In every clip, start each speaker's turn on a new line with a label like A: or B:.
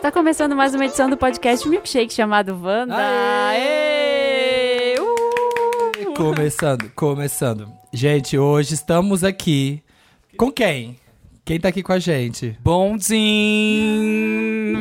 A: Tá começando mais uma edição do podcast Milkshake chamado Wanda.
B: Aê! Começando. Gente, hoje estamos aqui com quem? Quem tá aqui com a gente?
C: Bondinho!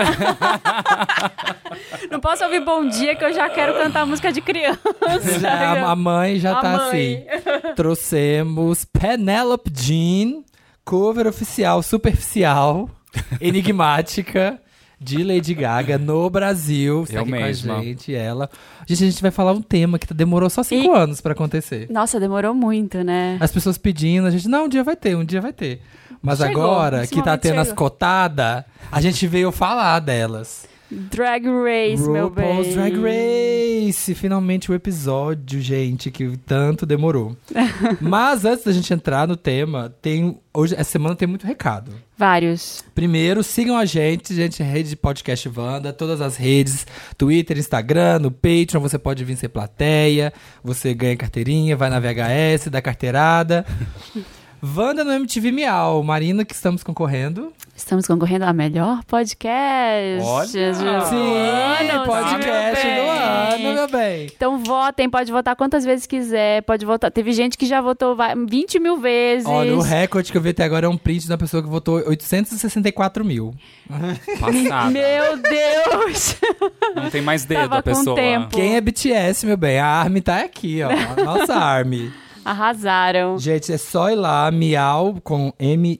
A: Não posso ouvir Bom Dia que eu já quero cantar música de criança.
B: A mãe já tá assim. Trouxemos Penelope Jean, cover oficial, superficial, enigmática de Lady Gaga no Brasil. Está aqui
C: mesma.
B: com a gente, ela. Gente, a gente vai falar um tema que demorou só 5 anos pra acontecer.
A: Nossa, demorou muito, né?
B: As pessoas pedindo, a gente, não, um dia vai ter. Mas
A: Chegou,
B: agora
A: esse
B: que tá
A: momento
B: tendo as
A: chegou.
B: cotadas, a gente veio falar delas.
A: Drag Race, meu bem.
B: RuPaul's Drag Race! Finalmente o episódio, gente, que tanto demorou. Mas antes da gente entrar no tema, hoje, essa semana tem muito recado.
A: Vários.
B: Primeiro, sigam a gente, rede de podcast Wanda, todas as redes, Twitter, Instagram, no Patreon, você pode vir ser plateia, você ganha carteirinha, vai na VHS, dá carteirada. Wanda no MTV Miau, Marina, que estamos concorrendo.
A: Estamos concorrendo a melhor podcast.
C: Olha!
A: do
B: Sim,
A: ano,
B: podcast
A: meu
B: do
A: bem.
B: ano, meu bem.
A: Então votem, pode votar quantas vezes quiser, pode votar. Teve gente que já votou 20 mil vezes.
B: Olha, o recorde que eu vi até agora é um print de uma pessoa que votou 864 mil.
C: Passada.
A: Meu Deus!
C: Não tem mais dedo
A: Tava
C: a pessoa.
A: com tempo.
B: Quem é BTS, meu bem? A ARMY tá aqui, ó. A nossa ARMY.
A: Arrasaram.
B: Gente, é só ir lá, miau, com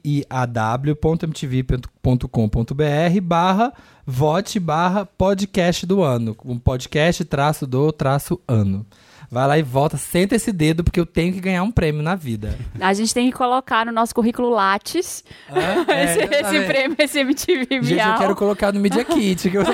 B: miaw.mtv.com.br/vote/podcast do ano. Um podcast _ano. Vai lá e vota, senta esse dedo, porque eu tenho que ganhar um prêmio na vida.
A: A gente tem que colocar no nosso currículo Lattes esse
B: exatamente.
A: prêmio, esse MTV
B: Gente,
A: Miau.
B: eu quero colocar no Media Kit. Que eu...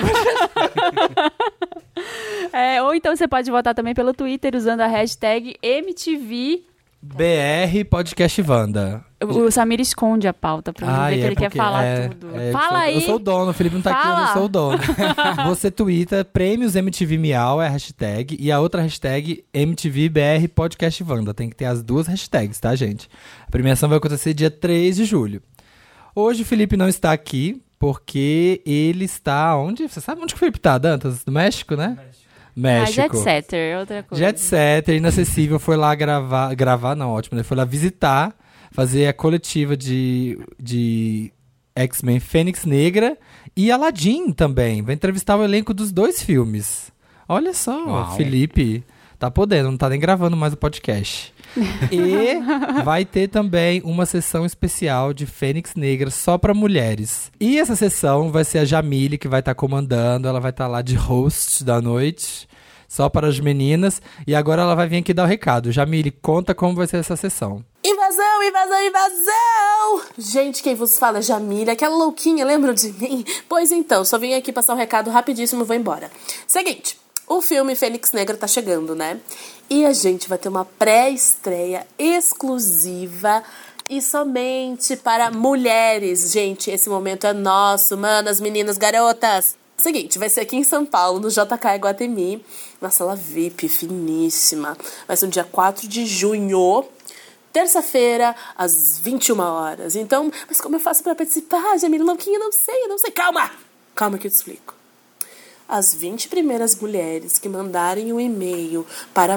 A: Ou então você pode votar também pelo Twitter usando a hashtag MTV.
B: BR Podcast Wanda.
A: O Samir esconde a pauta pra não ver que ele quer
B: porque
A: falar tudo. Fala aí.
B: Eu sou o dono, o Felipe não tá aqui,
A: Fala.
B: mas eu sou o dono. Você twitta Prêmios MTV Miau, é a hashtag, e a outra hashtag MTV BR Podcast Wanda. Tem que ter as duas hashtags, tá, gente? A premiação vai acontecer dia 3 de julho. Hoje o Felipe não está aqui, porque ele está onde? Você sabe onde que o Felipe tá, Dantas? No México, né? México.
A: Jet Setter, outra coisa.
B: Jet Setter, inacessível, foi lá gravar não, ótimo, né? Foi lá visitar, fazer a coletiva de X-Men Fênix Negra e Aladdin também. Vai entrevistar o elenco dos 2 filmes. Olha só,
C: Uau.
B: Felipe tá podendo, não tá nem gravando mais o podcast. E vai ter também uma sessão especial de Fênix Negra só pra mulheres. E essa sessão vai ser a Jamile que vai estar comandando, ela vai estar lá de host da noite, só para as meninas. E agora ela vai vir aqui dar o recado. Jamile, conta como vai ser essa sessão.
D: Invasão! Gente, quem vos fala é Jamile, aquela louquinha, lembram de mim? Pois então, só vim aqui passar um recado rapidíssimo e vou embora. Seguinte, o filme Fênix Negra tá chegando, né? E a gente vai ter uma pré-estreia exclusiva e somente para mulheres. Gente, esse momento é nosso, manas, meninas, garotas. Seguinte, vai ser aqui em São Paulo, no JK Iguatemi, na sala VIP, finíssima. Vai ser no dia 4 de junho, terça-feira, às 21 horas. Então, mas como eu faço pra participar, Jamile Louquinha? Eu não sei. Calma que eu te explico. As 20 primeiras mulheres que mandarem um e-mail para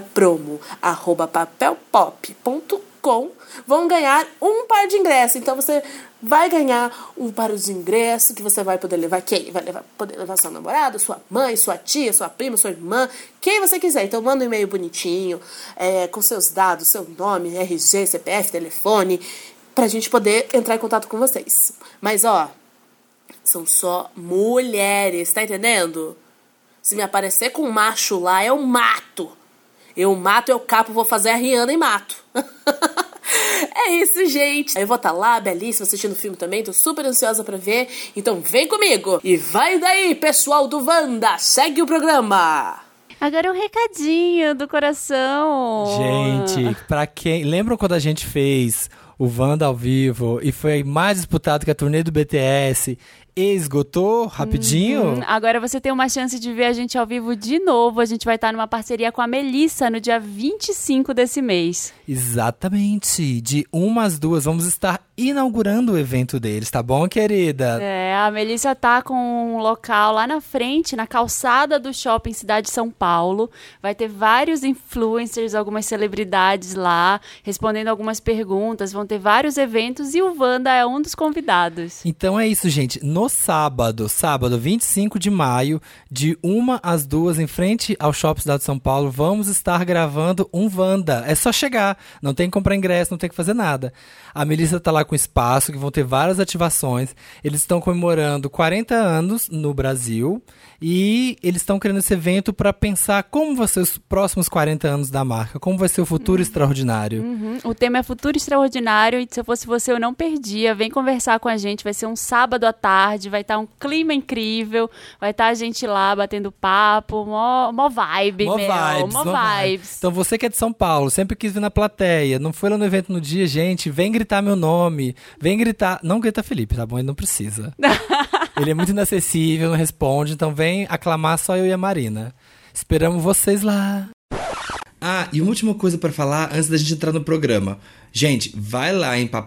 D: promo@papelpop.com vão ganhar um par de ingressos. Então você vai ganhar um par de ingressos que você vai poder levar quem? Poder levar seu namorado, sua mãe, sua tia, sua prima, sua irmã, quem você quiser. Então manda um e-mail bonitinho, com seus dados, seu nome, RG, CPF, telefone, pra gente poder entrar em contato com vocês. Mas são só mulheres, tá entendendo? Se me aparecer com um macho lá, eu mato. Eu capo, vou fazer a Rihanna e mato. É isso, gente. Eu vou estar lá, belíssima, assistindo o filme também. Tô super ansiosa pra ver. Então vem comigo. E vai daí, pessoal do Wanda. Segue o programa.
A: Agora um recadinho do coração.
B: Gente, pra quem... Lembram quando a gente fez o Wanda ao vivo e foi mais disputado que a turnê do BTS e esgotou rapidinho?
A: Agora você tem uma chance de ver a gente ao vivo de novo. A gente vai estar numa parceria com a Melissa no dia 25 desse mês.
B: Exatamente. De 1 às 2, vamos estar inaugurando o evento deles, tá bom, querida?
A: A Melissa tá com um local lá na frente, na calçada do shopping Cidade de São Paulo. Vai ter vários influencers, algumas celebridades lá, respondendo algumas perguntas. Vão ter vários eventos e o Wanda é um dos convidados.
B: Então é isso, gente. No sábado 25 de maio, de 1 às 2, em frente ao Shopping Cidade de São Paulo, vamos estar gravando um Wanda. É só chegar, não tem que comprar ingresso, não tem que fazer nada. A Melissa tá lá com espaço, que vão ter várias ativações. Eles estão comemorando 40 anos no Brasil e eles estão criando esse evento para pensar como vão ser os próximos 40 anos da marca, como vai ser o futuro extraordinário.
A: O tema é Futuro Extraordinário e se eu fosse você eu não perdia. Vem conversar com a gente, vai ser um sábado à tarde, vai estar um clima incrível, vai estar a gente lá batendo papo, mó vibe, mó vibes.
B: Então você que é de São Paulo, sempre quis vir na plateia, não foi lá no evento no dia, gente, vem gritar meu nome, vem gritar, não grita Felipe, tá bom? Ele não precisa. Ele é muito inacessível, não responde, então vem aclamar só eu e a Marina. Esperamos vocês lá. Ah, e uma última coisa pra falar antes da gente entrar no programa. Gente, vai lá em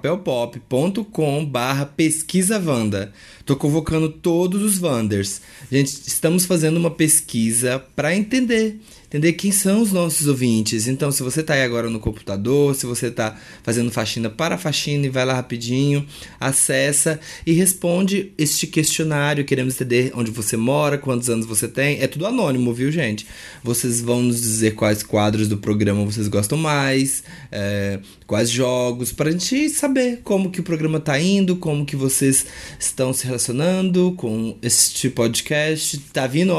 B: papelpop.com/pesquisawanda. Tô convocando todos os Wanders. Gente, estamos fazendo uma pesquisa pra entender quem são os nossos ouvintes. Então, se você tá aí agora no computador, se você tá fazendo faxina, para a faxina e vai lá rapidinho, acessa e responde este questionário. Queremos entender onde você mora, quantos anos você tem. É tudo anônimo, viu, gente? Vocês vão nos dizer quais quadros do programa vocês gostam mais, quais jogos, pra gente saber como que o programa tá indo, como que vocês estão se relacionando com este podcast. Tá vindo,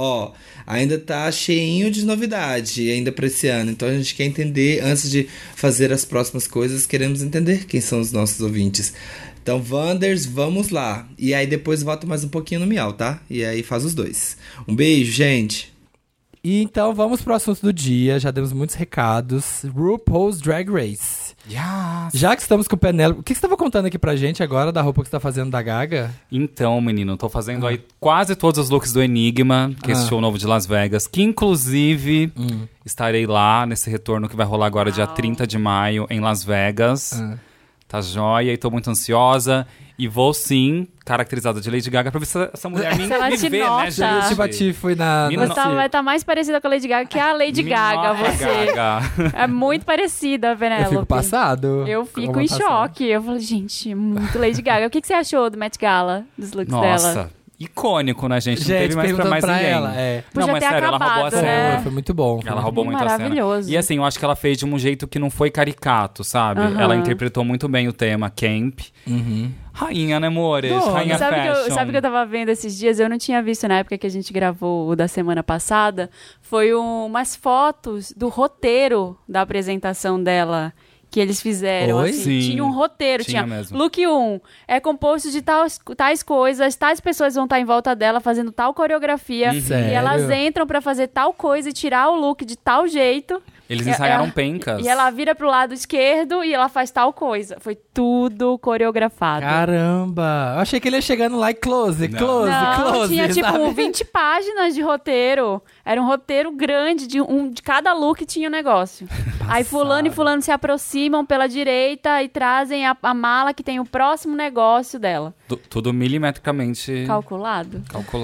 B: ainda tá cheinho de novidade ainda pra esse ano. Então a gente quer entender, antes de fazer as próximas coisas, queremos entender quem são os nossos ouvintes. Então, Wanders, vamos lá. E aí depois volta mais um pouquinho no Miau, tá? E aí faz os dois. Um beijo, gente! E então vamos pro assunto do dia, já demos muitos recados. RuPaul's Drag Race.
C: Yes.
B: Já que estamos com o Penélope, o que você estava contando aqui pra gente agora da roupa que você tá fazendo da Gaga?
C: Então, menino, tô fazendo aí quase todos os looks do Enigma, que é esse show novo de Las Vegas, que inclusive estarei lá nesse retorno que vai rolar agora dia 30 de maio em Las Vegas. Tá joia e tô muito ansiosa. E vou sim, caracterizada de Lady Gaga, pra ver se essa mulher me vê, né, gente?
B: Eu te fui na...
A: Você vai estar mais parecida com a Lady Gaga que a Lady Gaga, você. É muito parecida, Penélope.
B: Eu fico passado.
A: Eu fico em choque. Eu falo, gente, muito Lady Gaga. O que você achou do Met Gala, dos looks dela?
C: Nossa, icônico, né, gente? Não teve mais pra mais ninguém.
B: Ela,
A: não, mas sério, ela roubou a cena.
B: Né? Foi muito bom.
C: Ela roubou muito a cena. E assim, eu acho que ela fez de um jeito que não foi caricato, sabe? Ela interpretou muito bem o tema camp. Rainha, né, amores? Rainha fashion.
A: Sabe o que eu tava vendo esses dias? Eu não tinha visto na época que a gente gravou o da semana passada. Foi umas fotos do roteiro da apresentação dela que eles fizeram.
B: Oi?
A: Assim. Tinha um roteiro. Tinha
C: mesmo.
A: Look 1 é composto de tais coisas, tais pessoas vão estar em volta dela fazendo tal coreografia.
B: Sério?
A: E elas entram pra fazer tal coisa e tirar o look de tal jeito.
C: Eles ensaiaram pencas.
A: E ela vira pro lado esquerdo e ela faz tal coisa. Foi tudo coreografado.
B: Caramba! Eu achei que ele ia chegando lá e close.
A: Tinha tipo
B: sabe?
A: 20 páginas de roteiro. Era um roteiro grande, de cada look tinha um negócio. Aí fulano e fulano se aproximam pela direita e trazem a mala que tem o próximo negócio dela.
C: Tudo milimetricamente
A: calculado.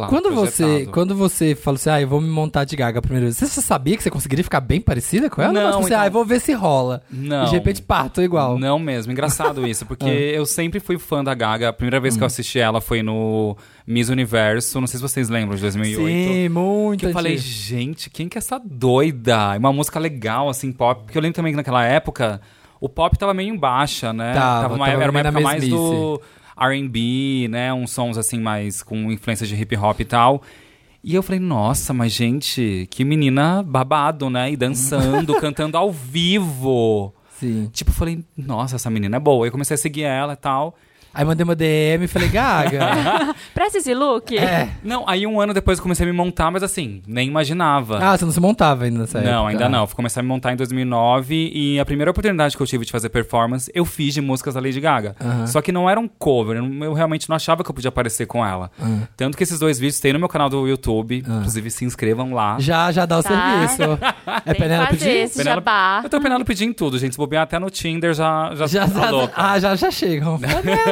B: Quando você falou assim, eu vou me montar de Gaga a primeira vez, você sabia que você conseguiria ficar bem parecida com ela?
C: Não,
B: tipo assim, eu vou ver se rola.
C: Não.
B: E de repente, tô igual.
C: Não mesmo. Engraçado isso, porque eu sempre fui fã da Gaga. A primeira vez que eu assisti ela foi no Miss Universo. Não sei se vocês lembram, de 2008.
B: Sim, muito.
C: Que eu falei, gente, quem que é essa doida? Uma música legal, assim, pop. Porque eu lembro também que naquela época, o pop tava meio em baixa, né? Era uma época mais do R&B, né? Uns sons, assim, mais com influência de hip hop e tal. E eu falei, nossa, mas gente, que menina babado, né? E dançando, cantando ao vivo.
B: Sim.
C: Tipo, eu falei, nossa, essa menina é boa. Aí eu comecei a seguir ela e tal.
B: Aí mandei uma DM e falei, Gaga.
A: Presta esse look?
C: Não, aí um ano depois eu comecei a me montar, mas assim, nem imaginava.
B: Ah, você não se montava ainda nessa época?
C: Não, ainda não. Fui começar a me montar em 2009 e a primeira oportunidade que eu tive de fazer performance, eu fiz de músicas da Lady Gaga. Só que não era um cover, eu realmente não achava que eu podia aparecer com ela. Tanto que esses 2 vídeos tem no meu canal do YouTube, inclusive se inscrevam lá.
B: Já dá o serviço. É Penélope Jean?
A: Jabá.
C: Eu tô Penélope Jean em tudo, gente. Se bobear até no Tinder, já tá louca.
B: Já chegam.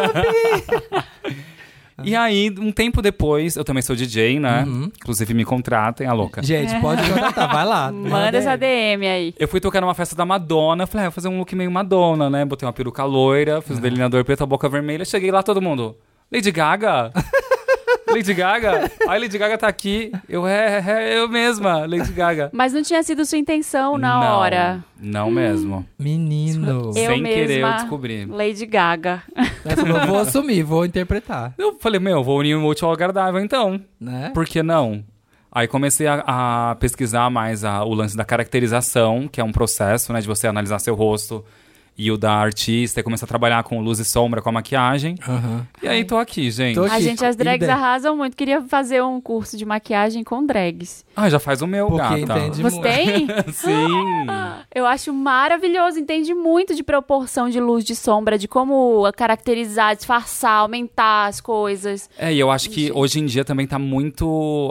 C: E aí, um tempo depois, eu também sou DJ, né? Inclusive, me contratem, a louca.
B: Gente, pode contratar, vai lá.
A: Manda essa DM aí.
C: Eu fui tocar numa festa da Madonna, falei, vou fazer um look meio Madonna, né? Botei uma peruca loira, fiz um delineador preto, a boca vermelha, cheguei lá, todo mundo, Lady Gaga? Lady Gaga? Aí Lady Gaga tá aqui, eu mesma, Lady Gaga.
A: Mas não tinha sido sua intenção na hora.
C: Não mesmo.
B: Menino.
C: Sem querer eu descobri.
A: Lady Gaga.
B: Eu vou assumir, vou interpretar.
C: Eu falei, vou unir o útil ao agradável então.
B: Né?
C: Por que não? Aí comecei a pesquisar mais o lance da caracterização, que é um processo, né, de você analisar seu rosto e o da artista, e começar a trabalhar com luz e sombra, com a maquiagem. E aí tô aqui, gente.
A: As drags arrasam muito. Queria fazer um curso de maquiagem com drags.
C: Já faz o meu,
B: porque
C: gata.
B: Entende
A: Você
B: muito.
A: tem?
C: Sim.
A: Eu acho maravilhoso. Entende muito de proporção de luz, de sombra, de como caracterizar, disfarçar, aumentar as coisas.
C: E eu acho que hoje em dia também tá muito...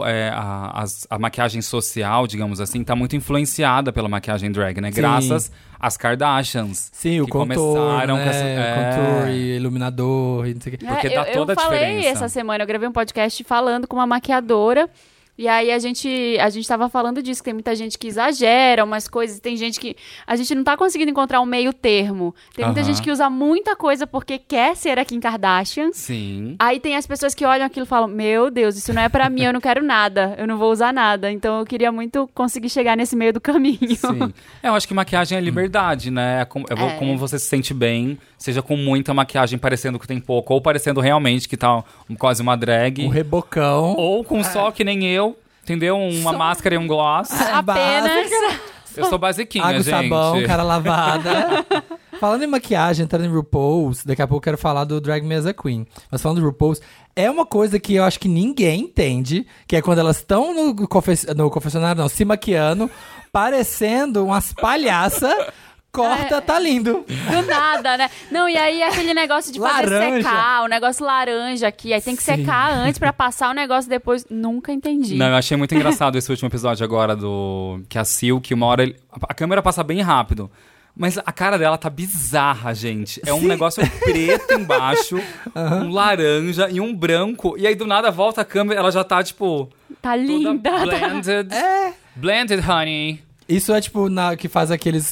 C: a maquiagem social, digamos assim, tá muito influenciada pela maquiagem drag, né?
B: Sim.
C: Graças às Kardashians.
B: Sim, o contorno,
C: começaram
B: né?
C: com essa...
B: Contour e iluminador e não sei o quê.
C: Porque dá toda a
A: diferença. Eu falei
C: diferença.
A: essa semana, eu gravei um podcast falando com uma maquiadora. E aí a gente tava falando disso, que tem muita gente que exagera umas coisas, tem gente que... A gente não tá conseguindo encontrar um meio termo. Tem muita gente que usa muita coisa porque quer ser a Kim Kardashian.
C: Sim.
A: Aí tem as pessoas que olham aquilo e falam, meu Deus, isso não é pra mim, eu não quero nada, eu não vou usar nada. Então eu queria muito conseguir chegar nesse meio do caminho.
C: Sim. Eu acho que maquiagem é liberdade, né? Como você se sente bem, seja com muita maquiagem parecendo que tem pouco, ou parecendo realmente que tá quase uma drag.
B: Um rebocão.
C: Ou com só que nem eu, entendeu? Uma máscara e um gloss.
A: Apenas.
C: Eu sou basiquinha,
B: Água,
C: gente.
B: sabão, cara lavada. Falando em maquiagem, entrando em RuPaul's, daqui a pouco eu quero falar do Drag Me As a Queen. Mas falando de RuPaul's, é uma coisa que eu acho que ninguém entende, que é quando elas estão no confessionário, não, se maquiando, parecendo umas palhaças. Corta, tá lindo.
A: Do nada, né? Não, e aí aquele negócio de fazer secar, o negócio laranja aqui, aí tem que secar antes pra passar o negócio depois. Nunca entendi.
C: Não, eu achei muito engraçado esse último episódio agora que a Silk, uma hora a câmera passa bem rápido. Mas a cara dela tá bizarra, gente. É um negócio preto embaixo, um laranja e um branco. E aí do nada volta a câmera, ela já tá tipo...
A: Tá linda.
C: Blended. Blended, honey.
B: Isso é tipo que faz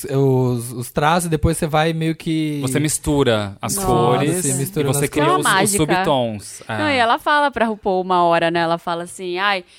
B: os traços e depois você vai meio que...
C: Você mistura as cores e você cria os subtons.
A: Não, e ela fala pra RuPaul uma hora, né? Ela fala assim,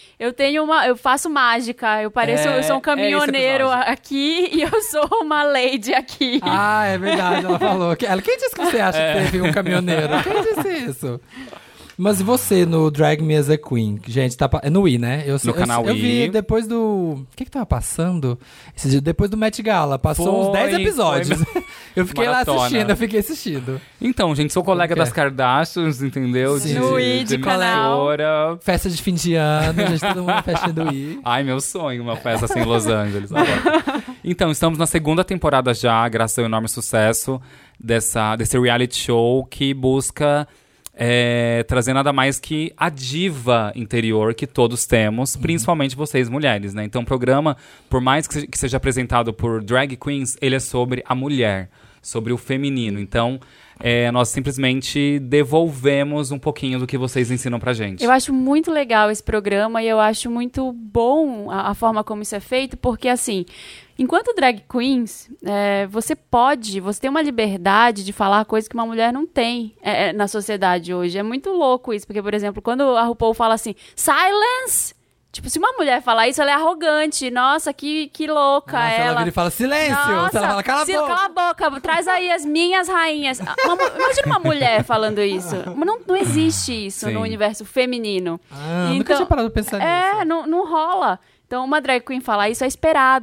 A: eu faço mágica, eu sou um caminhoneiro aqui e eu sou uma lady aqui.
B: Ah, é verdade, ela falou. Quem disse que você acha que teve um caminhoneiro? Quem disse isso? Mas você no Drag Me As a Queen? Gente, é no I, né?
C: No canal I.
B: Eu vi depois do... O que tava passando? Esse dia, depois do Met Gala. Passou uns 10 episódios. Eu fiquei
C: Maratona.
B: lá assistindo.
C: Então, gente, sou colega das Kardashians, entendeu?
B: Sim.
A: No I de canal.
B: Festa de fim de ano, gente, todo mundo na festa do I.
C: Ai, meu sonho, uma festa assim em Los Angeles. Então, estamos na segunda temporada já, graças ao enorme sucesso desse reality show que busca... trazer nada mais que a diva interior que todos temos, principalmente vocês mulheres, né? Então o programa, por mais que seja apresentado por drag queens, ele é sobre a mulher, sobre o feminino. Então nós simplesmente devolvemos um pouquinho do que vocês ensinam pra gente.
A: Eu acho muito legal esse programa e eu acho muito bom a forma como isso é feito, porque assim... Enquanto drag queens, você tem uma liberdade de falar coisas que uma mulher não tem na sociedade hoje. É muito louco isso, porque, por exemplo, quando a RuPaul fala assim, silence! Tipo, se uma mulher falar isso, ela é arrogante. Nossa, que louca ela.
B: Se ela vira e fala silêncio,
A: nossa,
B: se ela fala cala a boca.
A: Cala a boca, traz aí as minhas rainhas. Imagina uma mulher falando isso. Não existe isso no universo feminino.
B: Nunca tinha parado pra pensar nisso.
A: Não rola. Então, uma drag queen falar isso é esperado.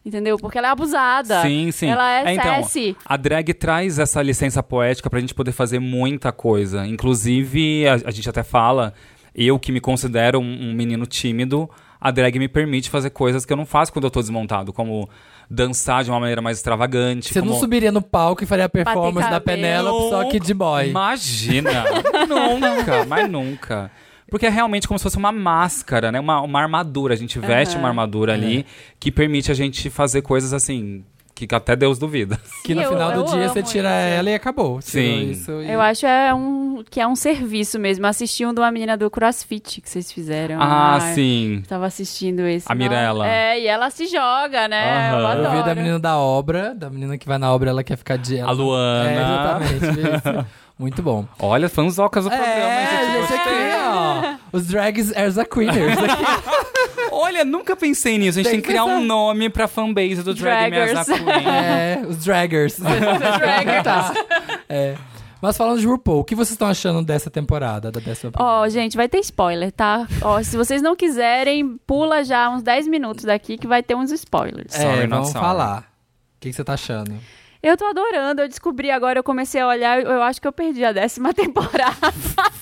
A: Entendeu? Porque ela é abusada.
C: Sim, sim.
A: Ela é
C: então,
A: sassy.
C: a drag traz essa licença poética pra gente poder fazer muita coisa. Inclusive, a gente até fala, eu que me considero um menino tímido, a drag me permite fazer coisas que eu não faço quando eu tô desmontado, como dançar de uma maneira mais extravagante.
B: Você não subiria no palco e faria a performance da Penélope, só que de boy.
C: Imagina! Nunca, mas nunca. Porque é realmente como se fosse uma máscara, né? Uma armadura. A gente veste uma armadura ali que permite a gente fazer coisas assim, que até Deus duvida.
B: Que no final do dia você tira ela e acabou.
C: Sim.
A: Eu acho que é um serviço mesmo. Assisti um de uma menina do CrossFit que vocês fizeram.
C: Sim.
A: Tava assistindo esse.
C: A Mirella.
A: E ela se joga, né? Eu adoro.
B: Eu vi da menina da obra, da menina que vai na obra, ela quer ficar de...
C: A Luana.
B: Exatamente. Isso. Muito bom.
C: Olha, fanzocas do programa.
B: Gente, aqui, ó. Os drags as a queeners aqui.
C: Olha, nunca pensei nisso. A gente tem que criar um nome pra fanbase do Drag Me As a Queen.
B: Os draggers. Tá. Mas falando de RuPaul, o que vocês estão achando dessa temporada, da 11ª?
A: Gente, vai ter spoiler, tá? Se vocês não quiserem, pula já uns 10 minutos daqui que vai ter uns spoilers.
B: Vamos falar. O que você tá achando?
A: Eu tô adorando, eu descobri agora, eu comecei a olhar, eu acho que eu perdi a 10ª temporada.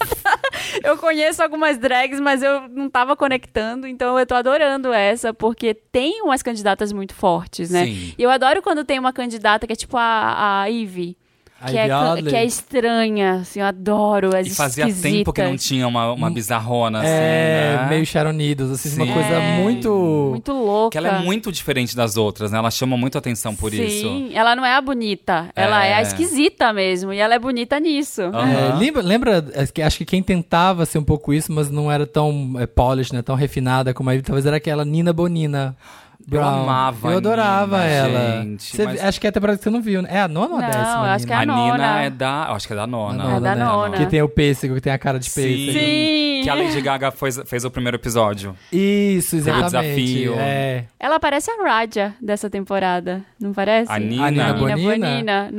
A: Eu conheço algumas drags, mas eu não tava conectando, então eu tô adorando essa, porque tem umas candidatas muito fortes, né?
C: Sim.
A: E eu adoro quando tem uma candidata que é tipo a Ivy. Que é estranha, assim, eu adoro,
C: E fazia tempo que não tinha uma bizarrona, assim, né?
B: Meio Sharon Needles, assim, uma coisa muito...
A: Muito louca.
C: Que ela é muito diferente das outras, né? Ela chama muito atenção por isso.
A: Sim, ela não é a bonita, ela é a esquisita mesmo, e ela é bonita nisso.
B: Lembra, acho que quem tentava ser um pouco isso, mas não era tão polished, né, tão refinada como a Ivy, talvez era aquela Nina Bonina.
C: Eu amava.
B: Eu adorava
C: Nina,
B: ela.
C: gente,
B: Acho que é a temporada que você não viu, né? É a 9ª ou a 10ª?
A: Não, acho que é a nona.
C: Nina é da... Acho que é da nona.
A: É da nona.
B: Que tem o pêssego, que tem a cara de pêssego.
A: Sim.
C: Que a Lady Gaga fez o primeiro episódio.
B: Isso, exatamente.
C: O desafio.
A: Ela parece a Raja dessa temporada, não parece?
C: A Nina.
B: A Nina
A: Bonina.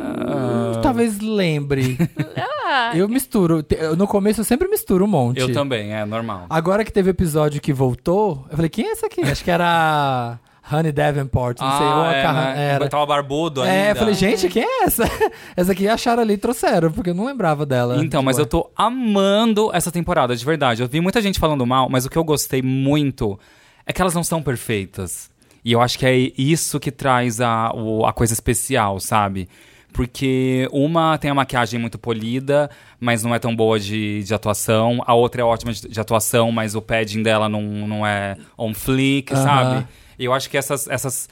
B: Talvez lembre. Eu misturo. No começo eu sempre misturo um monte.
C: Eu também, é normal.
B: Agora que teve episódio que voltou, eu falei, quem é essa aqui? Acho que era Honey Davenport, não sei.
C: Era. Tava barbudo ainda.
B: Eu falei, gente, quem é essa? Essa aqui acharam ali e trouxeram, porque eu não lembrava dela.
C: Então, mas eu tô amando essa temporada, de verdade. Eu vi muita gente falando mal, mas o que eu gostei muito é que elas não são perfeitas. E eu acho que é isso que traz a coisa especial, sabe? Porque uma tem a maquiagem muito polida, mas não é tão boa de atuação. A outra é ótima de atuação, mas o padding dela não é on flick, sabe? E eu acho que essas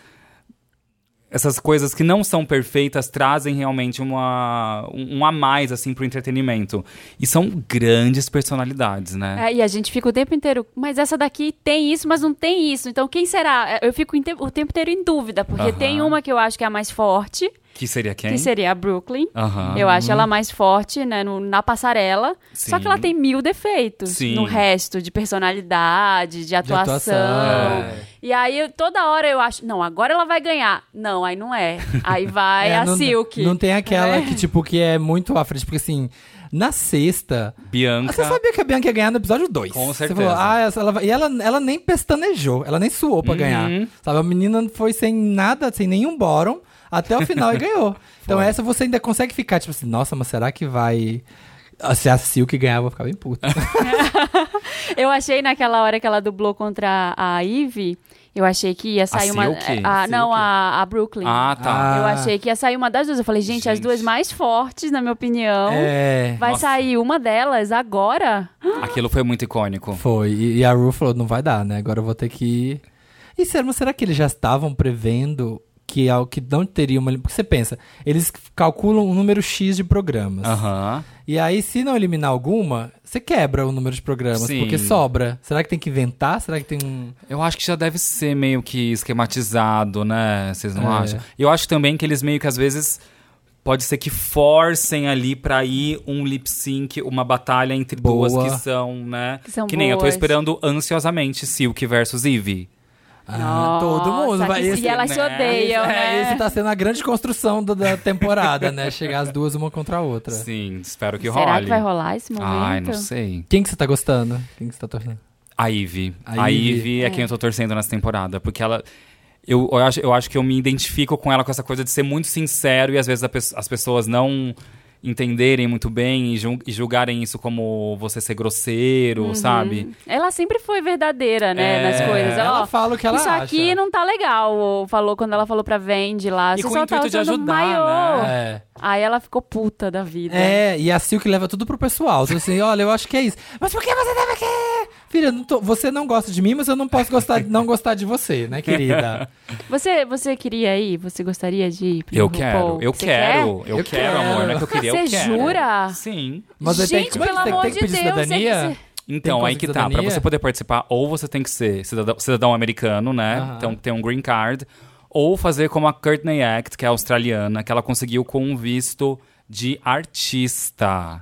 C: coisas que não são perfeitas trazem realmente um a mais, assim, pro entretenimento. E são grandes personalidades, né?
A: E a gente fica o tempo inteiro, mas essa daqui tem isso, mas não tem isso. Então quem será? Eu fico o tempo inteiro em dúvida, porque tem uma que eu acho que é a mais forte.
C: Que seria quem?
A: Que seria a Brooklyn. Eu acho ela mais forte, né, na passarela.
C: Sim.
A: Só que ela tem 1000 defeitos.
C: Sim.
A: No resto, de personalidade, de atuação. E aí, toda hora eu acho, não, agora ela vai ganhar. Não, aí não é. Aí vai a Silk.
B: Não tem aquela que, tipo, que é muito à frente. Porque, assim, na sexta...
C: Bianca...
B: Você sabia que a Bianca ia ganhar no episódio 2.
C: Com certeza.
B: Você falou, e ela nem pestanejou. Ela nem suou pra ganhar. Sabe? A menina foi sem nada, sem nenhum bottom, até o final e ganhou. Então essa você ainda consegue ficar, tipo assim, nossa, mas será que vai... Se a Silk ganhar, eu vou ficar bem puta.
A: Eu achei naquela hora que ela dublou contra a Ivy, eu achei que ia sair uma... Não, a Brooklyn.
C: Tá.
A: Eu achei que ia sair uma das duas. Eu falei, gente, as duas mais fortes, na minha opinião. Vai sair uma delas agora.
C: Aquilo foi muito icônico.
B: Foi. E a Ru falou, não vai dar, né? Agora eu vou ter que... E será que eles já estavam prevendo... que não teria uma... Porque você pensa, eles calculam um número X de programas. E aí, se não eliminar alguma, você quebra o número de programas, porque sobra. Será que tem que inventar? Será que tem um...
C: Eu acho que já deve ser meio que esquematizado, né? Vocês não acham? Eu acho também que eles meio que, às vezes... Pode ser que forcem ali pra ir um lip sync, uma batalha entre duas que são, né?
A: Que
C: nem eu tô esperando ansiosamente Silk versus Ivy.
B: Todo mundo vai.
A: E elas se odeiam, né?
B: Esse tá sendo a grande construção da temporada, né? Chegar as duas uma contra a outra.
C: Sim, espero que role.
A: Será que vai rolar esse momento?
C: Ai, não sei.
B: Quem que você tá gostando? Quem que você tá torcendo?
C: A Ivy. A Ivy é quem eu tô torcendo nessa temporada, porque ela Eu acho que eu me identifico com ela com essa coisa de ser muito sincero e às vezes as pessoas não entenderem muito bem e julgarem isso como você ser grosseiro, sabe?
A: Ela sempre foi verdadeira, né, nas coisas.
B: Ela fala o que ela
A: isso
B: acha.
A: Isso aqui não tá legal, quando ela falou pra Vendi lá.
C: E
A: você
C: com
A: só
C: o intuito
A: tá
C: de ajudar,
A: maiô.
B: né?
A: Aí ela ficou puta da vida.
B: E a Silk leva tudo pro pessoal. Então, assim, olha, eu acho que é isso. Mas por que você deve querer? Filha, você não gosta de mim, mas eu não posso não gostar de você, né, querida?
A: Você queria ir? Você gostaria de ir pro
C: Eu
A: RuPaul?
C: quero, amor. Não é que eu queria,
A: Você jura?
C: Sim.
B: Mas
A: gente, pelo amor de
B: pedir
A: Deus.
B: cidadania?
C: Então, aí que tá. Pra você poder participar, ou você tem que ser cidadão americano, né? Então, tem um green card. Ou fazer como a Courtney Act, que é australiana, que ela conseguiu com um visto de artista.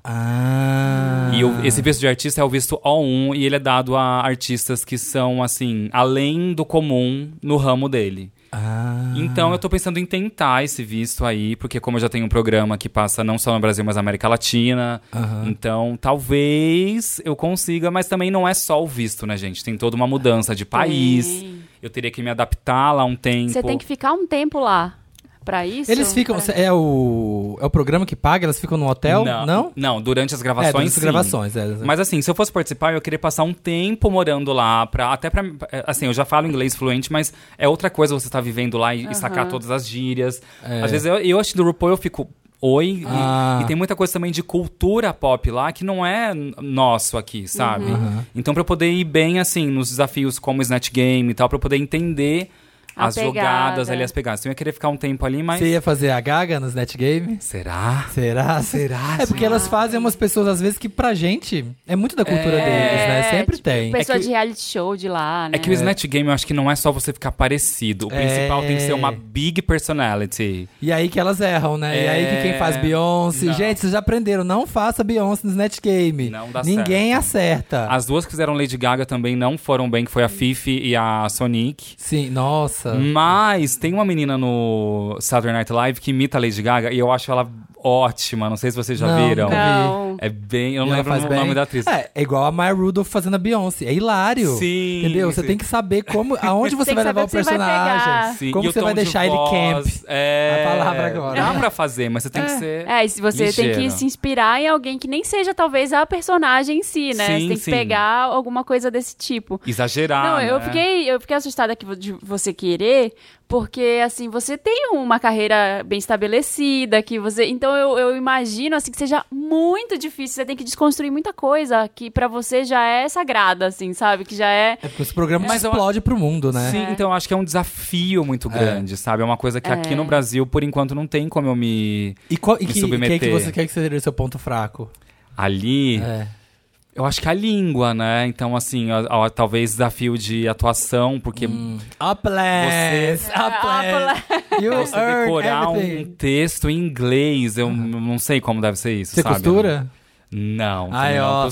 C: E esse visto de artista é o visto O1 e ele é dado a artistas que são, assim, além do comum no ramo dele. Então eu tô pensando em tentar esse visto aí, porque como eu já tenho um programa que passa não só no Brasil, mas na América Latina, então talvez eu consiga, mas também não é só o visto, né, gente? Tem toda uma mudança de país, eu teria que me adaptar lá um tempo.
A: Você tem que ficar um tempo lá. Pra isso?
B: Eles ficam... É o programa que paga? Elas ficam no hotel?
C: Não, durante as gravações,
B: durante as gravações,
C: Mas assim, se eu fosse participar, eu queria passar um tempo morando lá, assim, eu já falo inglês fluente, mas é outra coisa você estar vivendo lá e sacar todas as gírias. Às vezes eu acho que do RuPaul eu fico... Oi, e tem muita coisa também de cultura pop lá que não é nosso aqui, sabe? Então pra eu poder ir bem, assim, nos desafios como Snatch Game e tal, pra eu poder entender... as jogadas ali, as pegadas. Então eu ia querer ficar um tempo ali, mas...
B: Você ia fazer a Gaga no Snatch Game?
C: Será?
B: É porque elas fazem umas pessoas, às vezes, que pra gente é muito da cultura deles, né? Sempre
A: tipo,
B: tem.
A: Pessoa de reality show de lá, né?
C: É que o Snatch Game, eu acho que não é só você ficar parecido. O principal tem que ser uma big personality.
B: E aí que elas erram, né? E aí que quem faz Beyoncé...
C: Não.
B: Gente, vocês já aprenderam, não faça Beyoncé no Snatch Game.
C: Não dá
B: Ninguém
C: certo.
B: acerta.
C: As duas que fizeram Lady Gaga também não foram bem, que foi a Fifi e a Sonique.
B: Sim, nossa.
C: Mas tem uma menina no Saturday Night Live que imita a Lady Gaga e eu acho ela ótima. Não sei se vocês já viram.
A: Não.
C: É bem... Eu não lembro o nome da atriz.
B: É igual a Maya Rudolph fazendo a Beyoncé. É hilário.
C: Sim.
B: Entendeu? Você tem que saber aonde você vai levar o personagem.
C: Sim.
B: Como
C: e
B: você vai deixar ele camp.
C: É...
B: A palavra agora.
C: Dá pra fazer, mas você tem que ser
A: e se você
C: ligeiro.
A: tem que se inspirar em alguém que nem seja, talvez, a personagem em si, né?
C: Sim,
A: você tem que pegar alguma coisa desse tipo.
C: Exagerar,
A: Não,
C: né?
A: eu fiquei assustada de você querer, porque, assim, você tem uma carreira bem estabelecida, que você... Então, eu imagino, assim, que seja muito difícil. Você tem que desconstruir muita coisa que pra você já é sagrada, assim, sabe? Que já é...
B: É porque esse programa explode pro mundo, né?
C: Sim, então eu acho que é um desafio muito grande, sabe? É uma coisa que aqui no Brasil, por enquanto, não tem como eu me submeter.
B: Que você quer que seja o seu ponto fraco?
C: Ali... Eu acho que a língua, né? Então, assim, talvez desafio de atuação, porque...
B: Você
C: decorar um texto em inglês, eu não sei como deve ser isso,
B: Você
C: sabe?
B: Costura?
C: Não.
B: Aí, ó.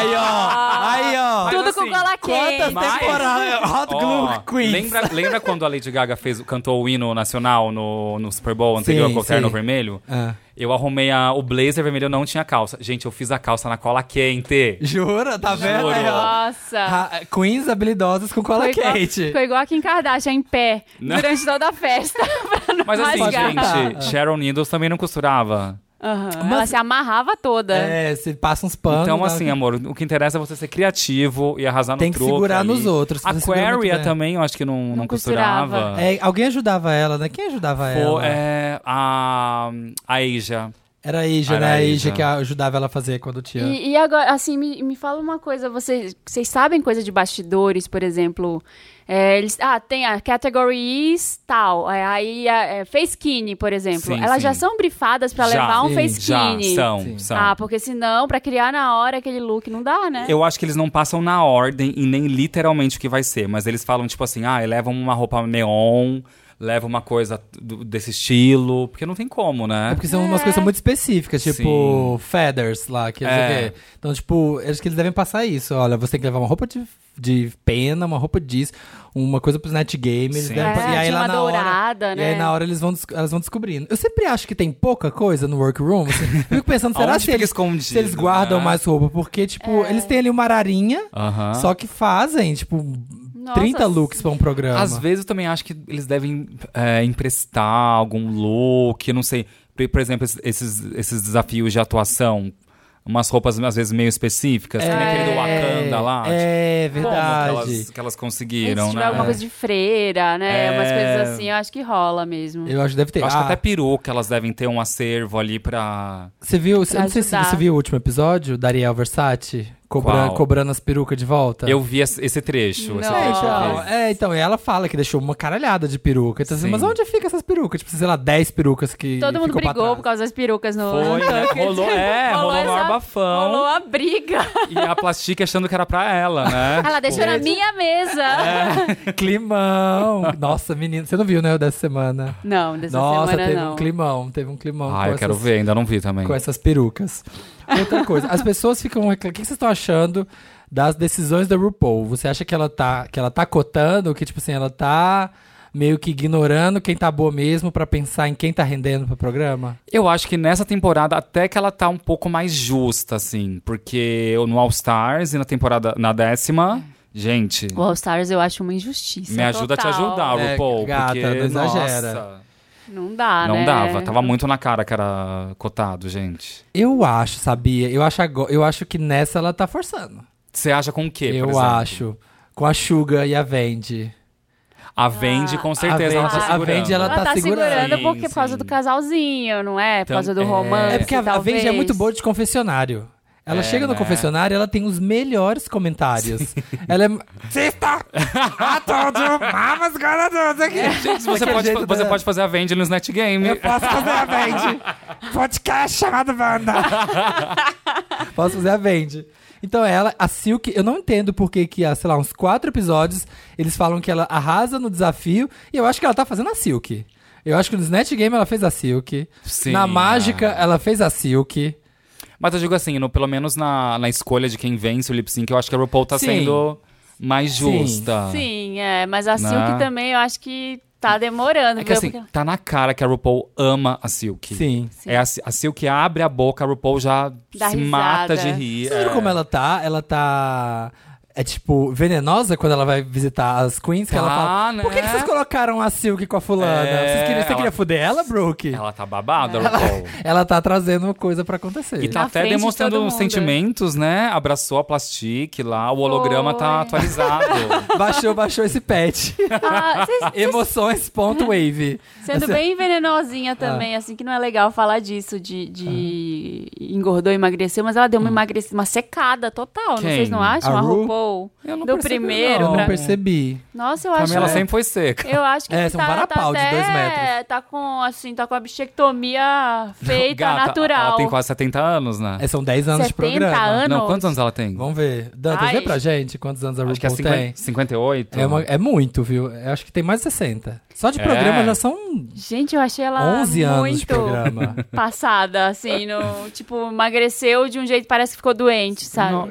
A: Tudo
C: Mas,
A: com
C: assim,
A: cola quente.
B: Quantas temporadas? Hot Glue Queens.
C: Lembra quando a Lady Gaga cantou o hino nacional no Super Bowl anterior com o terno vermelho? Eu arrumei o blazer vermelho, eu não tinha calça. Gente, eu fiz a calça na cola quente.
B: Jura? Tá vendo?
C: Juro.
B: Aí, ó.
A: Nossa.
B: Queens habilidosas com cola quente.
A: Ficou igual a Kim Kardashian, em pé, durante toda a festa.
C: Mas assim,
A: rasgar.
C: gente, Sharon Needles também não costurava.
A: Ela se amarrava toda.
B: Você passa uns panos.
C: Então, assim, amor, o que interessa é você ser criativo e arrasar no
B: tem que
C: truque
B: segurar
C: ali.
B: nos outros.
C: A Aquaria também, eu acho que não costurava.
B: Alguém ajudava ela, né? Quem ajudava ela?
C: A Asia.
B: Era a Asia, né? A Asia que ajudava ela a fazer quando tinha...
A: E agora, assim, me fala uma coisa. Vocês sabem coisa de bastidores, por exemplo... tem a category is tal. Aí face skinny, por exemplo.
C: Sim,
A: elas já são brifadas pra levar um face skinny.
C: São.
A: Porque senão, pra criar na hora aquele look, não dá, né?
C: Eu acho que eles não passam na ordem e nem literalmente o que vai ser. Mas eles falam, tipo assim, levam uma roupa neon... Leva uma coisa desse estilo, porque não tem como, né?
B: É porque são umas coisas muito específicas, tipo feathers lá, que então, tipo, acho que eles devem passar isso. Olha, você tem que levar uma roupa de pena, uma roupa disso, uma coisa pro Snatch Game. Eles devem, e aí lá
A: uma
B: na
A: dourada,
B: hora,
A: né?
B: E aí na hora elas vão descobrindo. Eu sempre acho que tem pouca coisa no workroom. Assim, eu fico pensando, será se eles guardam mais roupa? Porque, tipo, eles têm ali uma ararinha, só que fazem, tipo...
A: Nossa.
B: 30 looks pra um programa.
C: Às vezes eu também acho que eles devem emprestar algum look, eu não sei. Por exemplo, esses desafios de atuação. Umas roupas, às vezes, meio específicas. Que nem aquele do Wakanda lá.
B: É, verdade.
C: Como que elas conseguiram,
A: se tiver
C: né?
A: alguma coisa de freira, né? Umas coisas assim, eu acho que rola mesmo.
B: Eu acho que deve ter.
C: Eu acho que até peruca elas devem ter um acervo ali pra...
B: Você viu, eu não sei se você viu o último episódio da Ariel Versace? Cobrando as perucas de volta.
C: Eu vi esse trecho.
B: Então, e ela fala que deixou uma caralhada de peruca. Então, assim, mas onde fica essas perucas? Tipo, sei lá, 10 perucas que
A: todo mundo brigou por causa das perucas no...
C: Foi, né? Rolou um abafão.
A: Rolou a briga.
C: E a Plastique achando que era pra ela, né?
A: Ela deixou na minha mesa.
B: Climão. Nossa, menina, você não viu, né, o dessa semana?
A: Não, dessa semana
B: teve
A: não.
B: Teve um climão.
C: Eu quero ver, ainda não vi também.
B: Com essas perucas. Outra coisa, as pessoas ficam reclamando. O que vocês estão achando das decisões da RuPaul? Você acha que ela tá cotando, que tipo assim, ela tá meio que ignorando quem tá boa mesmo pra pensar em quem tá rendendo pro programa?
C: Eu acho que nessa temporada até que ela tá um pouco mais justa, assim. Porque no All Stars e na 10ª... Gente...
A: O All Stars eu acho uma injustiça.
C: Me ajuda
A: total.
C: a te ajudar, RuPaul.
B: Gata,
C: porque,
B: não exagera.
C: Nossa,
A: não dá, né?
C: Não dava. Tava muito na cara que era cotado, gente.
B: Eu acho, sabia? Eu acho que nessa ela tá forçando.
C: Você acha com o quê, por
B: Eu
C: exemplo?
B: acho. Com a Suga e a Vendi.
C: A Vendi, com certeza, ela tá segurando.
B: A Vendi, ela tá segurando.
A: Sim, porque por causa do casalzinho, não é? Por causa do romance.
B: É porque a Vendi é muito boa de confessionário. Ela chega no confessionário e ela tem os melhores comentários. Ela é... Sista! I told you, mama's gonna do aqui.
C: Gente, você pode fazer a Vendi no Snatch Game.
B: Eu posso fazer a Vendi. Podcast chamado Wanda. Posso fazer a Vendi. Então a Silk, eu não entendo por que há, sei lá, uns 4 episódios, eles falam que ela arrasa no desafio, e eu acho que ela tá fazendo a Silk. Eu acho que no Snatch Game ela fez a Silk.
C: Sim,
B: na Mágica ela fez a Silk.
C: Mas eu digo assim, pelo menos na escolha de quem vence o lip sync, eu acho que a RuPaul tá sendo mais justa.
A: Sim, mas a Silk também eu acho que tá demorando.
C: É que assim, tá na cara que a RuPaul ama a Silk.
B: Sim.
C: A Silk abre a boca, a RuPaul já
A: dá
C: se
A: risada.
C: mata de rir.
B: Você viu como ela tá? Ela tá... É tipo, venenosa quando ela vai visitar as queens, que ela fala,
C: né?
B: Por que vocês colocaram a Silk com a fulana? Você queria fuder ela, Brooke?
C: Ela tá babada, RuPaul.
B: Ela tá trazendo coisa pra acontecer.
C: E tá até demonstrando uns sentimentos, né? Abraçou a Plastique lá, o holograma tá atualizado.
B: Baixou esse patch. Emoções.wave.
A: Sendo bem venenosinha também, assim, que não é legal falar disso, de engordou, emagreceu, mas ela deu uma secada total, não vocês não acham? A RuPaul.
C: Eu não
A: do
C: percebi,
A: primeiro.
B: Eu não percebi.
A: Nossa, eu
C: pra
A: acho.
C: mim ela sempre foi seca.
A: Eu acho que
B: são varapau de 2 metros.
A: Tá com a bichectomia feita
C: Gata,
A: natural.
C: Ela tem quase 70 anos, né?
B: São 10 anos de programa.
A: 70 anos?
C: Não, quantos anos ela tem?
B: Vamos ver. Dantas, vê pra gente quantos anos a RuPaul
C: acho que
B: tem.
C: 58.
B: É muito, viu? Eu acho que tem mais de 60. Só de programa já são...
A: Gente, eu achei ela
B: 11 anos
A: muito
B: de programa.
A: passada, assim, tipo, emagreceu de um jeito que parece que ficou doente, sabe?
B: Não.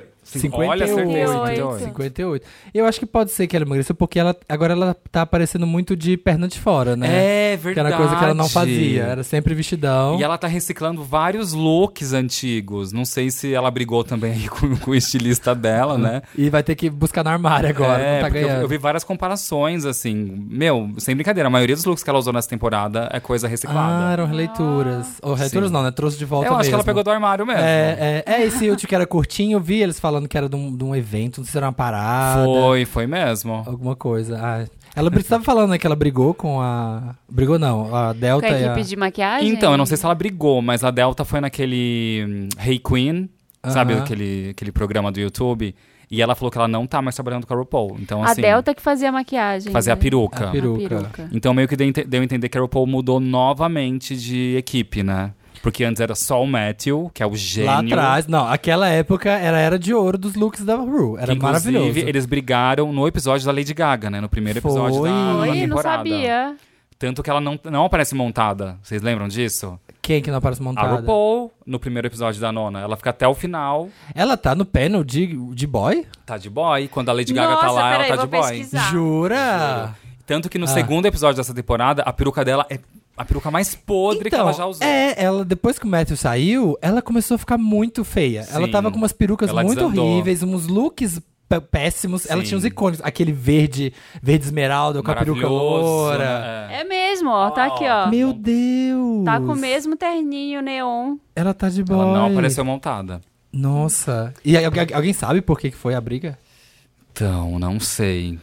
C: 58.
B: 58. Eu acho que pode ser que ela emagreceu, porque agora ela tá aparecendo muito de perna de fora, né?
C: É verdade.
B: Que era coisa que ela não fazia. Era sempre vestidão.
C: E ela tá reciclando vários looks antigos. Não sei se ela brigou também aí com o estilista dela, né?
B: E vai ter que buscar no armário agora, não tá ganhando.
C: Eu vi várias comparações, assim. Sem brincadeira, a maioria dos looks que ela usou nessa temporada é coisa reciclada.
B: Eram releituras. Ou releituras não, né? Trouxe de volta
C: Eu acho
B: mesmo.
C: que ela pegou do armário mesmo.
B: Esse último que era curtinho, eu vi eles falando que era de um evento, não sei se era uma parada.
C: Foi mesmo.
B: Alguma coisa. Ela estava falando, né, que ela brigou com a... Brigou não, a Delta
A: com a equipe de maquiagem?
C: Então, eu não sei se ela brigou, mas a Delta foi naquele Hey Queen, sabe aquele programa do YouTube? E ela falou que ela não tá mais trabalhando com a RuPaul. Então, assim,
A: a Delta que fazia a maquiagem.
C: Fazia
A: né?
C: a peruca.
B: A peruca.
C: Então, meio que deu a entender que a RuPaul mudou novamente de equipe, né? Porque antes era só o Matthew, que é o gênio.
B: Lá atrás, não, aquela época era de ouro dos looks da Ru. Era maravilhoso.
C: Inclusive, eles brigaram no episódio da Lady Gaga, né? No primeiro episódio da temporada.
A: Não sabia.
C: Tanto que ela não aparece montada. Vocês lembram disso?
B: Quem que não aparece montada?
C: A RuPaul, no primeiro episódio da nona. Ela fica até o final.
B: Ela tá no panel de boy?
C: Tá de boy. Quando a Lady Gaga tá lá, ela tá de boy.
B: Jura?
C: Tanto que no segundo episódio dessa temporada, a peruca dela é a peruca mais podre que ela já usou.
B: Ela, depois que o Matthew saiu, ela começou a ficar muito feia.
C: Sim,
B: ela tava com umas perucas muito
C: desandou.
B: horríveis, uns looks péssimos. Sim. Ela tinha uns icônicos. Aquele verde esmeralda, com a peruca loura.
A: É mesmo, ó. Tá aqui, ó.
B: Meu Deus!
A: Tá com o mesmo terninho neon.
B: Ela tá de boy.
C: Ela não apareceu montada.
B: Nossa. E alguém sabe por que foi a briga?
C: Então, não sei.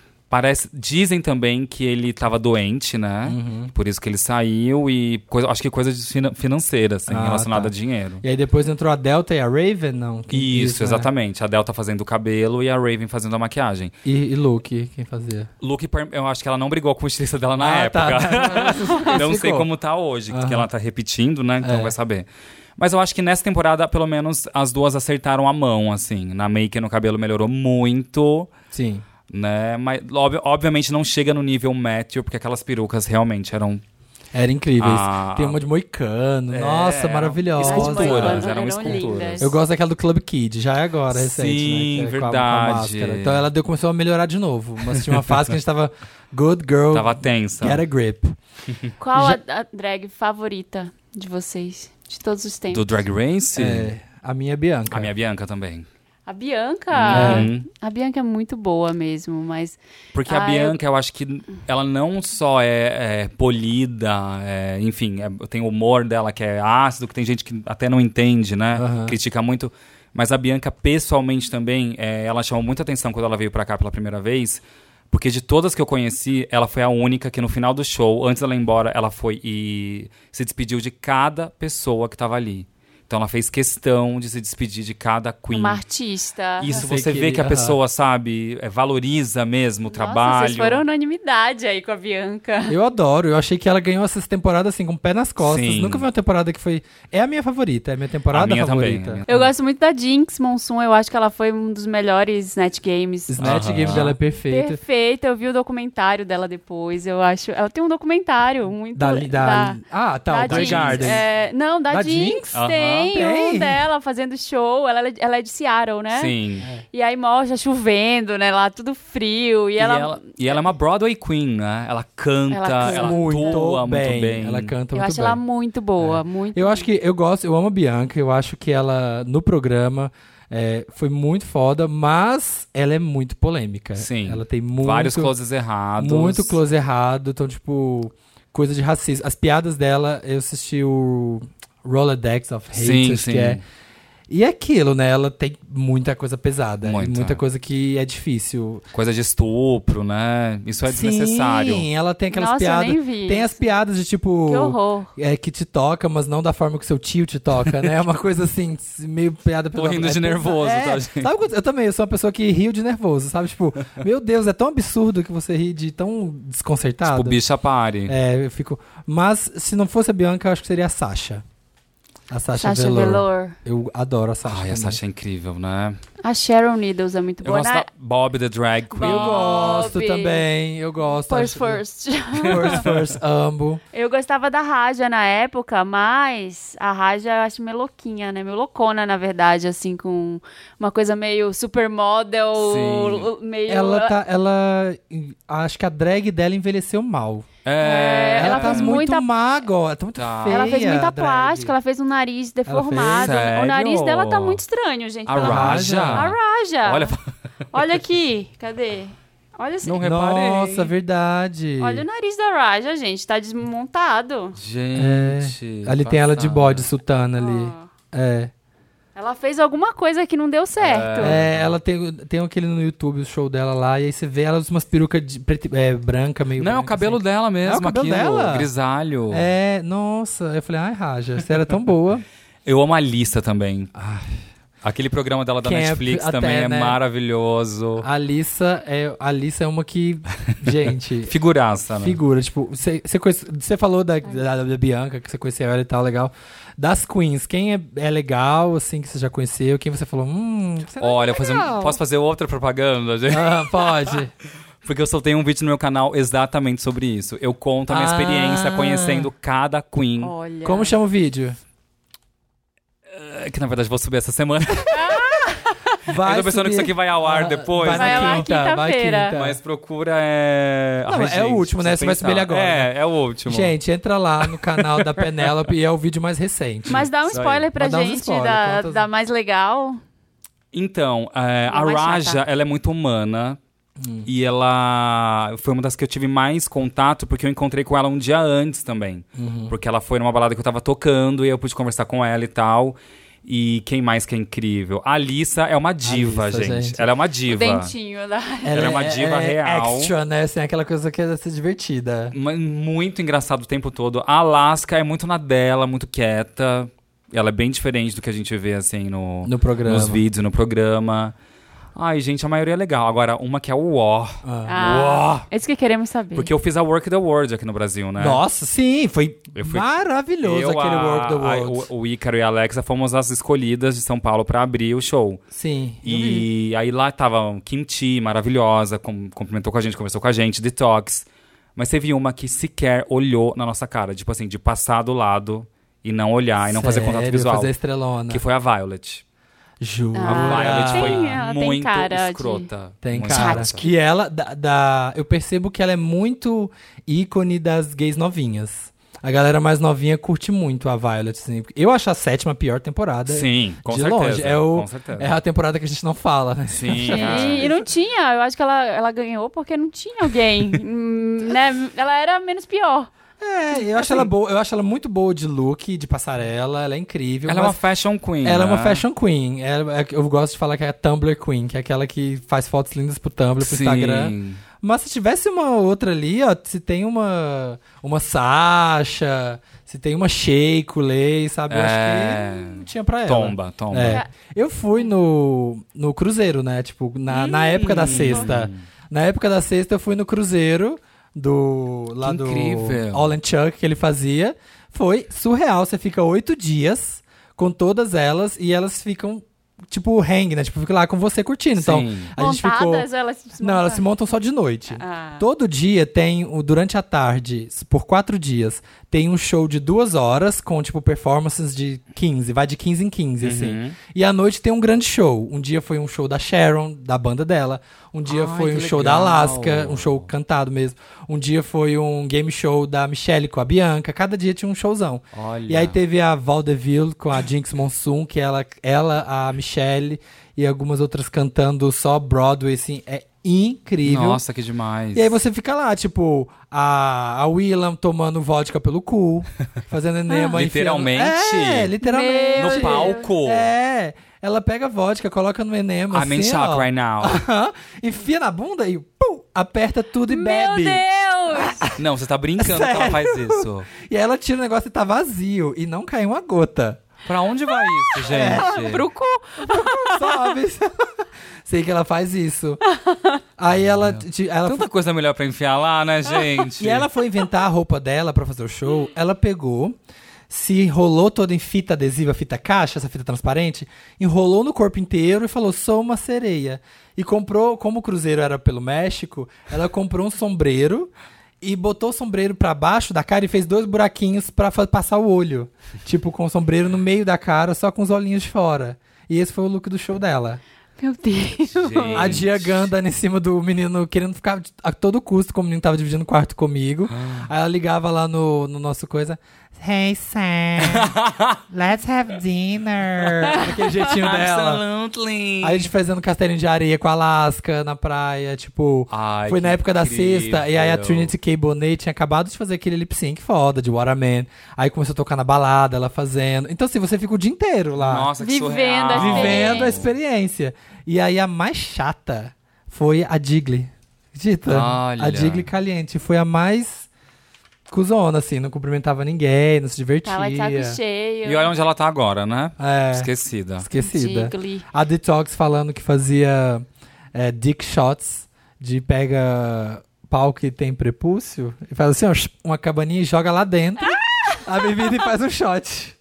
C: Dizem também que ele tava doente, né? Por isso que ele saiu e acho que coisa financeira, assim, relacionada a dinheiro.
B: E aí depois entrou a Delta e a Raven, não?
C: Isso, exatamente. Né? A Delta fazendo o cabelo e a Raven fazendo a maquiagem.
B: E Luke, quem fazia?
C: Luke, eu acho que ela não brigou com o estilista dela na época. Tá. Não sei como tá hoje, porque ela tá repetindo, né? Então vai saber. Mas eu acho que nessa temporada, pelo menos, as duas acertaram a mão, assim. Na make e no cabelo melhorou muito.
B: Sim.
C: Né? Mas, obviamente, não chega no nível Matthew, porque aquelas perucas realmente eram
B: incríveis. Tem uma de moicano. Nossa, maravilhosa.
C: Eram esculturas.
B: Eu gosto daquela do Club Kid, já é agora, recente.
C: Sim,
B: né?
C: verdade.
B: Com a máscara. Então ela começou a melhorar de novo. Mas tinha uma fase que a gente tava good girl.
C: Tava tensa.
B: Get a grip.
A: Qual a drag favorita de vocês? De todos os tempos?
C: Do Drag Race?
B: A minha é Bianca.
C: A minha é Bianca também.
A: A Bianca? A Bianca é muito boa mesmo, mas...
C: Porque a Bianca, eu acho que ela não só é polida, enfim, tem o humor dela que é ácido, que tem gente que até não entende, né? Critica muito. Mas a Bianca, pessoalmente também, ela chamou muita atenção quando ela veio pra cá pela primeira vez, porque de todas que eu conheci, ela foi a única que no final do show, antes dela ir embora, ela foi e se despediu de cada pessoa que tava ali. Então ela fez questão de se despedir de cada queen.
A: Uma artista.
C: Isso, você vê que a pessoa, sabe, valoriza mesmo o trabalho.
A: Vocês foram unanimidade aí com a Bianca.
B: Eu adoro, eu achei que ela ganhou essa temporada assim, com o pé nas costas.
C: Sim.
B: Nunca vi uma temporada que foi... É a minha favorita, é a minha temporada favorita.
C: Também,
A: eu gosto muito da Jinx Monsoon, eu acho que ela foi um dos melhores Snatch Games.
B: Snatch Game dela é perfeita.
A: Perfeita, eu vi o documentário dela depois, eu acho... Ela tem um documentário muito...
B: Da
A: Jinx.
B: Garden.
A: Não, da Jinx tem um dela fazendo show, ela é de Seattle, né?
C: Sim.
A: E aí mostra chovendo, né, lá tudo frio, e ela
C: é uma Broadway Queen, né? Ela canta, ela atua muito bem.
B: Ela canta muito bem.
A: Eu acho ela muito boa, muito.
B: Eu acho que eu amo a Bianca, eu acho que ela, no programa... foi muito foda, mas ela é muito polêmica.
C: Sim.
B: Ela tem
C: vários closes errados.
B: Muito close errado. Então, tipo, coisa de racismo. As piadas dela, eu assisti o Rolodex of Haters,
C: sim.
B: que é... E é aquilo, né? Ela tem muita coisa pesada. Muita coisa que é difícil.
C: Coisa de estupro, né? Isso é desnecessário.
B: Sim, ela tem aquelas
A: piadas.
B: Eu nem vi tem as piadas de tipo...
A: Que horror.
B: Que te toca, mas não da forma que seu tio te toca, né? É uma coisa assim, meio piada...
C: Tô rindo de nervoso, tá, gente?
B: Sabe quando... Eu também, eu sou uma pessoa que rio de nervoso, sabe? Tipo, meu Deus, é tão absurdo que você ri de tão desconcertado.
C: Tipo, bicha pare.
B: Eu fico... Mas, se não fosse a Bianca, eu acho que seria a Sasha. A Sasha Velour. Eu adoro a Sasha.
C: Ai, a Sasha é incrível, né?
A: A Sharon Needles é muito boa.
C: Eu gosto da Bob the Drag Queen.
B: Eu gosto também, eu gosto.
A: First.
B: Amo.
A: Eu gostava da Raja na época, mas a Raja eu acho meio louquinha, né? Meio loucona, na verdade, assim, com uma coisa meio supermodel.
C: Sim.
A: Meio...
B: Ela acho que a drag dela envelheceu mal.
A: Ela
B: tá
A: fez
B: muito
A: muita
B: má agora, tá muito feia.
A: Ela fez muita plástica, ela fez um nariz deformado. O nariz dela tá muito estranho, gente.
C: A Raja?
A: A Raja.
C: Olha
A: aqui, cadê? Olha assim.
C: Não reparei.
B: Nossa, verdade.
A: Olha o nariz da Raja, gente, tá desmontado.
C: Gente.
B: Ali tem ela de bode, sultana ali.
A: Ela fez alguma coisa que não deu certo.
B: Ela tem aquele no YouTube, o show dela lá, e aí você vê ela com umas perucas branca, meio
C: Não,
B: branca,
C: é o cabelo
B: assim.
C: dela mesmo,
B: o cabelo
C: aquilo,
B: dela?
C: grisalho.
B: Nossa. Eu falei, ai, Raja, você era tão boa.
C: Eu amo a Alissa também. Aquele programa dela da Netflix também é maravilhoso.
B: A Alissa é uma que, gente...
C: Figuraça, né?
B: Figura, tipo, você falou da Bianca, que você conheceu ela e tal, legal. Das queens, quem é legal, assim, que você já conheceu? Quem você falou,
C: Olha, posso fazer outra propaganda, gente?
B: Pode.
C: Porque eu soltei um vídeo no meu canal exatamente sobre isso. Eu conto a minha experiência conhecendo cada queen.
A: Olha.
B: Como chama o vídeo?
C: Que na verdade vou subir essa semana. Eu tô pensando que isso aqui vai ao ar depois.
A: Vai
B: na
A: quinta-feira.
C: Mas procura
B: Não, o último, né? Você vai subir ele agora.
C: É o último.
B: Gente, entra lá no canal da Penélope e é o vídeo mais recente.
A: Mas dá um spoiler pra gente da mais legal.
C: Então, a Raja, ela é muito humana. E ela foi uma das que eu tive mais contato, porque eu encontrei com ela um dia antes também. Porque ela foi numa balada que eu tava tocando e eu pude conversar com ela e tal. E quem mais que é incrível? A Alissa é uma diva, gente. Ela é uma diva.
A: Dentinho da...
C: Ela é uma diva real.
B: Extra, né? Assim, aquela coisa que é ser divertida.
C: Muito engraçado o tempo todo. A Alaska é muito na dela, muito quieta. Ela é bem diferente do que a gente vê, assim,
B: no programa.
C: Nos vídeos, no programa. Ai, gente, a maioria é legal. Agora, uma que é o War.
A: É isso que queremos saber.
C: Porque eu fiz a Work the World aqui no Brasil, né?
B: Nossa, sim, foi maravilhoso aquele Work the World.
C: O Ícaro e a Alexa fomos as escolhidas de São Paulo pra abrir o show.
B: Sim.
C: E aí lá tava Kimchi, maravilhosa, cumprimentou com a gente, conversou com a gente, Detox. Mas teve uma que sequer olhou na nossa cara, tipo assim, de passar do lado e não olhar, e não fazer contato visual.
B: Fazer estrelona.
C: Que foi a Violet.
B: Jura?
C: A Violet foi
A: ela
C: muito
A: cara
C: escrota.
B: Tem
C: muito
B: cara.
C: escrota.
B: E ela, eu percebo que ela é muito ícone das gays novinhas. A galera mais novinha curte muito a Violet. Assim. Eu acho a 7ª a pior temporada.
C: Sim, com
B: de
C: certeza.
B: Longe.
C: Com certeza.
B: É a temporada que a gente não fala, né?
C: Sim.
A: E não tinha. Eu acho que ela ganhou porque não tinha alguém. Né? Ela era menos pior.
B: Eu acho ela boa. Eu acho ela muito boa de look, de passarela. Ela é incrível.
C: Ela é uma fashion queen.
B: Ela é uma
C: né?
B: fashion queen. Eu gosto de falar que é a Tumblr queen, que é aquela que faz fotos lindas pro Tumblr, pro Instagram. Mas se tivesse uma outra ali, ó, se tem uma Sasha, se tem uma Shea Coulee, sabe? Eu acho que não tinha pra ela.
C: Tomba.
B: Eu fui no cruzeiro, né? Tipo, na época da sexta. Na época da sexta eu fui no cruzeiro do All and Chuck que ele fazia. Foi surreal. Você fica 8 dias com todas elas e elas ficam tipo hang, né? Tipo, fica lá com você curtindo. Então, a gente ficou...
A: Montadas, elas se montam?
B: Não, elas se montam só de noite. Todo dia tem, durante a tarde, por 4 dias, tem um show de 2 horas com, tipo, performances de 15. Vai de 15 em 15, assim. E à noite tem um grande show. Um dia foi um show da Sharon, da banda dela. Um dia foi um show da Alaska, um show cantado mesmo. Um dia foi um game show da Michelle com a Bianca. Cada dia tinha um showzão.
C: Olha.
B: E aí teve a Vaudeville com a Jinx Monsoon, que ela, a Michelle e algumas outras cantando só Broadway, assim, é incrível.
C: Nossa, que demais.
B: E aí você fica lá, tipo, a Willam tomando vodka pelo cu, fazendo enema.
C: Literalmente?
B: Literalmente.
C: No palco?
B: Ela pega vodka, coloca no enema,
C: I'm in shock right now.
B: Enfia na bunda e pum, aperta tudo e bebe.
A: Meu Deus!
C: Não, você tá brincando que ela faz isso.
B: E aí ela tira o negócio e tá vazio. E não caiu uma gota.
C: Pra onde vai isso, gente?
A: Pro cu.
B: Sabe? Sei que ela faz isso. Aí ela
C: Tanta coisa melhor pra enfiar lá, né, gente?
B: E ela foi inventar a roupa dela pra fazer o show. Ela pegou, se enrolou toda em fita adesiva, fita caixa, essa fita transparente, enrolou no corpo inteiro e falou, sou uma sereia. E comprou, como o cruzeiro era pelo México, ela comprou um sombreiro e botou o sombreiro pra baixo da cara e fez 2 buraquinhos pra passar o olho. Tipo, com o sombreiro no meio da cara, só com os olhinhos de fora. E esse foi o look do show dela.
A: Meu Deus.
C: Gente.
B: A Diaga andando em cima do menino, querendo ficar a todo custo, como o menino tava dividindo o quarto comigo. Aí ela ligava lá no nosso coisa. Hey, Sam, let's have dinner. Aquele jeitinho dela.
C: Absolutely.
B: Aí a gente fazendo castelinho de areia com a Alaska na praia, tipo...
C: Ai,
B: foi na época
C: incrível.
B: da sexta, e aí a Trinity K. Bonet tinha acabado de fazer aquele lip sync foda de What a Man. Aí começou a tocar na balada, ela fazendo. Então assim, você fica o dia inteiro lá.
C: Nossa, que
A: Vivendo
C: surreal.
B: Vivendo a experiência. E aí a mais chata foi a Jiggly. Acredita?
C: Olha.
B: A Jiggly Caliente foi a mais cuzona, assim, não cumprimentava ninguém, não se divertia.
A: Tava de saco cheio.
C: E olha onde ela tá agora, né?
B: Esquecida.
A: Jiggly.
B: A Detox falando que fazia dick shots, de pega pau que tem prepúcio, e faz assim, ó, uma cabaninha e joga lá dentro a bebida e faz um shot.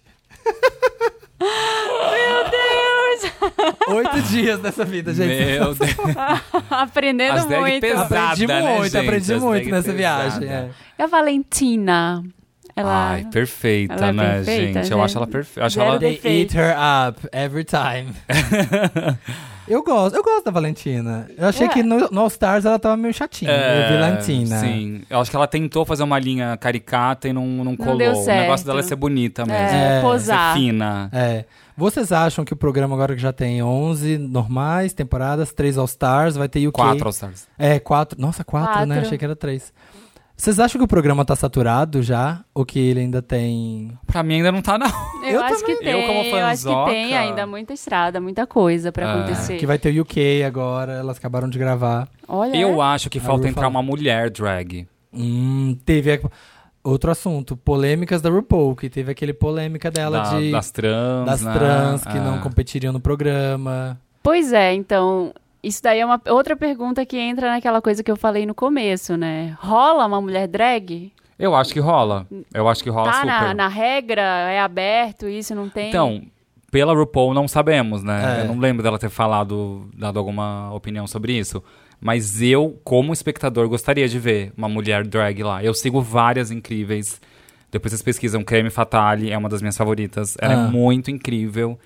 A: Meu Deus!
B: 8 dias dessa vida, gente.
C: Meu Deus.
A: Aprendendo
C: As drag
A: muito.
C: pesada,
B: Aprendi
C: né,
B: muito,
C: gente?
B: aprendi
C: As
B: muito
C: drag
B: nessa
C: pesada.
B: viagem.
A: E a Valentina?
C: Ai, perfeita,
A: ela é
C: né,
A: perfeita,
C: gente? Eu acho ela perfeita.
B: They eat her up every time. Eu gosto da Valentina. Eu achei que no All Stars ela tava meio chatinha, meio Valentina.
C: Sim, eu acho que ela tentou fazer uma linha caricata e não colou.
A: deu certo.
C: O negócio dela é ser bonita mesmo.
A: Posar.
C: Ser fina.
B: Vocês acham que o programa agora que já tem 11 normais temporadas, 3 All Stars, vai ter UK?
C: 4 All Stars.
B: 4. Nossa, 4, né? Achei que era 3. Vocês acham que o programa tá saturado já? Ou que ele ainda tem...
C: Pra mim ainda não tá, não.
A: Eu acho que tem.
C: Eu, como
A: Eu acho que tem ainda muita estrada, muita coisa pra acontecer.
B: Que vai ter o UK agora, elas acabaram de gravar.
A: Olha,
C: Eu acho que falta entrar uma mulher drag.
B: Teve outro assunto, polêmicas da RuPaul, que teve aquele polêmica dela
C: das trans,
B: das trans que não competiriam no programa.
A: Pois é, então... Isso daí é uma outra pergunta que entra naquela coisa que eu falei no começo, né? Rola uma mulher drag?
C: Eu acho que rola. Eu acho que rola super.
A: Tá na regra? É aberto? Isso não tem?
C: Então, pela RuPaul não sabemos, né? Eu não lembro dela ter dado alguma opinião sobre isso. Mas eu, como espectador, gostaria de ver uma mulher drag lá. Eu sigo várias incríveis. Depois vocês pesquisam. Creme Fatale é uma das minhas favoritas. Ela é muito incrível.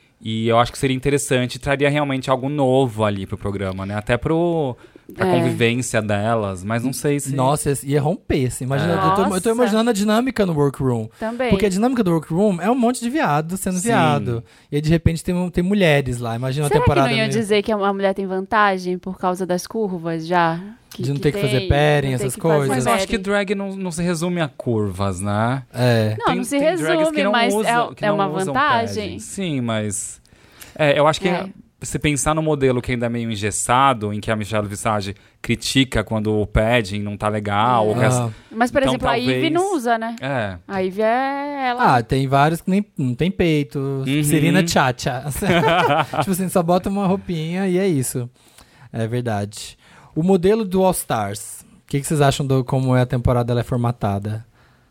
C: E eu acho que seria interessante, traria realmente algo novo ali pro programa, né? Até pra convivência delas, mas não sei se...
B: Nossa, ia romper, assim. Imagina, eu tô imaginando a dinâmica no workroom.
A: Também.
B: Porque a dinâmica do workroom é um monte de viado sendo viado. E aí, de repente, tem mulheres lá. Imagina uma temporada...
A: Será que não iam dizer que a mulher tem vantagem por causa das curvas já?
B: De não ter que fazer pairing, essas coisas.
C: Mas eu acho que drag não se resume a curvas, né?
A: Não se resume, mas é uma vantagem.
C: Sim, mas... eu acho que se pensar no modelo que ainda é meio engessado, em que a Michelle Visage critica quando o padding não tá legal.
A: Mas, por
C: então,
A: exemplo, a Ivy não usa, né? A Ivy ela...
B: tem vários que não tem peito. Serena Chacha. Tipo assim, só bota uma roupinha e é isso. É verdade. O modelo do All Stars, o que vocês acham como a temporada ela é formatada?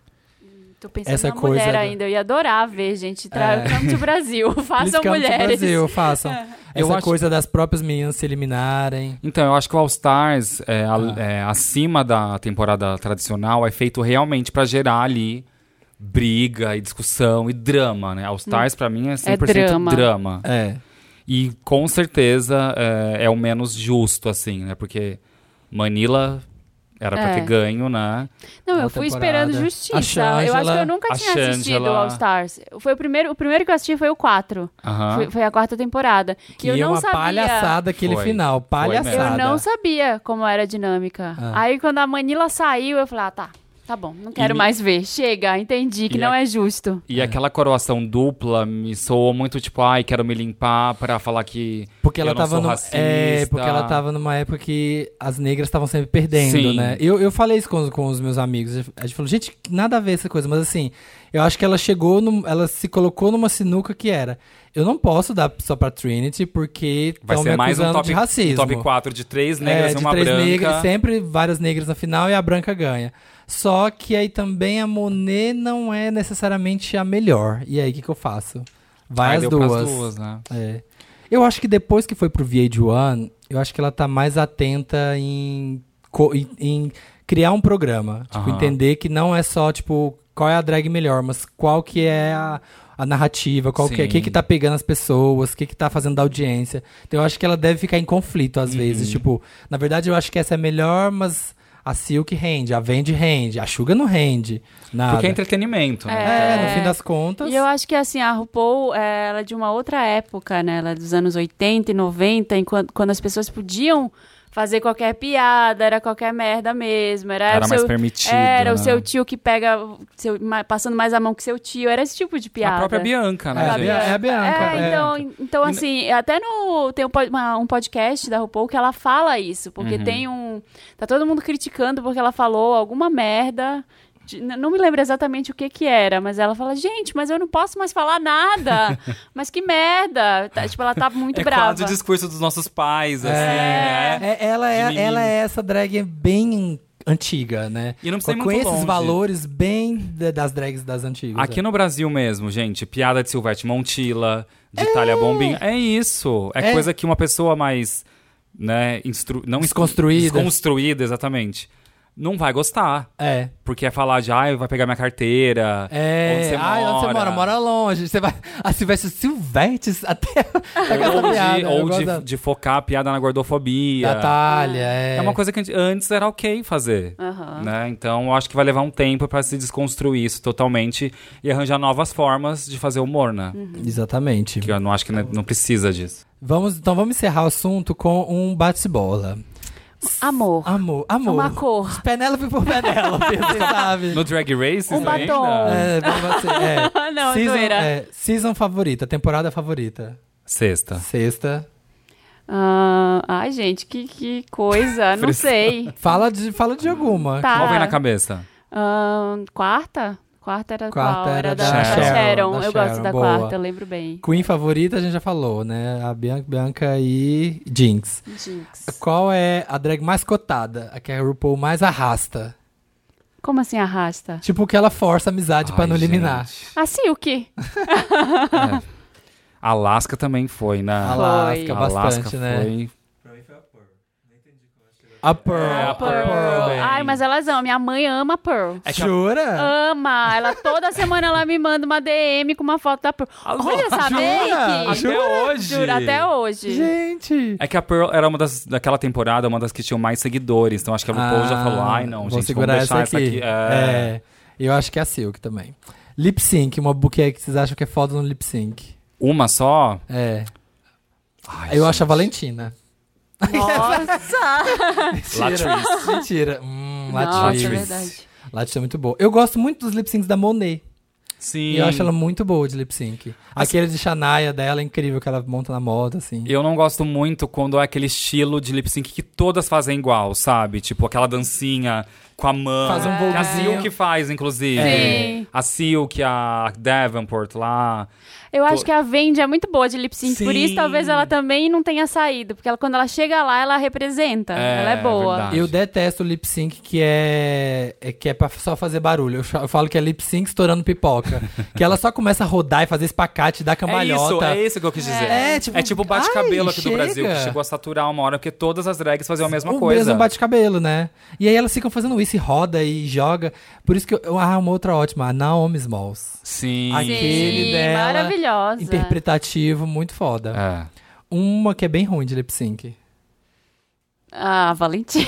A: Tô pensando na mulher ainda. Eu ia adorar ver, gente. Come to Brasil. Façam mulheres.
B: Brasil, façam. Essa coisa das próprias meninas se eliminarem.
C: Então, eu acho que o All Stars, acima da temporada tradicional, é feito realmente pra gerar ali briga e discussão e drama, né? All Stars, pra mim, é 100% drama. E, com certeza, é o menos justo, assim, né? Porque Manila... Era pra ter ganho, né?
A: Não, eu fui esperando justiça. Eu acho que eu nunca tinha assistido o All Stars. Foi o primeiro que eu assisti foi o 4. Foi a 4ª temporada.
B: Que eu não sabia. Palhaçada aquele final. Palhaçada.
A: Eu não sabia como era a dinâmica. Aí, quando a Manila saiu, eu falei, tá bom, não quero mais ver. Chega, entendi que não é justo.
C: E aquela coroação dupla me soou muito tipo, quero me limpar pra falar que
B: porque ela
C: eu não sou racista.
B: Porque ela tava numa época que as negras estavam sempre perdendo, né? Eu falei isso com os meus amigos. A gente falou, gente, nada a ver essa coisa. Mas assim, eu acho que ela ela se colocou numa sinuca que era... Eu não posso dar só pra Trinity, porque estão me acusando de racismo.
C: Top 4 de 3 negras e uma branca.
B: Negras, sempre várias negras na final e a branca ganha. Só que aí também a Monet não é necessariamente a melhor. E aí, o que eu faço? Vai as duas.
C: Né?
B: Eu acho que depois que foi pro VH1, eu acho que ela tá mais atenta em criar um programa. Tipo, entender que não é só, tipo, qual é a drag melhor, mas qual que é a narrativa, qual que é, o que tá pegando as pessoas, o que tá fazendo da audiência. Então eu acho que ela deve ficar em conflito às vezes. Tipo, na verdade eu acho que essa é melhor, mas a Silk rende, a Vendi rende, a Suga não rende. Nada.
C: Porque é entretenimento, né?
B: No fim das contas.
A: E eu acho que assim, a RuPaul, ela é de uma outra época, né? Ela é dos anos 80 e 90, quando as pessoas podiam fazer qualquer piada, era qualquer merda mesmo. Era
C: mais permitido.
A: Era o seu tio que pega, passando mais a mão que seu tio. Era esse tipo de piada.
C: A própria Bianca, né?
B: É a Bianca.
A: Então assim, até tem um podcast da RuPaul que ela fala isso. Porque tá todo mundo criticando porque ela falou alguma merda. Não me lembro exatamente o que era, mas ela fala, gente, mas eu não posso mais falar nada. Mas que merda. Tipo, ela tá muito brava. É
C: quase o discurso dos nossos pais, assim, né?
B: Ela é essa drag bem antiga, né?
C: E não precisa ir
B: com
C: muito
B: esses
C: longe.
B: valores bem das drags das antigas.
C: Aqui no Brasil mesmo, gente, piada de Silvete Montilla, de Thalia Bombinha, é isso. É coisa que uma pessoa mais, né,
B: desconstruída,
C: exatamente. não vai gostar.
B: É.
C: Porque é falar de, vai pegar minha carteira. Onde você mora.
B: Onde você mora? Mora longe. Você vai. Se vai Silvetes até.
C: Ou de focar a piada na gordofobia.
B: Da talha,
C: É uma coisa que antes era ok fazer. Né? Então, eu acho que vai levar um tempo pra se desconstruir isso totalmente e arranjar novas formas de fazer humor, né?
B: Exatamente.
C: Que eu não acho que não precisa disso.
B: Então vamos encerrar o assunto com um bate-bola.
A: Amor.
B: Uma
A: cor.
B: Penélope por Penélope, você sabe.
C: No Drag Race,
A: um batom. Não,
B: season favorita, temporada favorita.
C: Sexta.
A: Ai, gente, que coisa. Não sei.
B: Fala de alguma.
A: Tá.
C: Qual vem na cabeça?
A: Quarta? Quarta era
B: Era
A: da
B: Sharon.
A: Eu gosto da
B: boa.
A: quarta, eu lembro bem.
B: Queen favorita a gente já falou, né? A Bianca e Jinx. Qual é a drag mais cotada? A que a RuPaul mais arrasta?
A: Como assim arrasta?
B: Tipo que ela força a amizade pra não eliminar.
A: A Silk.
C: Alaska também foi, né?
B: Alaska bastante, né?
C: Foi...
B: A Pearl.
A: Ai, mas elas amam. Minha mãe ama a Pearl.
B: Jura?
A: Ama. Toda semana ela me manda uma DM com uma foto da Pearl. Olha essa make.
C: Até hoje.
A: Jura, até hoje.
B: Gente.
C: É que a Pearl era daquela temporada, uma das que tinham mais seguidores. Então acho que a RuPaul já falou, vamos deixar essa aqui.
B: Eu acho que é a Silk também. Lip Sync, uma buquê que vocês acham que é foda no Lip Sync?
C: Uma só?
B: Eu acho a Valentina.
A: Nossa!
C: Latrice.
B: Mentira.
A: Latrice. É verdade.
B: Latrice é muito boa. Eu gosto muito dos lip syncs da Monet.
C: Sim.
B: E eu acho ela muito boa de lip sync. Aquele de Shania dela é incrível, que ela monta na moda, assim.
C: Eu não gosto muito quando é aquele estilo de lip sync que todas fazem igual, sabe? Tipo, aquela dancinha com a mão.
B: Faz um
C: que a
B: voguezinho.
C: Silk faz, inclusive.
A: Sim.
C: A Silk, a Davenport lá.
A: Eu acho que a Vendi é muito boa de lip sync, por isso talvez ela também não tenha saído, porque quando ela chega lá, ela representa, ela é boa.
C: Verdade.
B: Eu detesto o lip sync que é pra só fazer barulho. Eu falo que é lip sync estourando pipoca. Que ela só começa a rodar e fazer espacate, dar cambalhota.
C: É isso que eu quis dizer.
B: É tipo
C: bate-cabelo aqui
B: chega.
C: do Brasil, que chegou a saturar uma hora, porque todas as drags faziam a mesma
B: o
C: coisa.
B: mesmo bate-cabelo, né? E aí elas ficam fazendo isso e roda e joga. Por isso que uma outra ótima, a Naomi Smalls.
C: Sim.
B: Aquele dela,
A: maravilhosa.
B: interpretativo, muito foda. Uma que é bem ruim de lip sync.
A: Valentina.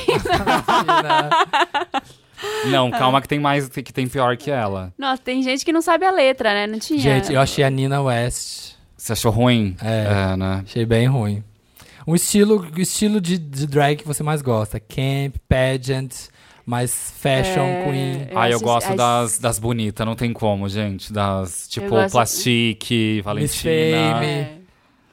C: Não, calma que tem pior que ela.
A: Nossa, tem gente que não sabe a letra, né? Não tinha.
B: Gente, eu achei a Nina West.
C: Você achou ruim?
B: Né? Achei bem ruim. Um estilo de drag que você mais gosta? Camp, pageant, mais fashion, queen.
C: Eu gosto das bonitas, não tem como, gente. Das, tipo, Plastique, Valentina.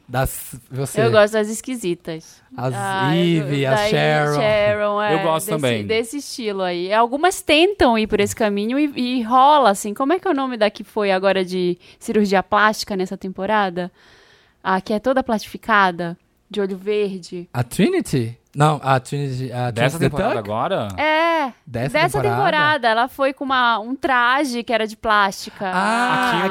B: Você.
A: Eu gosto das esquisitas.
B: As Eve, a Sharon.
C: Eu gosto também.
A: Desse estilo aí. Algumas tentam ir por esse caminho e rola, assim. Como é que é o nome da que foi agora de cirurgia plástica nessa temporada? A que é toda plastificada, de olho verde.
B: A Trinity? Não, a Trinity.
C: Dessa temporada agora?
B: Dessa
A: temporada. Ela foi com um traje que era de plástica.
B: A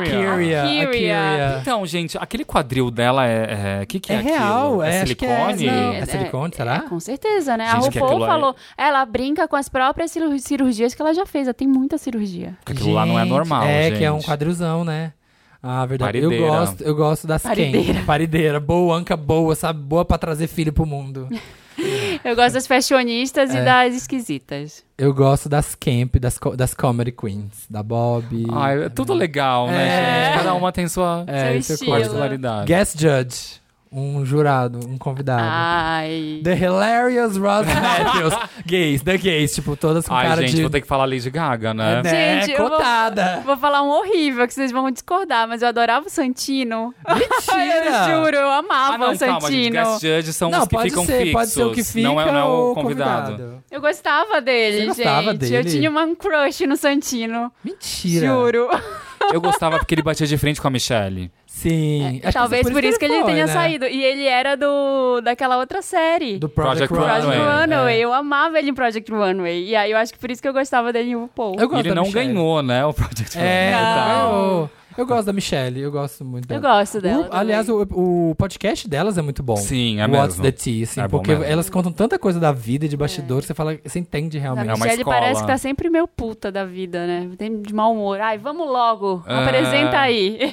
B: Kyria.
C: Então, gente, aquele quadril dela que é
B: real.
C: aquilo? É silicone?
B: É silicone, será?
A: Com certeza, né?
C: Gente,
A: a RuPaul falou. Ela brinca com as próprias cirurgias que ela já fez. Ela tem muita cirurgia.
C: Porque aquilo lá não é normal, gente.
B: Que é um quadrilzão, né? Verdade.
C: Parideira.
B: Eu gosto das Parideira. Boa, anca boa, sabe? Boa pra trazer filho pro mundo.
A: Eu gosto das fashionistas e das esquisitas.
B: Eu gosto das camp, das comedy queens. Da Bob.
C: É tudo legal, né, gente? Cada uma tem sua particularidade.
B: Guest judge. Um jurado, um convidado. The Hilarious Ross Matthews. The gays, tipo, todas com cara
C: gente,
B: de...
C: vou ter que falar Lady Gaga, né?
A: Gente,
B: cotada.
A: Vou falar um horrível, que vocês vão discordar, mas eu adorava o Santino.
B: Mentira!
A: Eu juro, eu amava o Santino.
C: Calma, gente, guest judge são os que ficam fixos.
B: Pode ser o que fica,
C: não é o convidado.
A: Eu gostava dele,
B: Você gostava dele?
A: Eu tinha um crush no Santino.
B: Mentira!
A: Juro.
C: Eu gostava porque ele batia de frente com a Michelle.
B: Sim.
A: Talvez por isso que ele tenha saído. E ele era daquela outra série.
B: Do Project Runway.
A: Eu amava ele em Project Runway. E aí eu acho que por isso que eu gostava dele em RuPaul.
C: Ele não ganhou, né, o Project Runway.
B: Ganhou. Eu gosto da Michelle, eu gosto muito dela.
A: Eu gosto dela.
B: Aliás, o podcast delas é muito bom.
C: Sim, é
B: What's
C: mesmo.
B: the Tea, assim,
C: É
B: porque
C: bom mesmo.
B: elas contam tanta coisa da vida e de bastidor que você fala, você entende realmente.
A: A
C: uma
A: Michelle
C: escola.
A: parece que tá sempre meio puta da vida, né? Tem de mau humor. Ai, vamos logo. Apresenta aí.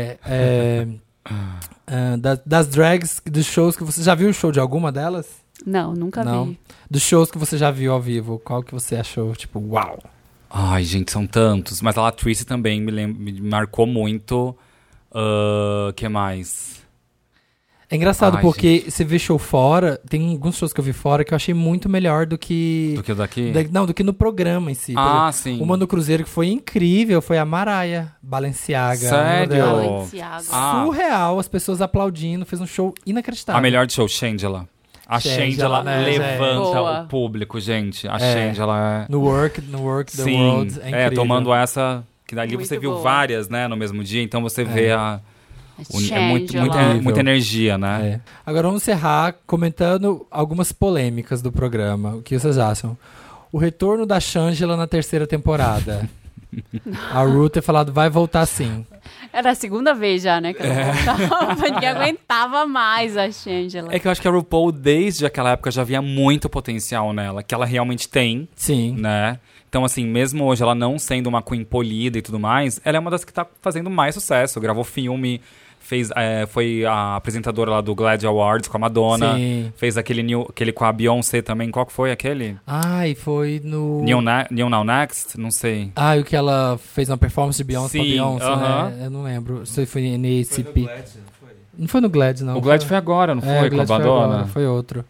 B: Das drags, dos shows que você já viu o show de alguma delas?
A: Não, nunca vi.
B: Dos shows que você já viu ao vivo, qual que você achou, tipo, uau?
C: Ai, gente, são tantos. Mas a Latrice também me marcou muito. Que mais?
B: É engraçado porque
C: gente.
B: você vê show fora, tem alguns shows que eu vi fora que eu achei muito melhor do que...
C: Do que o daqui?
B: do que no programa em si.
C: Sim.
B: Uma no Cruzeiro que foi incrível foi a Mariah Balenciaga.
C: Sério?
A: Balenciaga.
B: Surreal, as pessoas aplaudindo, fez um show inacreditável.
C: A melhor de show, Shangela. A Shangela
B: né,
C: levanta
A: Boa.
C: o público, gente. A Shangela
B: No Work the
C: Sim,
B: World, é incrível.
C: tomando essa... Que dali
A: Muito
C: você viu
A: boa.
C: várias, né, no mesmo dia. Então você vê
A: Shangela.
C: muita energia, né?
B: Agora vamos encerrar comentando algumas polêmicas do programa. O que vocês acham? O retorno da Shangela na 3ª temporada. A Ru ter falado, vai voltar sim.
A: Era a segunda vez já, né? Que ela voltava. Ninguém aguentava mais a Shangela.
C: É que eu acho que a RuPaul, desde aquela época, já via muito potencial nela. Que ela realmente tem,
B: Sim.
C: né? Então, assim, mesmo hoje ela não sendo uma queen polida e tudo mais, ela é uma das que tá fazendo mais sucesso. Gravou filme, foi a apresentadora lá do Glad Awards com a Madonna.
B: Sim.
C: Fez aquele com a Beyoncé também. Qual que foi aquele?
B: Ai, foi no...
C: New Now Next? Não sei.
B: O que ela fez uma performance de Beyoncé
C: Sim,
B: pra Beyoncé,
C: aham.
B: né? Eu não lembro. Se foi no ACP. Não foi no Glad, não.
C: O Glad foi agora, não
B: o
C: foi? Com a
B: Glad foi
C: Madonna?
B: agora, foi outro.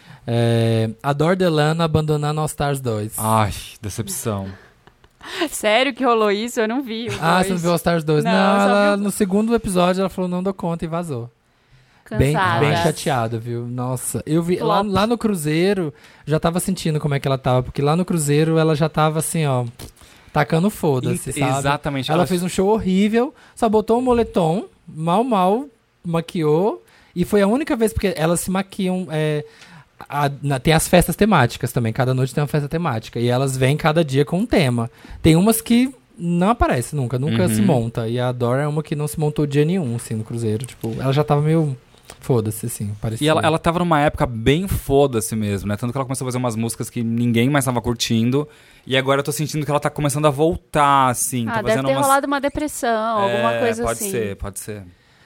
B: Adore Delana abandonando All Stars 2.
C: Ai, decepção.
A: Sério que rolou isso? Eu não vi.
B: Você não viu All Stars 2?
A: Não,
B: Não,
A: só
B: ela,
A: vi o-
B: no segundo episódio ela falou não dou conta e vazou. Bem
A: Cansada.
B: chateado, viu? Nossa, eu vi
A: Flop.
B: lá no Cruzeiro, já tava sentindo como é que ela tava, porque lá no Cruzeiro ela já tava assim, ó, tacando foda-se, sabe?
C: Exatamente.
B: Ela fez um show horrível, só botou um moletom, mal maquiou, e foi a única vez, porque elas se maquiam... tem as festas temáticas também, cada noite tem uma festa temática, e elas vêm cada dia com um tema. Tem umas que não aparece nunca se monta, e a Dora é uma que não se montou dia nenhum, assim, no Cruzeiro, tipo, ela já tava meio foda-se, assim, parecia.
C: E ela tava numa época bem foda-se mesmo, né? Tanto que ela começou a fazer umas músicas que ninguém mais tava curtindo, e agora eu tô sentindo que ela tá começando a voltar, assim. Tá
A: Deve
C: fazendo
A: ter
C: umas...
A: rolado uma depressão, alguma coisa assim.
C: Pode ser.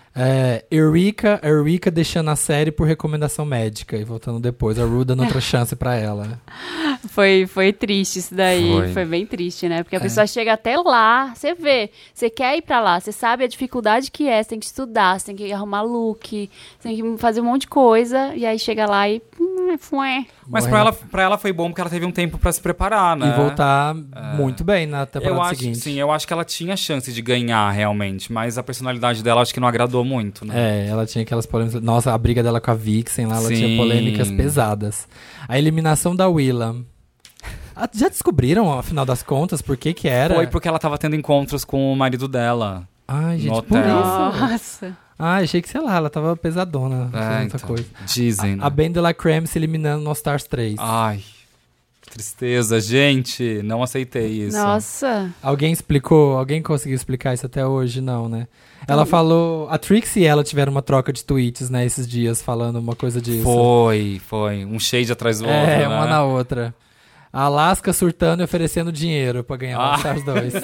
B: Eureka deixando a série por recomendação médica e voltando depois, a Ru dando outra chance pra ela.
A: Foi triste isso daí,
C: Foi.
A: bem triste, né? Porque a pessoa chega até lá, você vê, você quer ir pra lá, você sabe a dificuldade que é, você tem que estudar, você tem que arrumar look, você tem que fazer um monte de coisa, e aí chega lá e... foi.
C: Mas pra ela foi bom porque ela teve um tempo pra se preparar, né?
B: E voltar muito bem na
C: eu
B: temporada
C: acho,
B: seguinte.
C: sim, eu acho que ela tinha chance de ganhar realmente, mas a personalidade dela acho que não agradou muito, né?
B: Ela tinha aquelas polêmicas. Nossa, a briga dela com a Vixen lá, ela
C: Sim.
B: tinha polêmicas pesadas. A eliminação da Willa. Já descobriram, afinal das contas, por que era?
C: Foi porque ela tava tendo encontros com o marido dela.
B: Ai, gente,
C: no
B: por
C: hotel.
B: isso.
A: Nossa.
B: Achei que, sei lá, ela tava pesadona. Outra coisa.
C: Dizem, né?
B: A Ben de la Creme se eliminando no All Stars 3.
C: Ai, que tristeza, gente. Não aceitei isso.
A: Nossa.
B: Alguém explicou? Alguém conseguiu explicar isso até hoje? Não, né? Ela falou... A Trixie e ela tiveram uma troca de tweets, né? Esses dias, falando uma coisa disso.
C: Foi. Um shade atrás do outro, né?
B: Uma na outra. A Alaska surtando e oferecendo dinheiro pra ganhar o All Stars 2.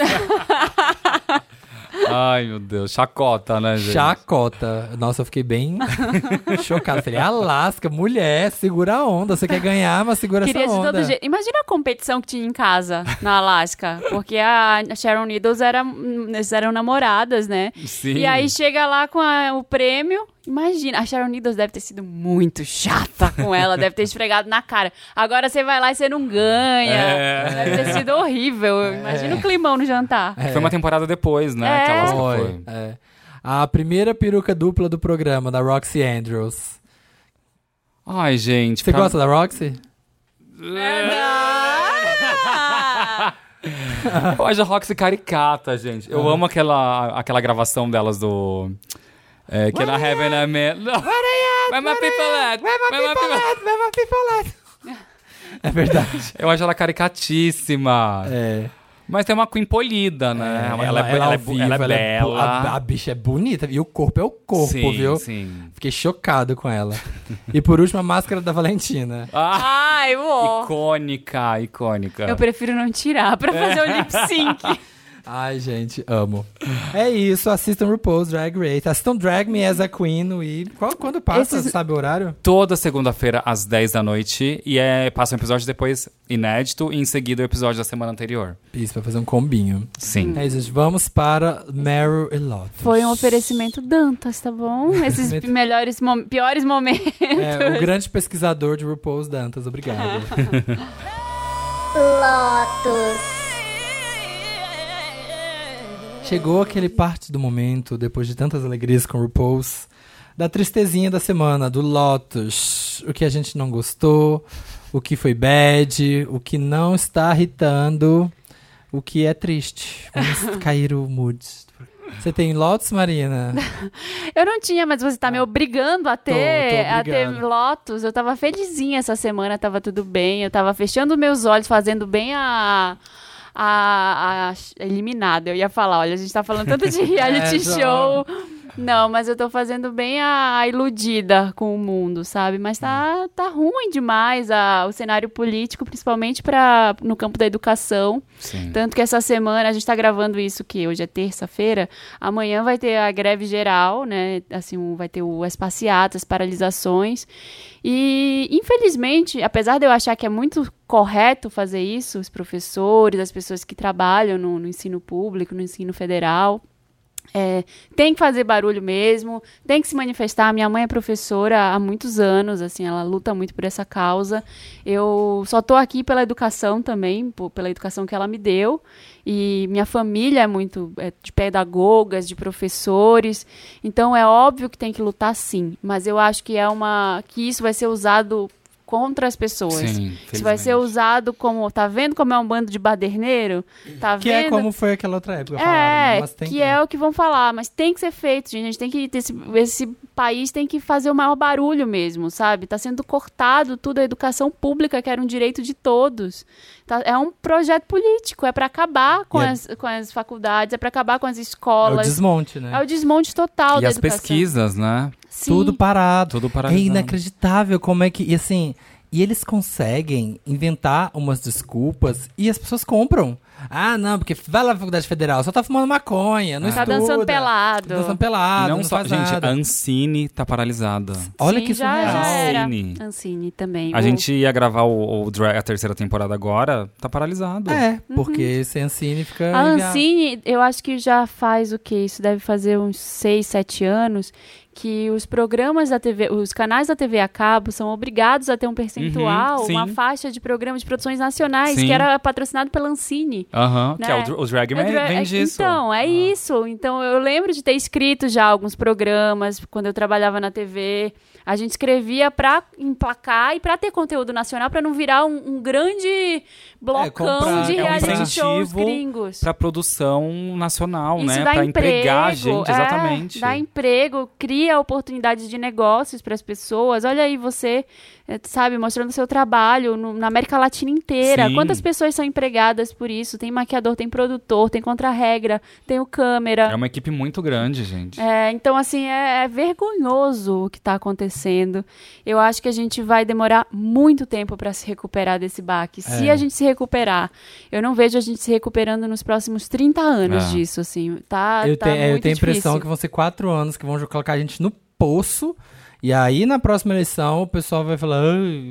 C: Ai, meu Deus. Chacota, né, gente?
B: Chacota. Nossa, eu fiquei bem chocado. Falei, Alaska, mulher, segura a onda. Você quer ganhar, mas segura
A: Queria
B: essa
A: de
B: onda.
A: todo jeito. Imagina a competição que tinha em casa, na Alasca. Porque a Sharon Needles eles eram namoradas, né?
C: Sim.
A: E aí chega lá com o prêmio. Imagina, a Sharon Needles deve ter sido muito chata com ela, deve ter esfregado na cara. Agora você vai lá e você não ganha. Deve ter sido horrível. Imagina o climão no jantar.
C: Foi uma temporada depois, né? Que a Alaska foi.
B: A primeira peruca dupla do programa, da Roxy Andrews.
C: Ai, gente.
B: Você gosta da Roxy?
C: Eu acho a Roxy caricata, gente. Eu amo aquela gravação delas do... que é na Heaven I Met. Where my people at?
B: Where my people at? É verdade.
C: Eu acho ela caricatíssima. Mas tem uma Queen polida, né? Ela é bela.
B: A bicha é bonita. E o corpo é o corpo,
C: sim,
B: viu?
C: Sim.
B: Fiquei chocado com ela. E por último, a máscara da Valentina.
A: Ai, uó.
C: Icônica.
A: Eu prefiro não tirar pra fazer o lip sync.
B: Ai, gente, amo. É isso, assistam RuPaul's Drag Race. Assistam Drag Me as a Queen. E quando passa, sabe o horário?
C: Toda segunda-feira, às 10 da noite. E passa um episódio depois inédito. E em seguida o episódio da semana anterior.
B: Isso, pra fazer um combinho.
C: Sim.
B: É isso, gente. Vamos para Meryl e Lotus.
A: Foi um oferecimento Dantas, tá bom? Esses piores momentos.
B: O grande pesquisador de RuPaul's Dantas. Obrigado.
E: Lotus.
B: Chegou aquele parte do momento, depois de tantas alegrias com RuPaul's, da tristezinha da semana, do Lotus. O que a gente não gostou, o que foi bad, o que não está irritando, o que é triste. Vamos cair o mood. Você tem Lotus, Marina?
A: Eu não tinha, mas você tá me obrigando a ter
B: obrigado.
A: Lotus. Eu tava felizinha essa semana, tava tudo bem. Eu tava fechando meus olhos, fazendo bem a eliminada. Eu ia falar, olha, a gente tá falando tanto de reality show. Não, mas eu tô fazendo bem a iludida com o mundo, sabe? Mas tá ruim demais o cenário político, principalmente no campo da educação.
C: Sim.
A: Tanto que essa semana, a gente tá gravando isso, que hoje é terça-feira, amanhã vai ter a greve geral, né? Assim, vai ter as passeatas, paralisações. E, infelizmente, apesar de eu achar que é muito correto fazer isso, os professores, as pessoas que trabalham no ensino público, no ensino federal, tem que fazer barulho mesmo, tem que se manifestar. Minha mãe é professora há muitos anos, assim, ela luta muito por essa causa. Eu só tô aqui pela educação também, pela educação que ela me deu. E minha família é muito de pedagogas, de professores. Então é óbvio que tem que lutar sim, mas eu acho que que isso vai ser usado contra as pessoas.
C: Sim,
A: isso vai ser usado como, tá vendo como é um bando de baderneiro? Tá
B: que
A: vendo?
B: É como foi aquela outra época. Falaram, mas tem
A: é o que vão falar, mas tem que ser feito, gente. A gente tem que esse país tem que fazer o maior barulho mesmo, sabe? Tá sendo cortado tudo, a educação pública, que era um direito de todos. É um projeto político, é para acabar com as faculdades, é para acabar com as escolas.
B: É o desmonte, né?
A: É o desmonte total da educação.
C: E as pesquisas, né?
A: Sim.
B: Tudo parado.
C: Tudo paralisado.
B: É inacreditável como é que... E assim... E eles conseguem inventar umas desculpas e as pessoas compram. Ah, não, porque vai lá na faculdade federal, só tá fumando maconha, não estuda.
A: Tá dançando pelado.
B: Dançando pelado,
C: não só,
B: faz
C: gente,
B: nada.
C: A Ancine tá paralisada.
B: Olha
A: Sim,
B: que surreal.
A: já era.
C: Ancine
A: também.
C: A gente ia gravar a terceira temporada agora, tá paralisado.
B: Porque sem Ancine fica...
A: A Ancine, eu acho que já faz o quê? Isso deve fazer uns 6, 7 anos... que os programas da TV, os canais da TV a cabo são obrigados a ter um percentual, uma faixa de programas de produções nacionais, que era patrocinado pela Ancine.
C: Né? Que é o Drag Me vem disso.
A: Então, isso. Então, eu lembro de ter escrito já alguns programas, quando eu trabalhava na TV. A gente escrevia pra emplacar e pra ter conteúdo nacional, pra não virar um grande blocão de reality shows gringos.
C: Pra produção nacional,
A: isso,
C: né?
A: Dá
C: pra
A: emprego,
C: empregar a gente, exatamente.
A: Dá emprego, cria oportunidades de negócios para as pessoas. Olha aí você, sabe, mostrando seu trabalho na América Latina inteira.
C: Sim.
A: Quantas pessoas são empregadas por isso? Tem maquiador, tem produtor, tem contra-regra, tem o câmera.
C: É uma equipe muito grande, gente.
A: Então, assim, é vergonhoso o que está acontecendo. Eu acho que a gente vai demorar muito tempo para se recuperar desse baque. Se a gente se recuperar, eu não vejo a gente se recuperando nos próximos 30 anos disso, assim.
B: Eu tenho a impressão
A: difícil.
B: que vão ser 4 anos que vão colocar a gente no poço. E aí, na próxima eleição, o pessoal vai falar: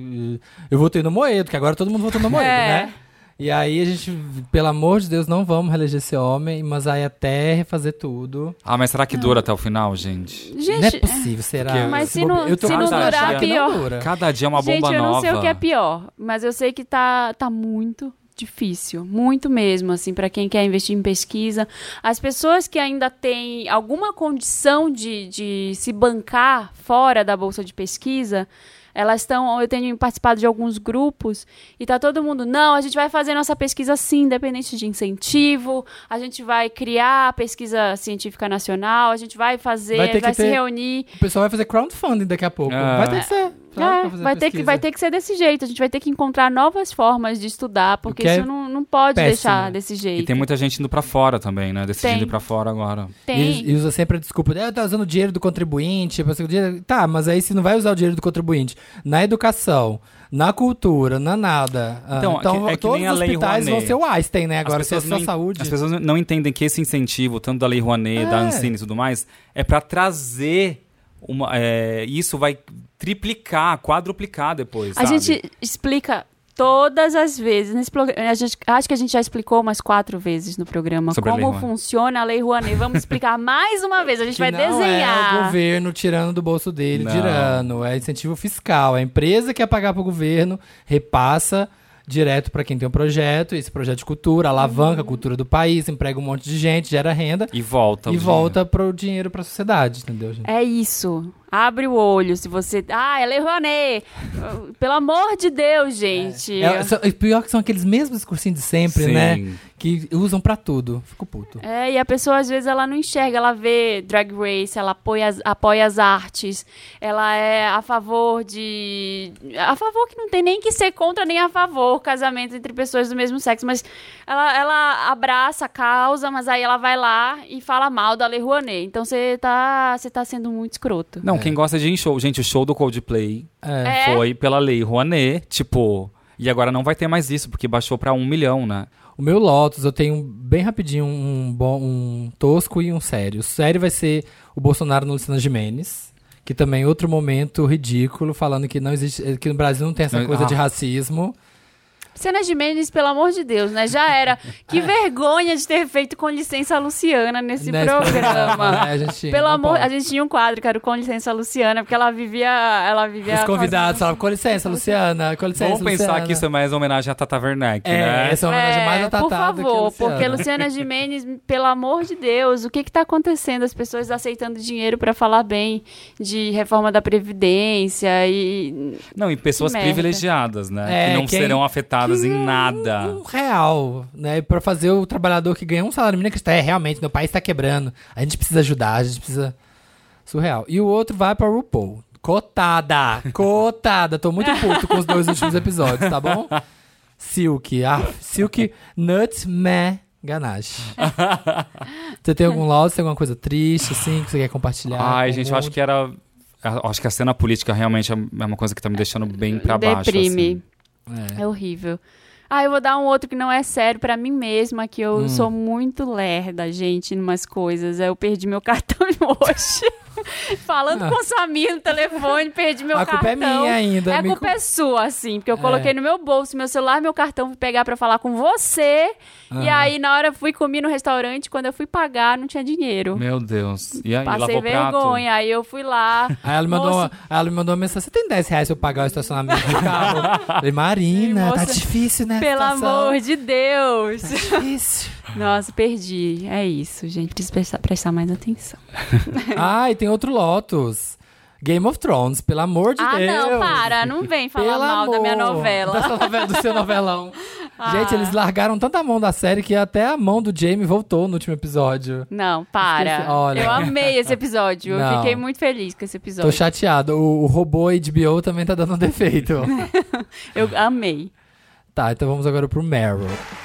B: eu votei no Moedo, porque agora todo mundo votou no Moedo, né? E aí a gente, pelo amor de Deus, não vamos reeleger esse homem, mas aí até refazer tudo.
C: Mas será que dura até o final, gente?
B: Não é possível, será?
A: Mas se não durar, pior.
C: Cada dia é uma bomba nova.
A: Gente, eu não sei o que é pior, mas eu sei que tá muito difícil, muito mesmo, assim, para quem quer investir em pesquisa. As pessoas que ainda têm alguma condição de se bancar fora da bolsa de pesquisa, eu tenho participado de alguns grupos e tá todo mundo, não, a gente vai fazer nossa pesquisa sim, independente de incentivo, a gente vai criar a pesquisa científica nacional, a gente vai fazer, vai se reunir.
B: O pessoal vai fazer crowdfunding daqui a pouco. Vai ter que ser.
A: Vai ter que ser desse jeito. A gente vai ter que encontrar novas formas de estudar, porque isso não pode deixar desse jeito.
C: E tem muita gente indo pra fora também, né? Decidindo ir pra fora agora.
A: Tem.
B: E usa sempre a desculpa de, tá usando o dinheiro do contribuinte. Tá, mas aí você não vai usar o dinheiro do contribuinte na educação, na cultura, na nada. Então todos os hospitais vão ser o Einstein, né? Agora, se é só saúde.
C: As pessoas não entendem que esse incentivo, tanto da Lei Rouanet, da Ancine e tudo mais, é pra trazer isso vai triplicar, quadruplicar depois,
A: A gente explica todas as vezes. Acho que a gente já explicou umas 4 vezes no programa sobre como funciona a Lei Rouanet. Vamos explicar mais uma vez. A gente vai desenhar.
B: Não é o governo tirando do bolso dele, tirando. É incentivo fiscal. A empresa que quer pagar para o governo repassa direto para quem tem um projeto, esse projeto de cultura, alavanca a cultura do país, emprega um monte de gente, gera renda.
C: E volta
B: pro dinheiro para a sociedade, entendeu, gente?
A: É isso. Abre o olho, se você... é Lei Rouanet! Pelo amor de Deus, gente!
B: Pior que são aqueles mesmos discursinhos de sempre,
C: Sim.
B: né? Que usam pra tudo. Fico puto.
A: E a pessoa, às vezes, ela não enxerga. Ela vê Drag Race, ela apoia as artes. Ela é a favor que não tem nem que ser contra nem a favor casamento entre pessoas do mesmo sexo. Mas ela abraça a causa, mas aí ela vai lá e fala mal da Lei Rouanet. Então você tá sendo muito escroto.
C: Não, quem gosta de ir em show... Gente, o show do Coldplay foi pela Lei Rouanet, e agora não vai ter mais isso, porque baixou pra 1 milhão, né?
B: O meu Lotus, eu tenho bem rapidinho um tosco e um sério. O sério vai ser o Bolsonaro no Luciana Gimenez, que também é outro momento ridículo, falando que não existe, que no Brasil não tem essa coisa de racismo.
A: Luciana Gimenez, pelo amor de Deus, né? Já era. Que vergonha de ter feito Com Licença Luciana nesse programa.
B: A gente
A: a gente tinha um quadro que era o Com Licença Luciana, porque ela vivia
B: os convidados falavam, com licença, Luciana, com licença,
C: Vamos pensar
B: Luciana.
C: Que isso é mais uma homenagem a Tata Werneck, né?
B: Essa é uma homenagem mais a Tata
A: por favor,
B: do que a Luciana.
A: porque Luciana Gimenez, pelo amor de Deus, o que tá acontecendo? As pessoas aceitando dinheiro pra falar bem de reforma da Previdência e...
C: Não, e pessoas privilegiadas, né? Que não serão afetadas em nada.
B: R$1, né? Pra fazer o trabalhador que ganha um salário mínimo, que realmente, meu país tá quebrando. A gente precisa ajudar, a gente precisa... Surreal. E o outro vai pra RuPaul. Cotada! Tô muito puto com os 2 últimos episódios, tá bom? Silk. Silk Nutmeg Ganache. Você tem algum laudo? Você tem alguma coisa triste, assim, que você quer compartilhar?
C: Gente, eu acho que acho que a cena política realmente é uma coisa que tá me deixando bem pra baixo.
A: Deprime.
C: Assim.
A: É horrível. Eu vou dar um outro que não é sério pra mim mesma, que eu sou muito lerda, gente, em umas coisas. Eu perdi meu cartão hoje. Falando com o Samir no telefone, perdi meu cartão.
B: A culpa é minha ainda.
A: A culpa é sua, assim, porque eu coloquei no meu bolso, meu celular, meu cartão, fui pegar pra falar com você. E aí, na hora, comi no restaurante, quando eu fui pagar, não tinha dinheiro.
C: Meu Deus. E aí,
A: passei vergonha, aí eu fui lá.
B: Aí ela me mandou uma mensagem, você tem R$10 pra eu pagar o estacionamento do carro? Falei, Marina, tá difícil, né?
A: Pelo amor de Deus.
B: Tá difícil.
A: Nossa, perdi. É isso, gente. Preciso prestar mais atenção.
B: E tem outro Lotus. Game of Thrones, pelo amor de Deus.
A: Não, para. Não vem falar mal da minha novela.
B: Do seu novelão. Gente, eles largaram tanta mão da série que até a mão do Jaime voltou no último episódio.
A: Não, para.
B: Olha.
A: Eu amei esse episódio. Eu fiquei muito feliz com esse episódio.
B: Tô chateado. O robô HBO também tá dando um defeito.
A: Eu amei.
B: Tá, então vamos agora pro Meryl.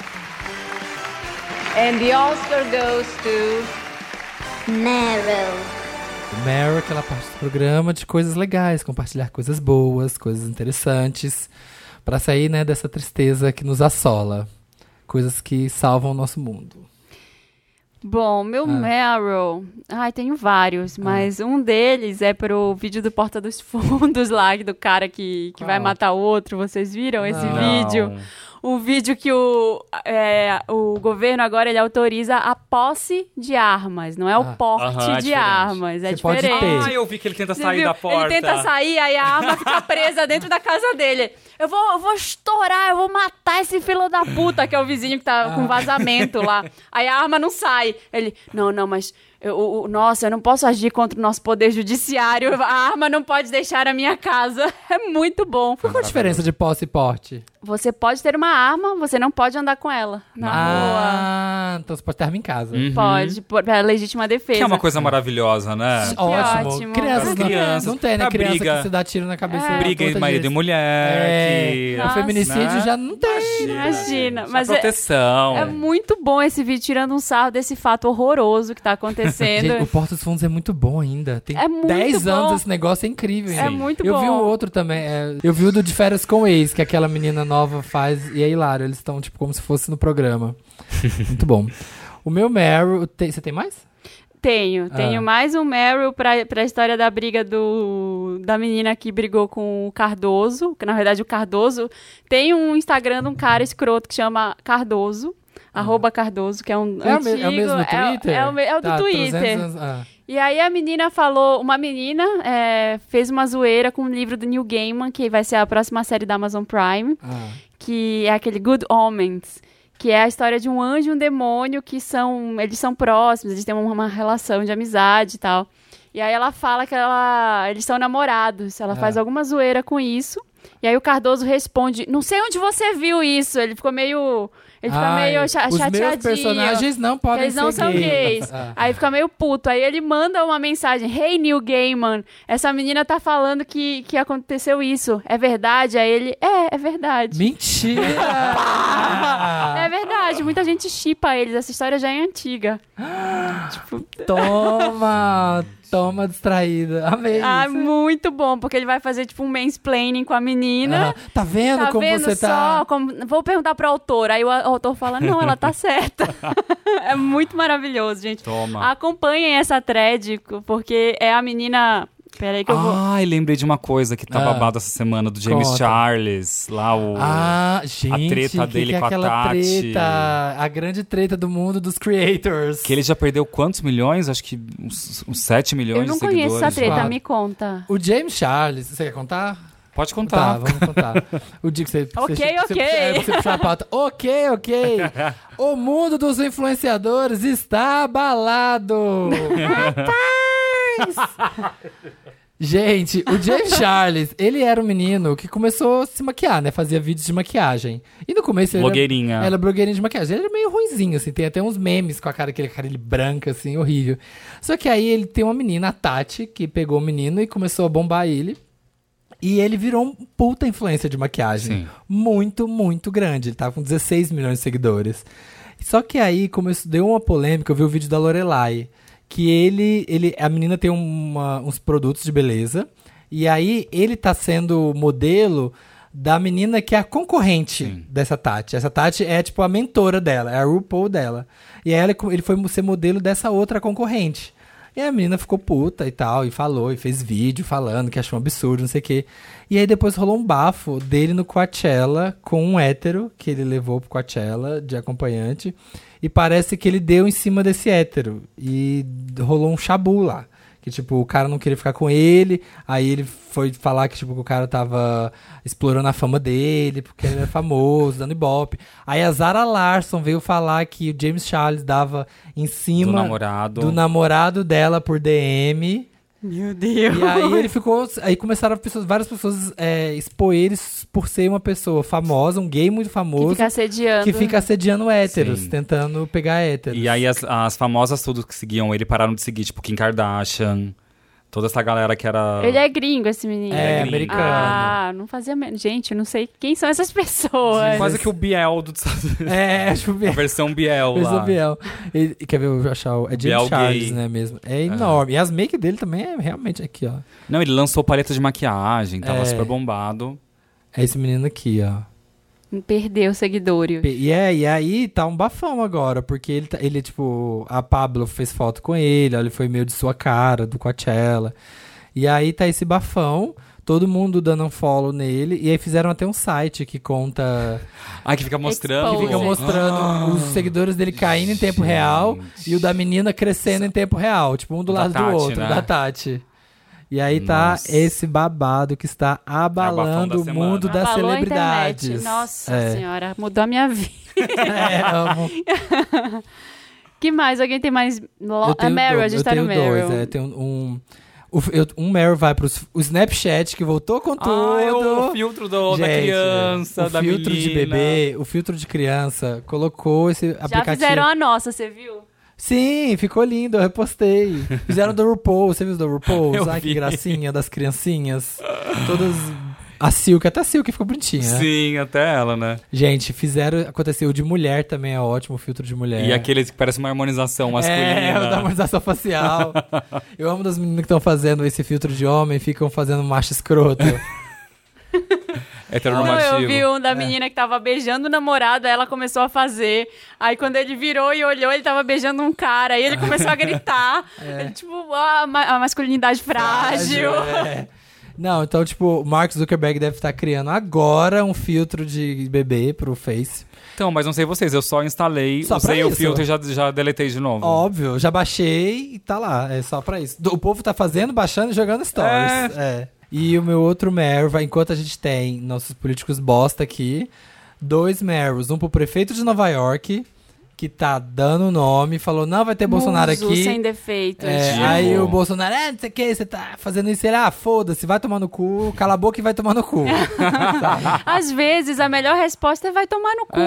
E: And the Oscar goes to Meryl.
B: O Meryl é aquela parte do programa de coisas legais, compartilhar coisas boas, coisas interessantes, pra sair, né, dessa tristeza que nos assola. Coisas que salvam o nosso mundo.
A: Bom, meu Meryl... tenho vários, mas um deles é pro vídeo do Porta dos Fundos lá, do cara que vai matar o outro. Vocês viram esse vídeo? Um vídeo que o governo agora ele autoriza a posse de armas, não é o porte de armas, é diferente.
C: Eu vi que ele tenta sair da porta.
A: Ele tenta sair, aí a arma fica presa dentro da casa dele. eu vou estourar, eu vou matar esse filho da puta, que é o vizinho que tá com vazamento lá. Aí a arma não sai. Ele, não, mas... Nossa, eu não posso agir contra o nosso poder judiciário. A arma não pode deixar a minha casa. É muito bom.
B: Qual a diferença de posse e porte?
A: Você pode ter uma arma, você não pode andar com ela na rua.
B: Então você pode ter arma em casa.
A: Pode, pra legítima defesa.
C: Que é uma coisa maravilhosa, né?
B: Ótimo. Crianças não tem, né? Criança
C: briga.
B: que se dá tiro na cabeça.
C: Briga de marido e mulher.
B: O feminicídio já não tem.
A: Imagina. Mas
C: proteção.
A: É muito bom esse vídeo tirando um sarro desse fato horroroso que tá acontecendo.
B: Gente, o Porta dos Fundos é muito bom ainda. Tem
A: muito
B: 10 anos
A: bom.
B: esse negócio, é incrível.
A: É muito bom.
B: Eu vi um outro também. Eu vi o do De Férias com o Ex, que aquela menina nova faz. E é hilário. Eles estão tipo como se fosse no programa. Muito bom. O meu Meryl... Você tem mais?
A: Tenho mais um Meryl pra história da briga da menina que brigou com o Cardoso. Que na verdade o Cardoso tem um Instagram de um cara escroto que chama Cardoso. @Cardoso, que é um antigo...
B: É o mesmo do Twitter?
A: É o do Twitter. E aí a menina falou... Uma menina fez uma zoeira com um livro do Neil Gaiman, que vai ser a próxima série da Amazon Prime, que é aquele Good Omens, que é a história de um anjo e um demônio que eles são próximos, eles têm uma relação de amizade e tal. E aí ela fala que eles são namorados. Ela faz alguma zoeira com isso. E aí o Cardoso responde, não sei onde você viu isso. Ele ficou meio... chateadinho.
B: Os meus personagens não podem
A: eles não
B: ser
A: são
B: gays.
A: Aí fica meio puto. Aí ele manda uma mensagem. Hey, Neil Gaiman, essa menina tá falando que aconteceu isso. É verdade? Aí ele, é verdade.
B: Mentira!
A: É verdade. Muita gente shippa eles. Essa história já é antiga.
B: Toma distraída. Amei isso.
A: Muito bom, porque ele vai fazer tipo um mansplaining com a menina.
B: Tá vendo como você tá...
A: Vou perguntar pro autor. Aí o autor fala, não, ela tá certa. É muito maravilhoso, gente.
C: Toma.
A: Acompanhem essa thread, porque é a menina... Peraí que eu vou...
C: lembrei de uma coisa que tá babado essa semana, do James Charles. Lá
B: gente,
C: a treta dele com a Tati.
B: Treta, a grande treta do mundo dos creators.
C: Que ele já perdeu quantos milhões? Acho que uns 7 milhões de seguidores.
A: Eu não conheço essa treta, me conta.
B: O James Charles, você quer contar?
C: Pode contar.
B: Tá, vamos contar. O dia que você... Você puxar a pauta. Ok. O mundo dos influenciadores está abalado. Rapaz! Gente, o James Charles, ele era um menino que começou a se maquiar, né? Fazia vídeos de maquiagem. E no começo
C: blogueirinha.
B: Era blogueirinha de maquiagem. Ele era meio ruinzinho, assim. Tem até uns memes com aquele cara branca, assim, horrível. Só que aí ele tem uma menina, a Tati, que pegou o menino e começou a bombar ele. E ele virou um puta influência de maquiagem.
C: Sim.
B: Muito, muito grande. Ele tava com 16 milhões de seguidores. Só que aí deu uma polêmica. Eu vi o vídeo da Lorelai. Que a menina tem uns produtos de beleza. E aí ele tá sendo modelo da menina que é a concorrente dessa Tati. Essa Tati é tipo a mentora dela, é a RuPaul dela. E aí ele foi ser modelo dessa outra concorrente. E a menina ficou puta e tal, e falou, e fez vídeo falando que achou um absurdo, não sei o quê. E aí depois rolou um bafo dele no Coachella com um hétero que ele levou pro Coachella de acompanhante. E parece que ele deu em cima desse hétero. E rolou um chabu lá. Que, tipo, o cara não queria ficar com ele. Aí ele foi falar que, tipo, o cara tava explorando a fama dele, porque ele era famoso, dando ibope. Aí a Zara Larsson veio falar que o James Charles dava em cima do namorado dela por DM.
A: Meu Deus.
B: E aí ele ficou... Aí começaram várias pessoas expor ele por ser uma pessoa famosa, um gay muito famoso.
A: Que
B: fica assediando héteros, tentando pegar héteros.
C: E aí as famosas todas que seguiam ele pararam de seguir, tipo Kim Kardashian, toda essa galera que era...
A: Ele é gringo, esse menino.
B: É, americano.
A: Não fazia... Gente, eu não sei quem são essas pessoas.
C: Quase que o Biel do...
B: Acho que
C: a versão Biel lá.
B: Versão Biel. Quer ver, eu vou achar é James
C: Biel
B: Charles,
C: gay.
B: né, mesmo. É enorme. E as make dele também é realmente aqui, ó.
C: Não, ele lançou paleta de maquiagem, tava super bombado.
B: É esse menino aqui, ó.
A: Perdeu seguidores.
B: E aí tá um bafão agora, porque ele tipo, a Pablo fez foto com ele foi meio de sua cara, do Coachella. E aí tá esse bafão, todo mundo dando um follow nele, e aí fizeram até um site que conta...
C: que fica mostrando.
B: Que fica mostrando os seguidores dele caindo em tempo real, e o da menina crescendo em tempo real, tipo, um do lado do outro,
C: né?
B: da Tati. E aí tá esse babado que está abalando o mundo das celebridades.
A: Nossa senhora, mudou a minha vida.
B: Amo.
A: Que mais? Alguém tem mais? Meryl, a gente tá no Meryl.
B: Eu tenho um Meryl vai pro o Snapchat, que voltou com tudo.
C: O filtro da criança, da menina. O filtro
B: de bebê, o filtro de criança, colocou esse aplicativo.
A: Já fizeram a nossa, você viu?
B: Sim, ficou lindo, eu repostei. Fizeram do RuPaul, você viu os do RuPaul? Ai, que gracinha das criancinhas. Todas... A Silk, até a Silk ficou bonitinha.
C: Sim, até ela, né?
B: Gente, aconteceu o de mulher também, é ótimo, o filtro de mulher.
C: E aqueles que parece uma harmonização masculina.
B: O da harmonização facial. Eu amo das meninas que estão fazendo esse filtro de homem, ficam fazendo macho escroto.
C: Heteronormativo.
A: Eu vi um da menina que tava beijando o namorado, aí ela começou a fazer. Aí quando ele virou e olhou, ele tava beijando um cara. Aí ele começou a gritar. Tipo, a masculinidade frágil.
B: Não, então, tipo, o Mark Zuckerberg deve estar criando agora um filtro de bebê pro Face.
C: Então, mas não sei vocês, eu só instalei, usei o filtro e já deletei de novo.
B: Óbvio, já baixei e tá lá, é só pra isso. O povo tá fazendo, baixando e jogando stories. E o meu outro Meryl, enquanto a gente tem nossos políticos bosta aqui, 2 Meryls, um pro prefeito de Nova York, que tá dando nome, falou, não, vai ter Bolsonaro aqui.
A: Sem defeito.
B: Aí o Bolsonaro, não sei o que, você tá fazendo isso. Ele, foda-se, vai tomar no cu, cala a boca e vai tomar no cu.
A: Às vezes, a melhor resposta é vai tomar no cu.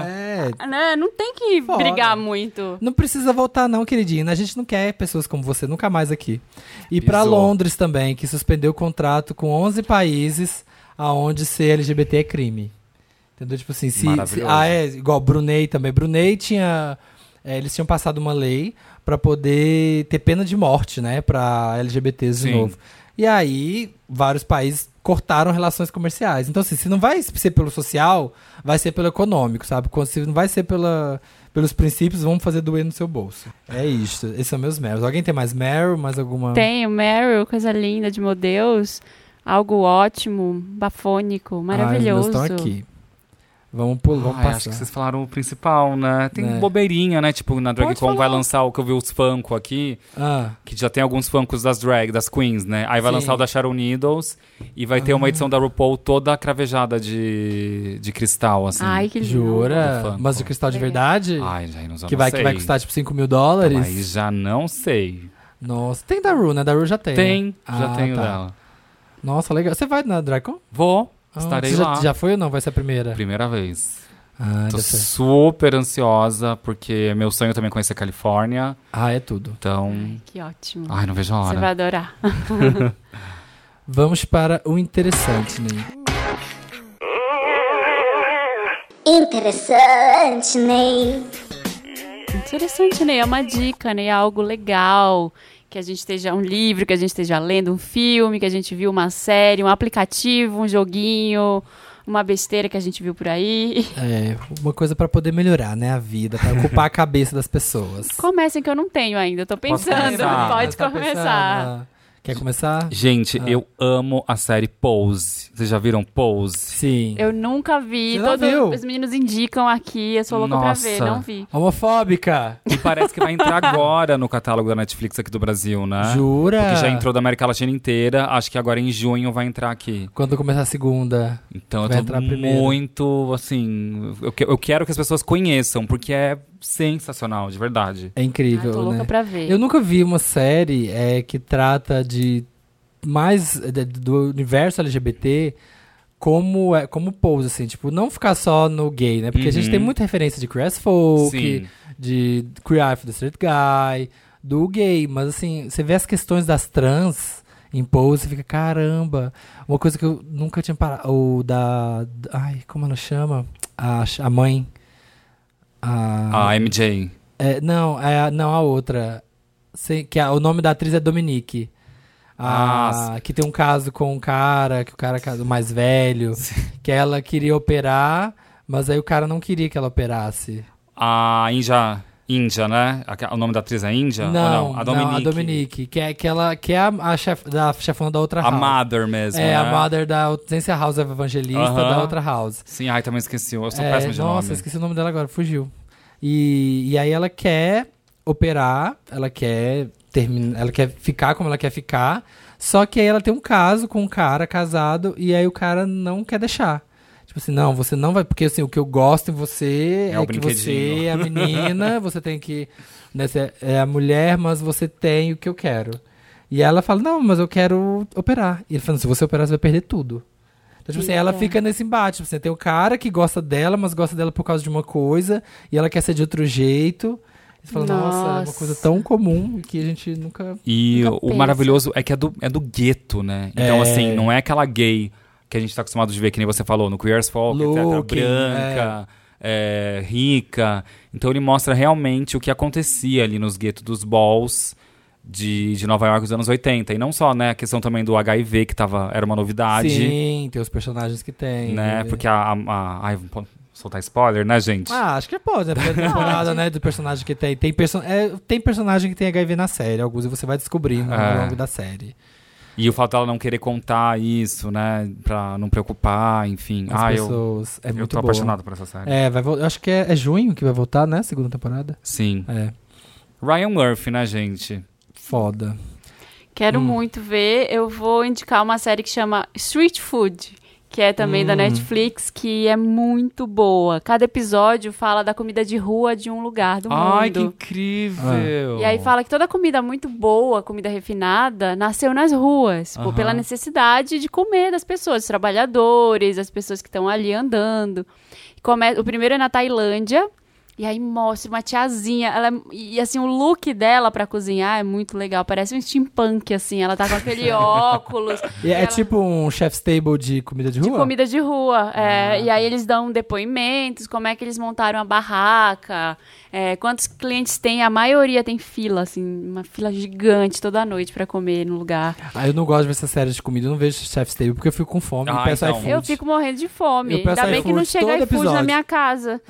A: Né? Não tem que brigar muito.
B: Não precisa voltar não, queridinha. A gente não quer pessoas como você, nunca mais aqui. E pra Londres também, que suspendeu o contrato com 11 países aonde ser LGBT é crime. Entendeu? Tipo assim, igual Brunei também. Brunei tinha... eles tinham passado uma lei pra poder ter pena de morte, né? Pra LGBTs de novo. E aí, vários países cortaram relações comerciais. Então, assim, se não vai ser pelo social, vai ser pelo econômico, sabe? Se não vai ser pelos princípios, vamos fazer doer no seu bolso. É isso. Esses são meus Meryls. Alguém tem mais Meryl? Mais alguma?
A: Tenho, Meryl, coisa linda de meu Deus. Algo ótimo, bafônico, maravilhoso.
B: Os meus estão aqui. Vamos passar.
C: Acho que vocês falaram o principal, né? Tem bobeirinha, né? Tipo, na DragCon vai lançar o que eu vi os Funko aqui, que já tem alguns Funkos das queens, né? Aí vai lançar o da Sharon Needles e vai ter uma edição da RuPaul toda cravejada de cristal, assim.
A: Ai, que lindo.
B: Jura? Mas de cristal de verdade?
C: Ai, já não sei.
B: Que vai custar tipo $5 mil?
C: Aí já não sei.
B: Nossa, tem da Ru, né? Da Ru já tem.
C: Tem, já tenho dela.
B: Nossa, legal. Você vai na DragCon?
C: Vou. Estarei lá.
B: Já foi ou não? Vai ser a primeira?
C: Primeira vez. Tô super ansiosa, porque é meu sonho também conhecer a Califórnia.
B: É tudo.
C: Então...
A: que ótimo.
C: Não vejo a hora.
A: Você vai adorar.
B: Vamos para o interessante, Ney.
E: Interessante, Ney.
A: Interessante, Ney. É uma dica, Ney. É algo legal. Que a gente esteja um livro, que a gente esteja lendo um filme, que a gente viu uma série, um aplicativo, um joguinho, uma besteira que a gente viu por aí.
B: Uma coisa pra poder melhorar, né, a vida, pra ocupar a cabeça das pessoas.
A: Comecem que eu não tenho ainda, eu tô pensando. Pode começar.
B: Quer começar?
C: Gente, eu amo a série Pose. Vocês já viram Pose?
B: Sim.
A: Eu nunca vi. Os meninos indicam aqui, eu sou louca pra ver, não vi.
B: Homofóbica!
C: E parece que vai entrar agora no catálogo da Netflix aqui do Brasil, né?
B: Jura?
C: Porque já entrou da América Latina inteira, acho que agora em junho vai entrar aqui.
B: Quando começar a segunda.
C: Então eu tô muito, assim... Eu quero que as pessoas conheçam, porque é sensacional, de verdade.
B: É incrível,
A: tô louca pra ver.
B: Eu nunca vi uma série que trata do universo LGBT como Pose, assim, tipo, não ficar só no gay, né? Porque a gente tem muita referência de Queer as Folk, de Queer Eye for the Straight Guy, do gay, mas assim, você vê as questões das trans em Pose e fica, caramba, uma coisa que eu nunca tinha parado, como ela chama? A mãe...
C: A MJ.
B: Não, a outra. O nome da atriz é Dominique. Que tem um caso com um cara, que o cara é mais velho, que ela queria operar, mas aí o cara não queria que ela operasse.
C: A Índia, né? O nome da atriz é Índia?
B: Não,
C: a Dominique.
B: A Dominique, que é a chefona da outra house.
C: A Mother mesmo, né?
B: A Mother da Ausência House Evangelista da outra house.
C: Sim, também esqueci. Eu sou péssimo de nome.
B: Nossa, esqueci o nome dela agora, fugiu. E aí ela quer operar, ela quer ficar como ela quer ficar, Só que aí ela tem um caso com um cara casado e aí o cara não quer deixar. Tipo assim, não, você não vai... Porque assim, o que eu gosto em você é que você é a menina, você tem que... Né, você é a mulher, mas você tem o que eu quero. E ela fala, não, mas eu quero operar. E ele fala, se você operar, você vai perder tudo. Então, tipo assim, ela fica nesse embate. Tipo assim, tem o cara que gosta dela, mas gosta dela por causa de uma coisa. E ela quer ser de outro jeito. Você fala, nossa, é uma coisa tão comum que a gente nunca.
C: E nunca o pensa. Maravilhoso é que é do gueto, né? Então, assim, não é aquela gay que a gente tá acostumado de ver, que nem você falou, no Queer as Folk, etc. Branca, rica. Então, ele mostra realmente o que acontecia ali nos guetos dos balls de Nova York dos anos 80. E não só, né, a questão também do HIV, que era uma novidade.
B: Sim, tem os personagens que tem.
C: Né? Porque soltar spoiler, né, gente?
B: Acho que pode, né? Porque a temporada, né, do personagem que tem. Tem personagem que tem HIV na série, alguns você vai descobrindo ao longo da série.
C: E o fato dela não querer contar isso, né? Pra não preocupar, enfim.
B: As pessoas. É muito
C: eu tô apaixonado por essa série.
B: Eu acho que é junho que vai voltar, né? Segunda temporada.
C: Sim. Ryan Murphy, né, gente?
B: Foda.
A: Quero muito ver. Eu vou indicar uma série que chama Street Food, que é também da Netflix, que é muito boa. Cada episódio fala da comida de rua de um lugar do mundo.
C: Ai, que incrível!
A: E aí fala que toda comida muito boa, comida refinada, nasceu nas ruas, pela necessidade de comer das pessoas, os trabalhadores, as pessoas que estão ali andando. O primeiro é na Tailândia. E aí mostra uma tiazinha, e assim, o look dela pra cozinhar é muito legal, parece um steampunk, assim, ela tá com aquele óculos.
B: E é tipo um chef's table de comida de rua?
A: De comida de rua, e aí eles dão depoimentos, como é que eles montaram a barraca, quantos clientes tem, a maioria tem fila, assim, uma fila gigante toda noite pra comer no lugar.
B: Eu não gosto de ver essa série de comida, eu não vejo chef's table porque eu fico com fome e peço iFood.
A: Eu fico morrendo de fome, ainda bem que não chega iFood na minha casa.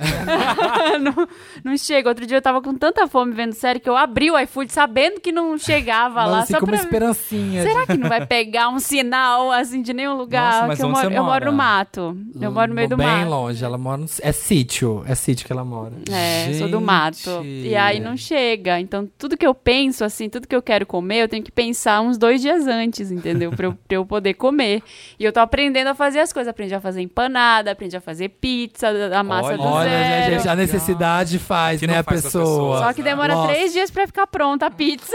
A: Não chega. Outro dia eu tava com tanta fome vendo série que eu abri o iFood sabendo que não chegava lá.
B: Assim, só como esperancinha.
A: Será que não vai pegar um sinal assim de nenhum lugar?
C: Nossa, mas
A: eu moro no mato. Eu moro no meio do mato.
B: Bem longe. Ela mora é sítio que ela mora.
A: Sou do mato. E aí não chega. Então tudo que eu penso, assim, tudo que eu quero comer, eu tenho que pensar uns 2 dias antes, entendeu? pra eu poder comer. E eu tô aprendendo a fazer as coisas. Aprendi a fazer empanada, aprendi a fazer pizza, a massa do zero.
B: Olha, gente, a necessidade faz, né, a pessoa.
A: Só que demora 3 dias pra ficar pronta a pizza.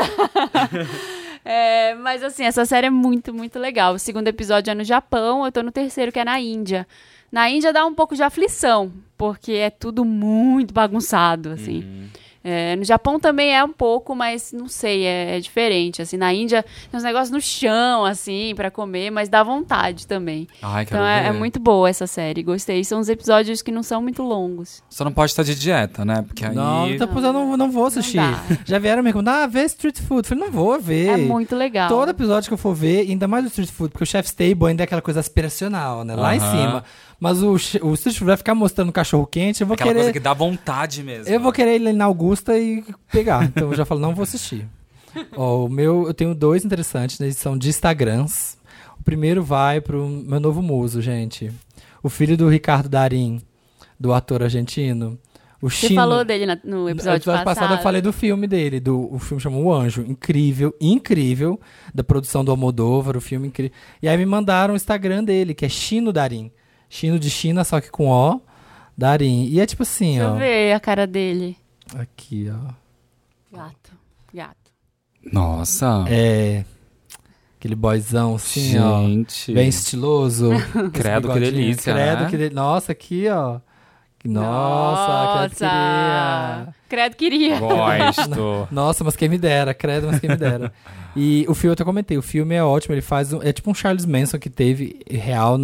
A: Mas assim, essa série é muito, muito legal. O segundo episódio é no Japão, eu tô no terceiro, que é na Índia. Na Índia dá um pouco de aflição, porque é tudo muito bagunçado, assim. No Japão também é um pouco, mas não sei, é diferente, assim. Na Índia tem uns negócios no chão, assim, pra comer, mas dá vontade também. Então é muito boa essa série, gostei. São uns episódios que não são muito longos.
C: Só não pode estar de dieta, né? Porque aí...
B: Não vou assistir. Já vieram me recomendar, vê Street Food. Eu falei, não vou ver.
A: É muito legal.
B: Todo episódio que eu for ver, ainda mais o Street Food, porque o Chef's Table ainda é aquela coisa aspiracional, né? Lá em cima. Mas o Street Food vai ficar mostrando cachorro quente, eu vou
C: aquela
B: querer...
C: coisa que dá vontade mesmo.
B: Eu vou querer ir na Augusta e pegar. Então eu já falo, não vou assistir. Eu tenho 2 interessantes, né? São de Instagrams. O primeiro vai pro meu novo muso, gente. O filho do Ricardo Darín, do ator argentino.
A: Você falou dele no episódio passado.
B: Eu falei do filme dele. O filme chama O Anjo. Incrível, incrível. Da produção do Almodóvar, o filme incrível. E aí me mandaram o Instagram dele, que é Chino Darín. Chino de China, só que com O, Darín. E é tipo assim,
A: Deixa eu ver a cara dele.
B: Aqui, ó.
A: Gato.
C: Nossa.
B: Aquele boyzão assim,
C: gente,
B: ó. Bem estiloso.
C: Credo, que delícia,
B: Credo,
C: né?
B: que delícia. Nossa, aqui, ó. Nossa,
A: credo queria.
C: Gosto.
B: Nossa, mas quem me dera, credo, mas quem me dera. E o filme, eu até comentei, o filme é ótimo, ele faz é tipo um Charles Manson que teve real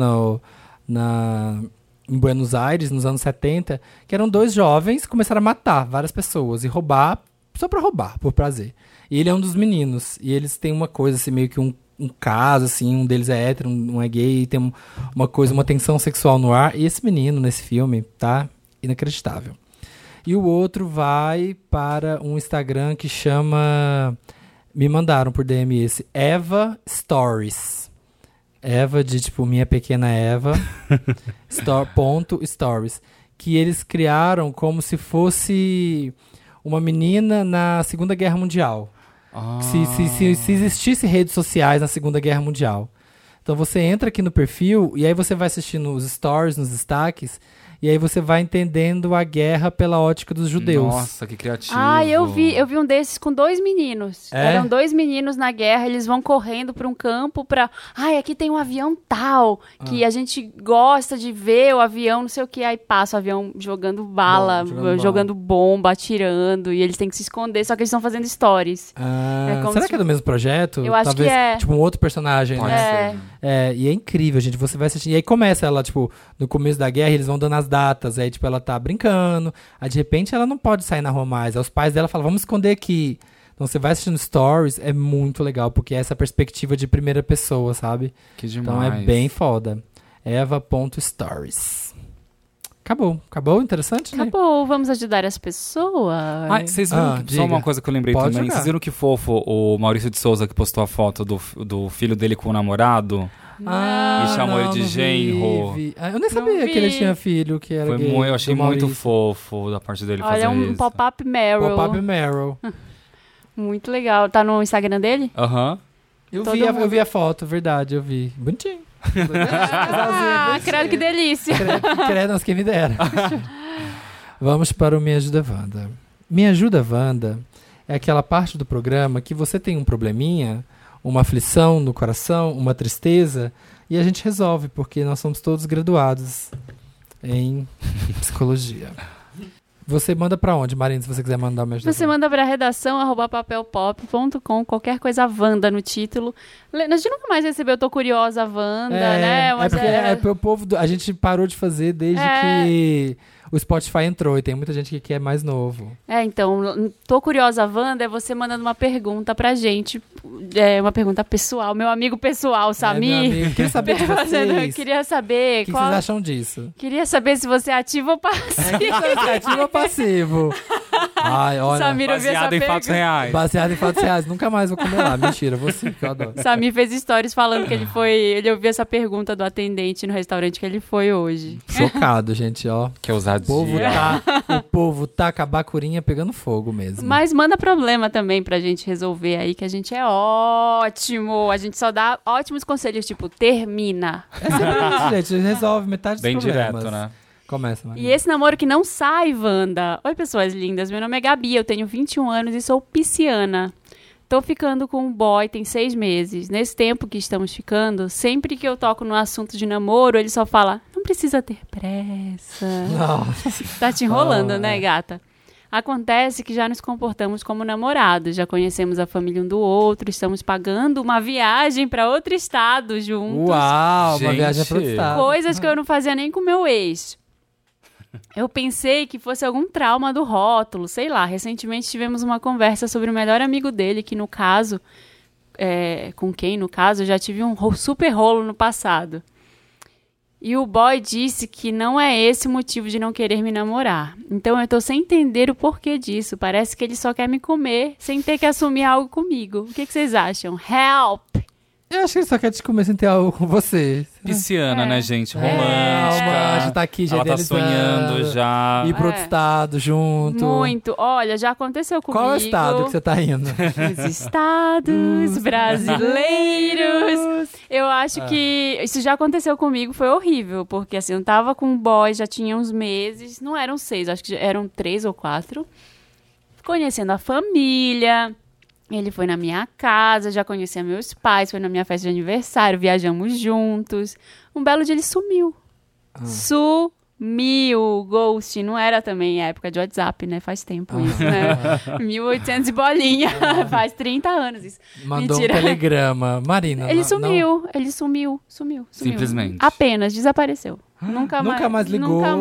B: em Buenos Aires, nos anos 70, que eram 2 jovens que começaram a matar várias pessoas e roubar, só pra roubar, por prazer. E ele é um dos meninos, e eles têm uma coisa assim, meio que um caso, assim, um deles é hétero, um é gay, e tem uma tensão sexual no ar, e esse menino nesse filme tá inacreditável. E o outro vai para um Instagram que chama, me mandaram por DM esse, Eva Stories. Eva de, tipo, minha pequena Eva, .stories, que eles criaram como se fosse uma menina na Segunda Guerra Mundial. Se existisse redes sociais na Segunda Guerra Mundial. Então você entra aqui no perfil e aí você vai assistindo os stories, nos destaques, e aí você vai entendendo a guerra pela ótica dos judeus.
C: Nossa, que criativo.
A: Eu vi um desses com 2 meninos. Eram 2 meninos na guerra, eles vão correndo para um campo pra... aqui tem um avião tal, que a gente gosta de ver o avião, não sei o que. Aí passa o avião jogando bala, jogando bomba, atirando, e eles têm que se esconder, só que eles estão fazendo stories.
B: Será que é do mesmo projeto?
A: Eu acho que é.
B: Tipo um outro personagem, né? E é incrível, gente. Você vai assistir. E aí começa ela, tipo, no começo da guerra, eles vão dando as datas. Aí, tipo, ela tá brincando. Aí, de repente, ela não pode sair na rua mais. Aí os pais dela falam, vamos esconder aqui. Então, você vai assistindo stories, é muito legal, porque é essa perspectiva de primeira pessoa, sabe?
C: Que demais.
B: Então, é bem foda. Eva.stories. Acabou? Interessante, né?
A: Acabou. Vamos ajudar as pessoas.
C: Vocês viram só uma coisa que eu lembrei também.
B: Jogar.
C: Vocês viram que fofo o Maurício de Souza que postou a foto do filho dele com o namorado? E chamou ele de genro.
B: Eu nem sabia que ele tinha filho, que era gay.
C: Eu achei muito fofo da parte dele fazer isso.
A: Olha, um pop-up Meryl.
B: Pop-up Meryl.
A: Muito legal. Tá no Instagram dele?
C: Aham.
B: Eu vi a foto, verdade, eu vi. Bonitinho.
A: Credo que delícia.
B: Credo, quem me dera. Vamos para o Me Ajuda Wanda. Me Ajuda Wanda é aquela parte do programa que você tem um probleminha, uma aflição no coração, uma tristeza, e a gente resolve, porque nós somos todos graduados em psicologia. Você manda pra onde, Marina, se você quiser mandar uma ajuda?
A: Você manda pra redação @papelpop.com, qualquer coisa Wanda no título. A gente nunca mais recebeu Tô Curiosa Wanda, né?
B: Porque o povo... A gente parou de fazer desde que o Spotify entrou e tem muita gente que quer mais novo.
A: Então, Tô Curiosa Wanda é você mandando uma pergunta pra gente. Uma pergunta pessoal. Meu amigo pessoal, Samir.
B: Queria saber de vocês.
A: Queria saber...
B: O que vocês acham disso?
A: Queria saber se você é ativo ou passivo.
B: Ativo ou passivo? Ai, olha.
A: Samir,
C: baseado em fatos reais.
B: Baseado em fatos reais. Nunca mais vou comer lá. Mentira, você que eu adoro.
A: Samir fez stories falando que ele ouviu essa pergunta do atendente no restaurante que ele foi hoje.
B: Chocado, gente, ó.
C: Que ousadia.
B: O povo tá com a bacurinha pegando fogo mesmo.
A: Mas manda problema também pra gente resolver aí, que a gente é ótimo. A gente só dá ótimos conselhos, tipo, termina.
B: É sempre isso, gente. Resolve metade dos problemas.
C: Bem direto, né?
B: Começa, Maria.
A: E esse namoro que não sai, Wanda. Oi, pessoas lindas. Meu nome é Gabi, eu tenho 21 anos e sou pisciana. Tô ficando com um boy, tem 6 meses. Nesse tempo que estamos ficando, sempre que eu toco no assunto de namoro, ele só fala, não precisa ter pressa.
B: Nossa.
A: Tá te enrolando, né, gata? Acontece que já nos comportamos como namorados, já conhecemos a família um do outro, estamos pagando uma viagem para outro estado juntos.
B: Uau, uma viagem para outro estado.
A: Coisas que eu não fazia nem com meu ex. Eu pensei que fosse algum trauma do rótulo, sei lá. Recentemente tivemos uma conversa sobre o melhor amigo dele, que no caso, com quem no caso, eu já tive um super rolo no passado. E o boy disse que não é esse o motivo de não querer me namorar. Então eu tô sem entender o porquê disso. Parece que ele só quer me comer sem ter que assumir algo comigo. O que vocês acham? Help!
B: Eu acho que ele só quer te comer sem ter algo com você.
C: Pisciana, né, gente? Romântica.
B: Já tá aqui, já
C: ela tá sonhando já.
B: Ir pro outro estado junto.
A: Muito. Olha, já aconteceu comigo.
B: Qual é o estado que você tá indo?
A: Os estados brasileiros. Eu acho que isso já aconteceu comigo, foi horrível. Porque assim, eu tava com um boy, já tinha uns meses. Não eram 6, acho que eram 3 ou 4. Conhecendo a família. Ele foi na minha casa, já conhecia meus pais, foi na minha festa de aniversário, viajamos juntos. Um belo dia ele sumiu. Sumiu. Ghost. Não era também época de WhatsApp, né? Faz tempo isso, né? 1800 e bolinha. Faz 30 anos isso.
B: Mandou
A: Mentira.
B: um telegrama. Marina,
A: ele sumiu. Ele sumiu.
C: Simplesmente.
A: Apenas desapareceu. Nunca mais ligou. Nunca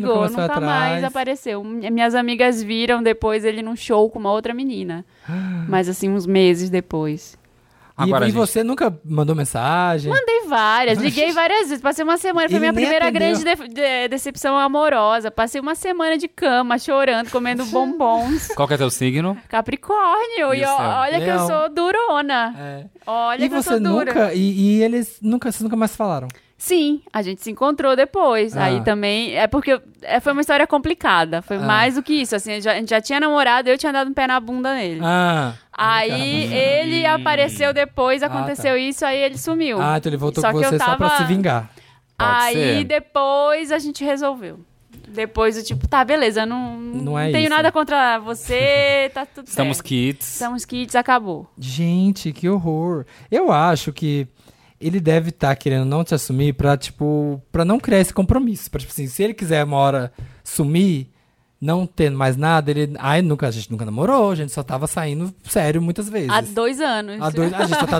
A: mais apareceu. Minhas amigas viram depois ele num show com uma outra menina. Mas assim, uns meses depois.
B: Agora, e você nunca mandou mensagem?
A: Mandei várias, liguei várias vezes. Passei uma semana, foi minha primeira grande decepção amorosa. Passei uma semana de cama, chorando, comendo bombons.
C: Qual que é teu signo?
A: Capricórnio. E olha que eu sou durona. Olha
B: e
A: que eu sou dura.
B: Vocês nunca mais falaram?
A: Sim, a gente se encontrou depois. Aí também, porque foi uma história complicada. Foi mais do que isso, assim, a gente já tinha namorado, eu tinha dado um pé na bunda nele. Aí ele apareceu depois, aconteceu isso, aí ele sumiu.
B: Então ele voltou com você só pra se vingar.
A: Aí depois a gente resolveu. Depois do tipo, tá, beleza, não tenho nada contra você, tá tudo
C: Estamos
A: certo.
C: Estamos
A: kits, acabou.
B: Gente, que horror. Eu acho que ele deve estar querendo não te assumir pra não criar esse compromisso. Pra, tipo assim, se ele quiser uma hora sumir, não tendo mais nada, a gente nunca namorou, a gente só tava saindo sério muitas vezes.
A: Há 2 anos.
B: A gente só tá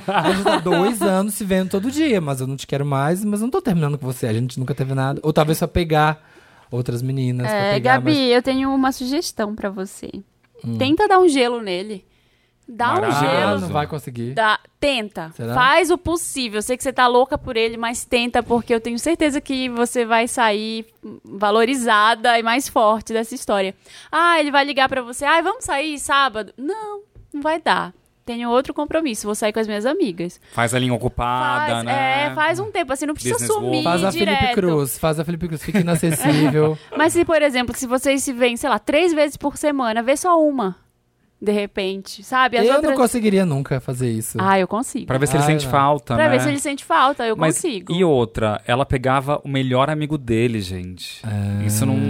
B: 2 anos se vendo todo dia, mas eu não te quero mais, mas eu não tô terminando com você, a gente nunca teve nada. Ou talvez só pegar outras meninas pra pegar.
A: Gabi, eu tenho uma sugestão pra você. Tenta dar um gelo nele. Dá um gelo.
B: Não vai conseguir.
A: Tenta.
B: Será?
A: Faz o possível. Eu sei que você tá louca por ele, mas tenta, porque eu tenho certeza que você vai sair valorizada e mais forte dessa história. Ele vai ligar pra você. Vamos sair sábado? Não vai dar. Tenho outro compromisso, vou sair com as minhas amigas.
C: Faz a linha ocupada, né?
A: Faz um tempo, assim, não precisa sumir
B: Faz a
A: direto.
B: Felipe Cruz, fica inacessível.
A: Mas se, por exemplo, se vocês se veem, sei lá, 3 vezes por semana, vê só uma, de repente, sabe?
B: Eu não conseguiria nunca fazer isso.
A: Eu consigo.
C: Pra ver se ele sente falta, né?
A: Pra ver se ele sente falta, eu consigo.
C: E outra, ela pegava o melhor amigo dele, gente. Isso não...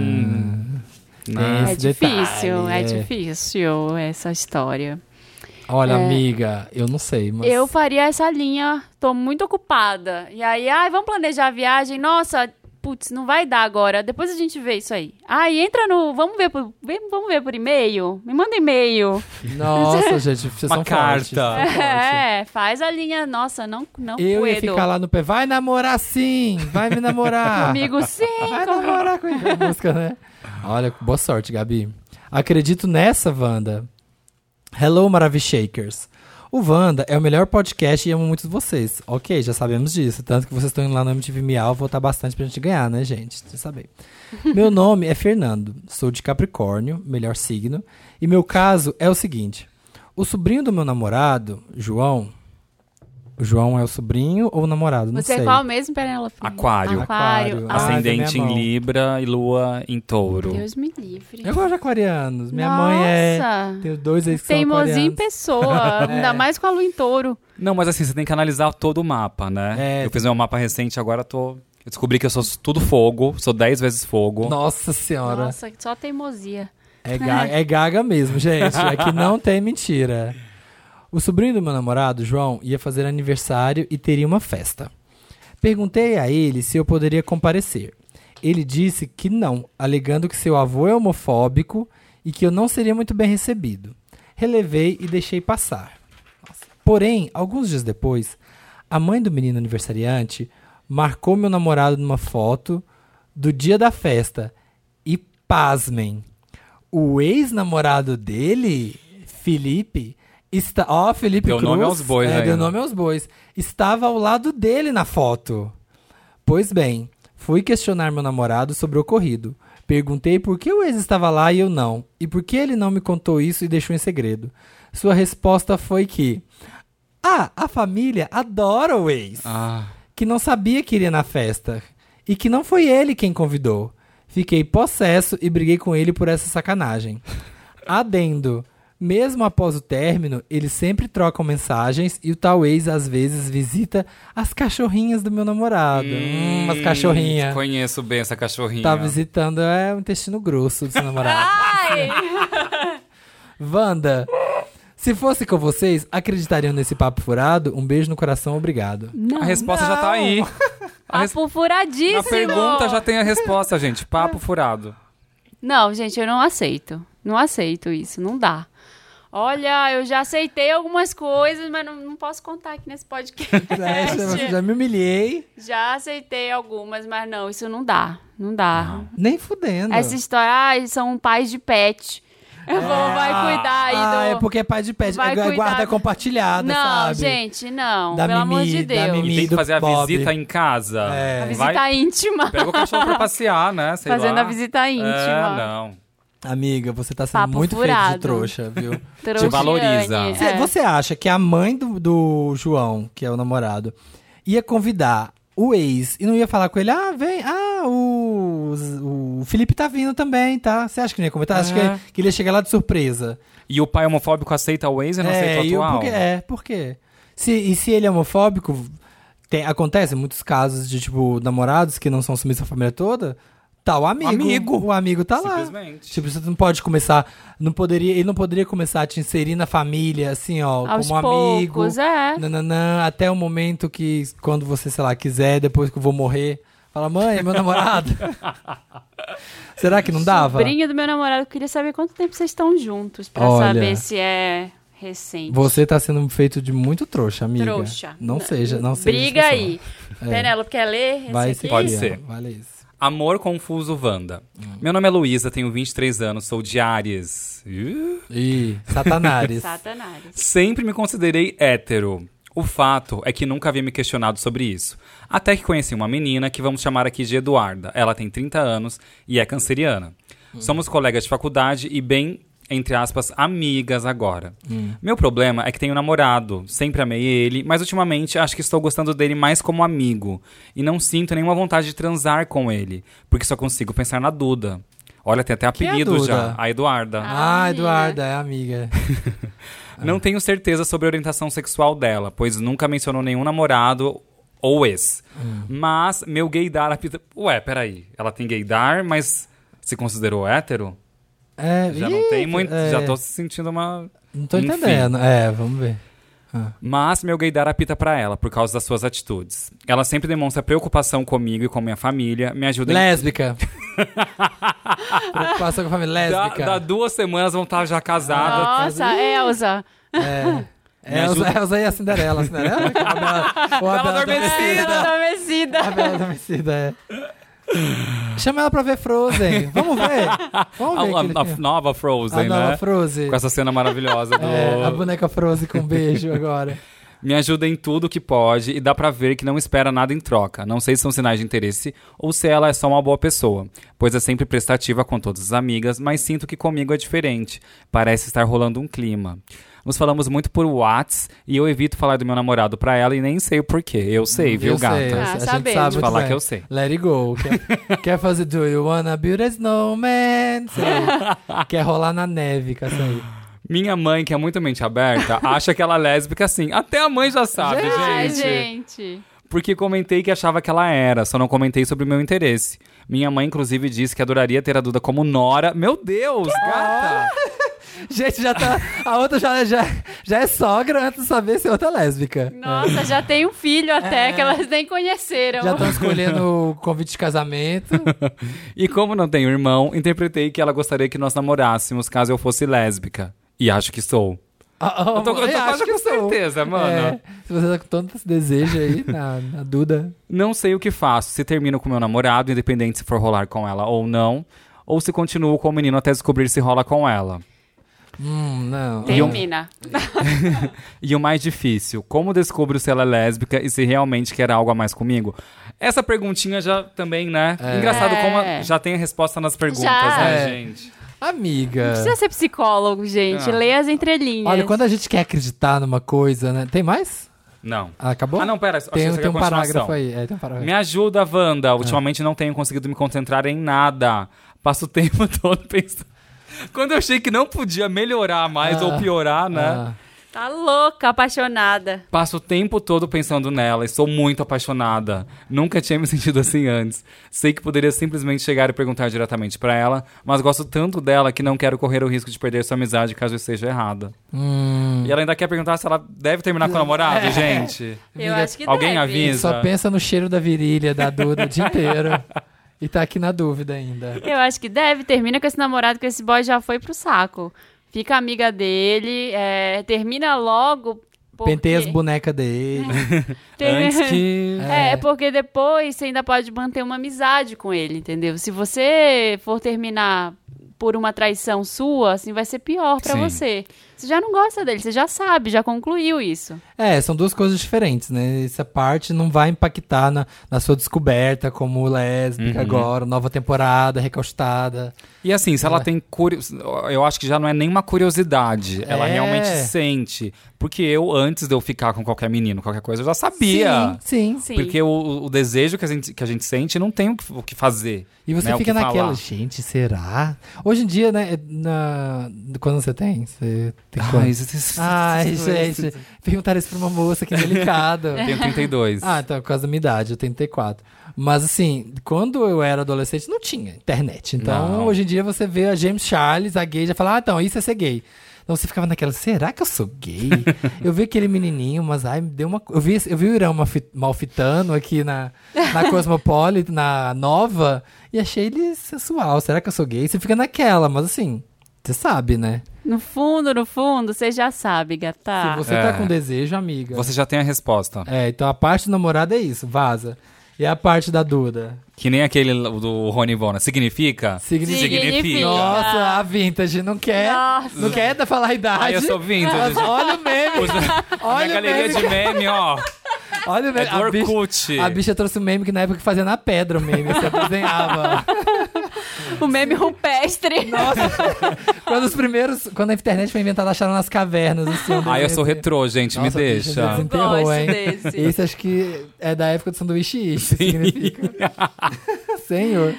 A: É difícil essa história.
B: Olha, amiga, eu não sei, mas...
A: Eu faria essa linha, tô muito ocupada. E aí, vamos planejar a viagem. Nossa, putz, não vai dar agora. Depois a gente vê isso aí. Entra no... Vamos ver por e-mail? Me manda e-mail.
B: Nossa, gente, vocês são
C: carta.
B: Fortes.
A: Faz a linha. Nossa, não
B: eu ia ficar lá no pé. Vai namorar sim, vai me namorar.
A: Comigo sim.
B: Vai namorar com a música, né? Olha, boa sorte, Gabi. Acredito nessa, Wanda. Hello, Maravichakers. O Wanda é o melhor podcast e amo muitos vocês. Ok, já sabemos disso. Tanto que vocês estão indo lá no MTV Miau votar bastante pra gente ganhar, né, gente? Você sabe. Meu nome é Fernando. Sou de Capricórnio, melhor signo. E meu caso é o seguinte. O sobrinho do meu namorado, João... O João é o sobrinho ou o namorado? Não sei.
A: Você é qual mesmo, Penélope?
C: Aquário. Ascendente em Libra e lua em Touro.
A: Deus me livre.
B: Eu gosto de aquarianos. Minha mãe é... Tenho 2 ex que são aquarianos.
A: Teimosia em pessoa. Ainda mais com a lua em Touro.
C: Não, mas assim, você tem que analisar todo o mapa, né? Eu fiz meu mapa recente, agora eu descobri que eu sou tudo fogo. Sou 10 vezes fogo.
B: Nossa senhora.
A: Nossa, só teimosia.
B: É gaga mesmo, gente. Aqui não tem mentira. O sobrinho do meu namorado, João, ia fazer aniversário e teria uma festa. Perguntei a ele se eu poderia comparecer. Ele disse que não, alegando que seu avô é homofóbico e que eu não seria muito bem recebido. Relevei e deixei passar. Porém, alguns dias depois, a mãe do menino aniversariante marcou meu namorado numa foto do dia da festa. E pasmem, o ex-namorado dele, Felipe... Felipe Cruz.
C: Deu nome aos bois,
B: deu nome aos bois. Estava ao lado dele na foto. Pois bem, fui questionar meu namorado sobre o ocorrido. Perguntei por que o ex estava lá e eu não. E por que ele não me contou isso e deixou em segredo. Sua resposta foi que... a família adora o ex. Que não sabia que iria na festa. E que não foi ele quem convidou. Fiquei possesso e briguei com ele por essa sacanagem. Adendo. Mesmo após o término, eles sempre trocam mensagens e o tal ex às vezes visita as cachorrinhas do meu namorado. As cachorrinhas.
C: Conheço bem essa cachorrinha.
B: Tá visitando o intestino grosso do seu namorado.
A: Ai!
B: Wanda, se fosse com vocês, acreditariam nesse papo furado? Um beijo no coração, obrigado.
C: A resposta já tá aí.
A: Papo furadíssimo.
C: Na pergunta já tem a resposta, gente. Papo furado.
A: Não, gente, eu não aceito. Não aceito isso, não dá. Olha, eu já aceitei algumas coisas, mas não posso contar aqui nesse podcast.
B: Já me humilhei.
A: Já aceitei algumas, mas não, isso não dá. Não dá.
B: Não. Nem fudendo.
A: Essa história, são pais de pet. Vai cuidar aí do...
B: é porque é pai de pet. É guarda compartilhada, sabe?
A: Não, gente, não.
B: Da
A: pelo
B: Mimi,
A: amor de Deus.
B: Da Mimi,
C: e tem que fazer a
B: Bob.
C: visita em casa.
A: A visita íntima.
C: Pega o cachorro pra passear, né? Sei
A: Fazendo
C: lá.
A: a visita íntima.
C: Não.
B: Amiga, você tá sendo
A: Papo
B: muito
A: furado.
B: feio de trouxa, viu?
C: Te valoriza.
B: Você acha que a mãe do João, que é o namorado, ia convidar o ex e não ia falar com ele, vem, o Felipe tá vindo também, tá? Você acha que não ia comentar? Acho que ele ia chegar lá de surpresa.
C: E o pai homofóbico aceita o ex e não aceita o atual?
B: Por quê? Se ele é homofóbico, acontece muitos casos de, tipo, namorados que não são submissos à família toda, tá o amigo. O amigo tá lá.
C: Simplesmente.
B: Tipo, você não pode começar, ele não poderia começar a te inserir na família, assim, ó,
A: aos
B: como
A: poucos,
B: amigo. Até o momento que, quando você, sei lá, quiser, depois que eu vou morrer, fala, mãe, é meu namorado. Será que não dava?
A: Sobrinha do meu namorado, queria saber quanto tempo vocês estão juntos, pra saber se é recente.
B: Você tá sendo feito de muito trouxa, amiga.
A: Trouxa.
B: Não seja.
A: Briga aí. Penélope, quer ler esse aqui?
C: Pode ser.
B: Vale isso.
C: Amor Confuso Wanda. Meu nome é Luísa, tenho 23 anos, sou de Áries.
B: Satanares.
C: Sempre me considerei hétero. O fato é que nunca havia me questionado sobre isso. Até que conheci uma menina que vamos chamar aqui de Eduarda. Ela tem 30 anos e é canceriana. Somos colegas de faculdade e bem, entre aspas, amigas agora. Meu problema é que tenho namorado, sempre amei ele, mas ultimamente acho que estou gostando dele mais como amigo. E não sinto nenhuma vontade de transar com ele, porque só consigo pensar na Duda. Olha, tem até apelido já, a Eduarda.
B: Eduarda, é amiga.
C: Não tenho certeza sobre a orientação sexual dela, pois nunca mencionou nenhum namorado ou ex. Mas meu gaydar apita... Ué, peraí, ela tem gaydar, mas se considerou hétero? Já não tem muito. Já tô sentindo uma.
B: Não tô entendendo. Vamos ver.
C: Mas meu gaydar apita pra ela, por causa das suas atitudes. Ela sempre demonstra preocupação comigo e com minha família, me ajuda
B: Lésbica. Preocupação com a família lésbica.
C: Dá 2 semanas vão estar já casadas.
A: Nossa, Elza.
B: Elza e a Cinderela. Cinderela? A Bela
A: Adormecida.
B: A Bela Adormecida, Chama ela pra ver Frozen. Vamos ver.
C: A nova Frozen,
B: a nova Frozen.
C: Com essa cena maravilhosa do...
B: a boneca Frozen com um beijo agora.
C: Me ajuda em tudo que pode e dá pra ver que não espera nada em troca. Não sei se são sinais de interesse ou se ela é só uma boa pessoa, pois é sempre prestativa com todas as amigas, mas sinto que comigo é diferente. Parece estar rolando um clima. Nos falamos muito por Whats e eu evito falar do meu namorado pra ela e nem sei o porquê. Eu sei, viu, gata?
B: A gente sabe
C: falar
B: bem.
C: Que eu sei.
B: Let it go. Quer fazer Do You Wanna Build a Snowman? Quer rolar na neve, com essa aí.
C: Minha mãe, que é muito mente aberta, acha que ela é lésbica assim. Até a mãe já sabe,
A: gente.
C: Porque comentei que achava que ela era, só não comentei sobre o meu interesse. Minha mãe, inclusive, disse que adoraria ter a Duda como nora. Meu Deus, gata!
B: Gente, já tá. A outra já é sogra antes de saber se a outra é lésbica.
A: Nossa, já tem um filho até que elas nem conheceram.
B: Já estão escolhendo o convite de casamento.
C: E como não tenho irmão, interpretei que ela gostaria que nós namorássemos caso eu fosse lésbica. E acho que sou. Eu tô quase com certeza, mano.
B: Se você tá com tanto esse desejo aí, na Duda.
C: Não sei o que faço. Se termino com meu namorado, independente se for rolar com ela ou não. Ou se continuo com o menino até descobrir se rola com ela.
B: Não.
A: Termina.
C: E o mais difícil, como descubro se ela é lésbica e se realmente quer algo a mais comigo? Essa perguntinha já também, né? Engraçado como já tem a resposta nas perguntas, né, gente?
B: Amiga.
A: Não precisa ser psicólogo, gente. Lê as entrelinhas.
B: Olha, quando a gente quer acreditar numa coisa, né? Tem mais?
C: Não.
B: Acabou?
C: Não, pera.
B: Tem um parágrafo aí. Tem um parágrafo.
C: Me ajuda, Wanda. Ultimamente não tenho conseguido me concentrar em nada. Passo o tempo todo pensando... Quando eu achei que não podia melhorar mais ou piorar, né?
A: Tá louca, apaixonada.
C: Passo o tempo todo pensando nela e sou muito apaixonada. Nunca tinha me sentido assim antes. Sei que poderia simplesmente chegar e perguntar diretamente pra ela, mas gosto tanto dela que não quero correr o risco de perder sua amizade caso eu esteja errada. E ela ainda quer perguntar se ela deve terminar com o namorado, gente.
A: Eu acho que
C: alguém
A: deve.
C: avisa?
B: Só pensa no cheiro da virilha da Duda o dia inteiro. E tá aqui na dúvida ainda.
A: Eu acho que deve. Termina com esse namorado, que esse boy já foi pro saco. Fica amiga dele, termina logo. Porque...
B: Penteia as bonecas dele.
C: Antes que...
A: porque depois você ainda pode manter uma amizade com ele, entendeu? Se você for terminar por uma traição sua, assim, vai ser pior pra você. você já não gosta dele, você já sabe, já concluiu isso.
B: São duas coisas diferentes, né? Essa parte não vai impactar na sua descoberta como lésbica agora, nova temporada, recalchutada.
C: E assim, se ela tem eu acho que já não é nenhuma curiosidade. Ela realmente sente. Porque antes de eu ficar com qualquer menino, qualquer coisa, eu já sabia.
B: Sim.
C: Porque o desejo que a gente sente não tem o que fazer.
B: E você fica naquela, gente, será? Hoje em dia, né? Quando você tem? Você tem Ai, gente. Perguntaram isso pra uma moça, que delicado.
C: Eu tenho 32.
B: Então, por causa da minha idade, eu tenho 34. Mas assim, quando eu era adolescente, não tinha internet. Então, hoje em dia, você vê a James Charles, a gay, já fala, então, isso é ser gay. Então você ficava naquela, será que eu sou gay? Eu vi aquele menininho, mas me deu uma... Eu vi o Irã malfitano aqui na Cosmopolitan, na Nova, e achei ele sensual. Será que eu sou gay? Você fica naquela, mas assim, você sabe, né?
A: No fundo, você já sabe, gata.
B: Se você tá com desejo, amiga...
C: Você já tem a resposta.
B: Então a parte do namorado é isso, vaza. E a parte da Duda?
C: Que nem aquele do Rony Von. Significa?
A: Significa.
B: Nossa, a vintage não quer.
A: Nossa.
B: Não quer falar a idade.
C: Eu sou vintage.
B: Olha o meme.
C: Olha a galeria de meme, ó.
B: Olha o meme.
C: É do Orkut.
B: A bicha trouxe um meme que na época fazia na pedra o meme. Você desenhava.
A: O meme rupestre.
B: Nossa. Quando a internet foi inventada, acharam nas cavernas. Assim,
C: eu sou retrô, gente.
B: Nossa,
C: me deixa.
B: Bicha, desenterrou, hein?
A: Desse.
B: Esse acho que é da época do sanduíche ish. Significa. Senhor.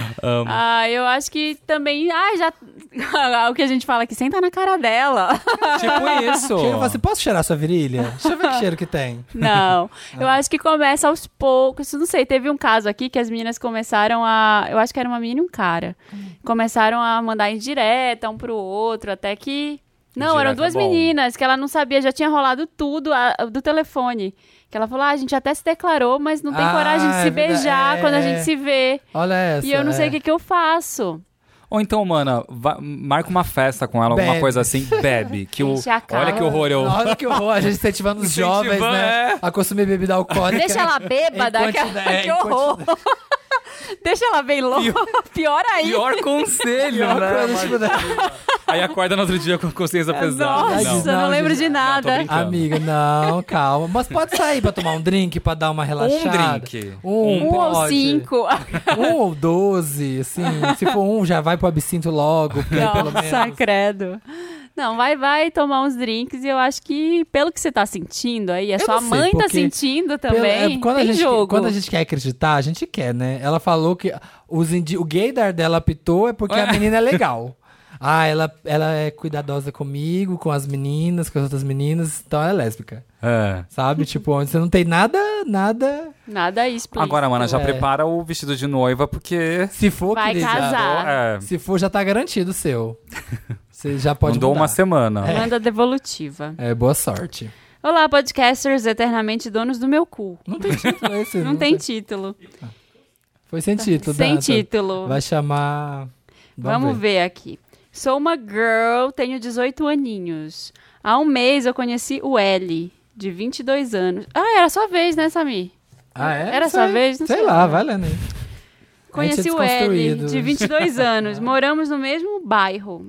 A: Eu acho que também... o que a gente fala aqui, senta na cara dela.
C: Tipo isso.
B: Chega e fala assim, posso cheirar sua virilha? Deixa eu ver que cheiro que tem.
A: Não. Eu acho que começa aos poucos. Não sei, teve um caso aqui que as meninas começaram a... Eu acho que era uma menina e um cara. Começaram a mandar indireta um pro outro, até que... Não, eram duas meninas que ela não sabia, já tinha rolado tudo do telefone. Que ela falou, a gente até se declarou, mas não tem coragem de se beijar quando a gente se vê.
B: Olha essa.
A: E eu não sei o que eu faço.
C: Ou então, mana, marca uma festa com ela, alguma coisa assim, bebe. Olha que horror.
B: Olha que horror, a gente incentivando os jovens, né? A consumir bebida alcoólica.
A: Deixa ela bêbada, que horror. Deixa ela bem louca. Pior ainda.
C: Pior conselho, né? Aí acorda no outro dia com a consciência pesada.
A: Nossa, não lembro de nada.
B: Amiga, não, calma. Mas pode sair pra tomar um drink, pra dar uma relaxada.
C: Um drink.
A: Um ou 5.
B: 1 ou 12, assim. Se for já vai pro absinto logo. Porque pelo menos...
A: Nossa, credo. Não, vai tomar uns drinks e eu acho que, pelo que você tá sentindo aí, sua mãe tá sentindo também,
B: quando a gente quer acreditar, a gente quer, né? Ela falou que o gaydar dela apitou é porque a menina é legal. Ela é cuidadosa comigo, com as meninas, com as outras meninas, então ela é lésbica. Sabe? Tipo, onde você não tem nada
A: explícito.
C: Agora, mana, já prepara o vestido de noiva, porque...
B: Se for,
A: vai
B: querida,
A: casar.
B: Se for, já tá garantido o seu. Você já pode
C: Mandou
B: mudar.
C: uma semana.
A: Manda devolutiva.
B: Boa sorte.
A: Olá, podcasters eternamente donos do meu cu.
B: Não tem título esse.
A: Não tem título.
B: Foi sem título,
A: Sem
B: Danta.
A: título.
B: Vai chamar...
A: Vamos ver aqui. Sou uma girl, tenho 18 aninhos. Há um mês eu conheci o L, de 22 anos. Era sua vez, né, Samir? Era sua vez? Não sei
B: lá, vai lendo aí.
A: Conheci o L, de 22 anos. Moramos no mesmo bairro.